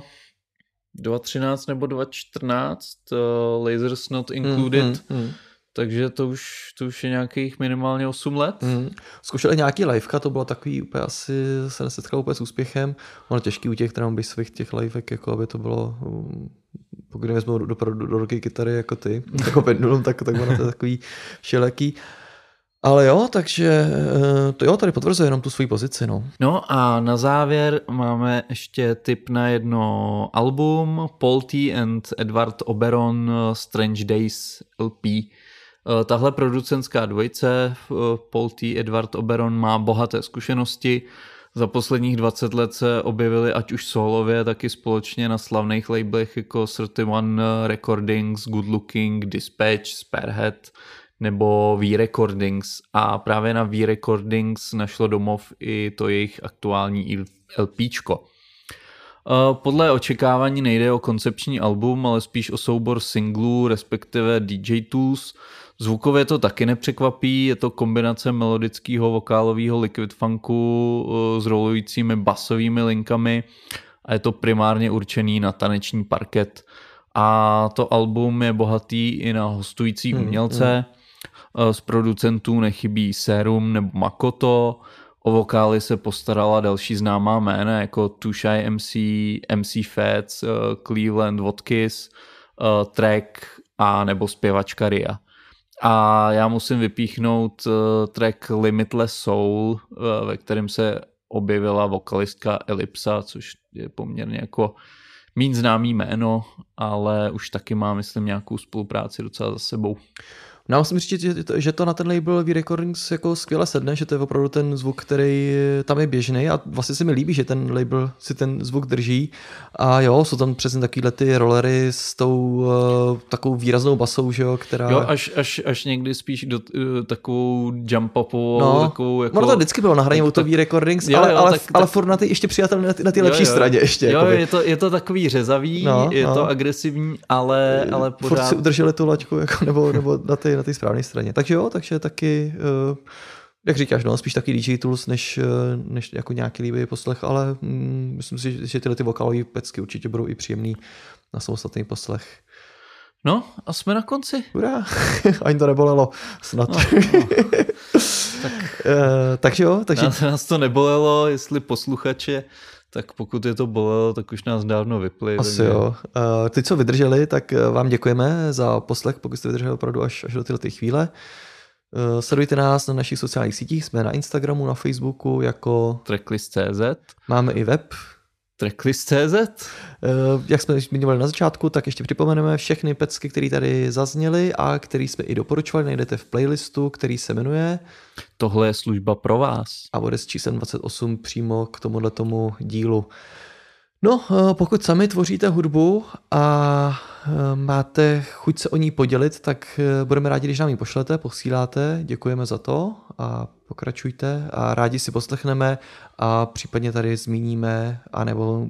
2013 nebo 2014 Lasers Not Included, takže to už je nějakých minimálně 8 let. Zkoušeli nějaký liveka, to bylo takový úplně asi se nesetkal úplně s úspěchem. Ono těžký u těch trumbisových těch livek, jako aby to bylo, pokud nevezmou do ruky kytary jako ty, jako pendulum, tak ono to je takový všeleký. Ale jo, takže to jo, tady potvrzuje jenom tu svoji pozici. No a na závěr máme ještě tip na jedno album, Paul T. and Edward Oberon Strange Days LP. Tahle producentská dvojice, Paul T. Edward Oberon, má bohaté zkušenosti. Za posledních 20 let se objevili ať už solově, tak i společně na slavných labelech jako 31 Recordings, Good Looking, Dispatch, Sparehead nebo V-Recordings. A právě na V-Recordings našlo domov i to jejich aktuální LPčko. Podle očekávání nejde o koncepční album, ale spíš o soubor singlů, respektive DJ tools. Zvukově to taky nepřekvapí, je to kombinace melodického vokálového liquid funku s rolujícími basovými linkami a je to primárně určený na taneční parket. A to album je bohatý i na hostující umělce. Z producentů nechybí Serum nebo Makoto. O vokály se postarala další známá jména jako Too Shy MC, MC Fats, Cleveland Watkins, track a nebo zpěvačka Ria. A já musím vypíchnout track Limitless Soul, ve kterém se objevila vokalistka Ellipsa, což je poměrně jako méně známý jméno, ale už taky má, myslím, nějakou spolupráci docela za sebou. No, musím říct, že to na ten label V-Recordings jako skvěle sedne, že to je opravdu ten zvuk, který tam je běžný a vlastně se mi líbí, že ten label si ten zvuk drží a jo, jsou tam přesně takovýhle ty rollery s tou takovou výraznou basou, že jo, která... Jo, až někdy spíš do takovou jump-upovou, no, takovou jako... No to vždycky bylo na hraní u toho V-Recordings, ale furt na ty ještě přijatelné na ty lepší straně ještě. Jo, je to takový řezavý, to agresivní, ale pořád... Furt si udrželi tu laťku, jako, nebo na té správné straně. Takže jo, takže taky, jak říkáš, no, spíš taky DJ Tools, než jako nějaký líbivý poslech, ale myslím si, že tyhle ty vokálové pecky určitě budou i příjemný na samostatný poslech. No a jsme na konci. Hurá, ani to nebolelo, snad. No. Takže jo. Nás to nebolelo, jestli posluchače, tak pokud je to bolelo, tak už nás dávno vypli. Asi takže... jo. Ty, co vydrželi, tak vám děkujeme za poslech, pokud jste vydrželi opravdu až do této chvíle. Sledujte nás na našich sociálních sítích, jsme na Instagramu, na Facebooku jako Tracklist.cz. Máme i web Tracklist.cz. Jak jsme zmiňovali na začátku, tak ještě připomeneme všechny pecky, které tady zazněly a které jsme i doporučovali, najdete v playlistu, který se jmenuje Tohle je služba pro vás. A bude s číslem 28 přímo k tomuhletomu dílu. No, pokud sami tvoříte hudbu a máte chuť se o ní podělit, tak budeme rádi, když nám ji pošlete, posíláte, děkujeme za to a pokračujte a rádi si poslechneme a případně tady zmíníme nebo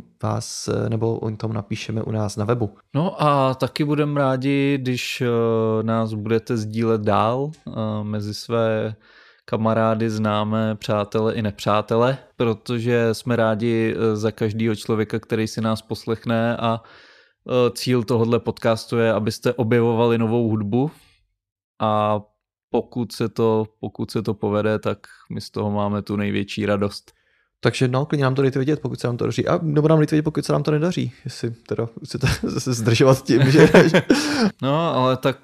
o tom napíšeme u nás na webu. No a taky budeme rádi, když nás budete sdílet dál mezi své kamarády, známé, přátele i nepřátele, protože jsme rádi za každého člověka, který si nás poslechne a cíl tohohle podcastu je, abyste objevovali novou hudbu a pokud se to povede, tak my z toho máme tu největší radost. Takže no, klidně nám to dejte vědět, pokud se nám to daří. A nebo nám dejte vědět, pokud se nám to nedaří. Jestli teda chcete zase zdržovat tím, že... No, ale tak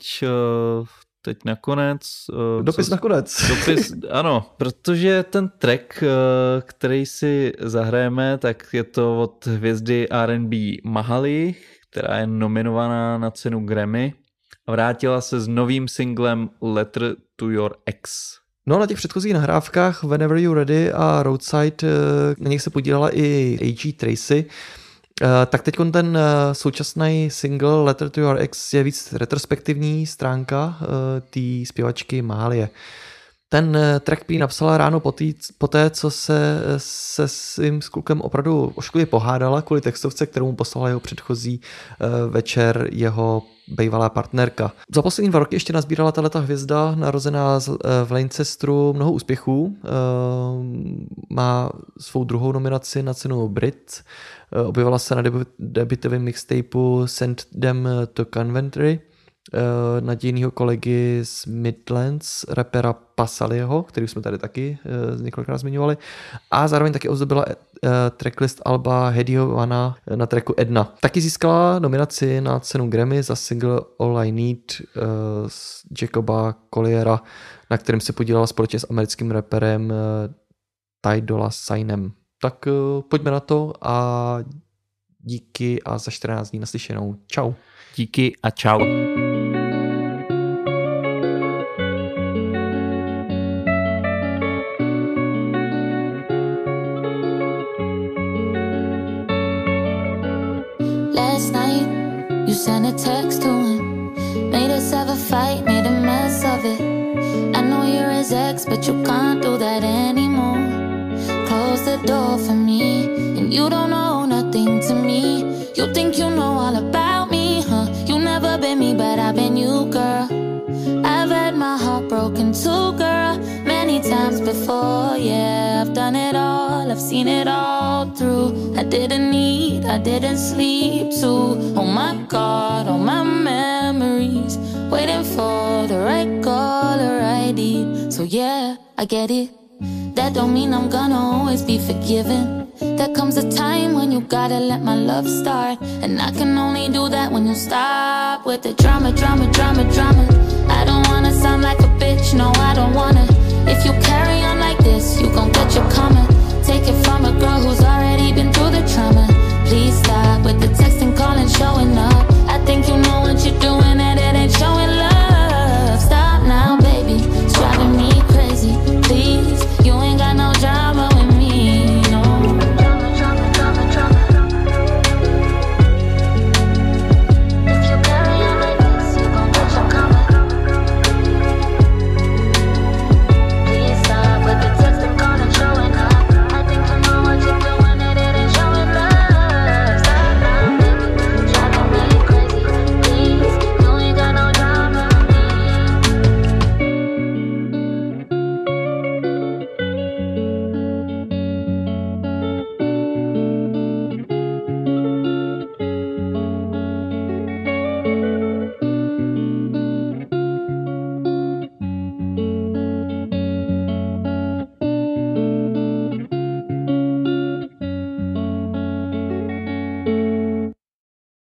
teď nakonec... Nakonec. Dopis, ano, protože ten track, který si zahrajeme, tak je to od hvězdy R&B Mahali, která je nominovaná na cenu Grammy a vrátila se s novým singlem Letter to Your Ex. No, na těch předchozích nahrávkách Whenever You're Ready a Roadside, na nich se podílela i A.G. Tracy. Tak teď ten současný single Letter to Your Ex je víc retrospektivní stránka té zpěvačky Mahalie. Ten track prý napsala ráno poté, co se svým klukem opravdu ošklivě pohádala kvůli textovce, kterou mu poslala jeho předchozí večer jeho bývalá partnerka. Za poslední 2 roky ještě nazbírala tato hvězda, narozená v Lancasteru, mnoho úspěchů. Má svou druhou nominaci na cenu Brit. Objevila se na debutovém mixtapeu Send Them to Coventry nadějného kolegy z Midlands, rapera Pasaliho, který jsme tady taky několikrát zmiňovali, a zároveň taky ozdobila tracklist alba Hedio Vana na tracku Edna. Taky získala nominaci na cenu Grammy za single All I Need z Jacoba Colliera, na kterém se podílela společně s americkým raperem Ty Dolla Signem. Tak pojďme na to a díky a za 14 dní naslyšenou. Čau. Díky a čau. Last night, you sent a text to him, made us have a fight, made a mess of it. I know you're his ex, but you can't do that anymore. Close the door for me, and you don't know nothing to me. You think you know all about me, huh? You never been me, but I've been you, girl. I've had my heart broken too, girl, many times before, yeah. I've done it all, I've seen it all through. I didn't eat, I didn't sleep too. Oh my God, all my memories, waiting for the right call or right deed. So yeah, I get it. That don't mean I'm gonna always be forgiven. There comes a time when you gotta let my love start, and I can only do that when you stop with the drama, drama, drama, drama. I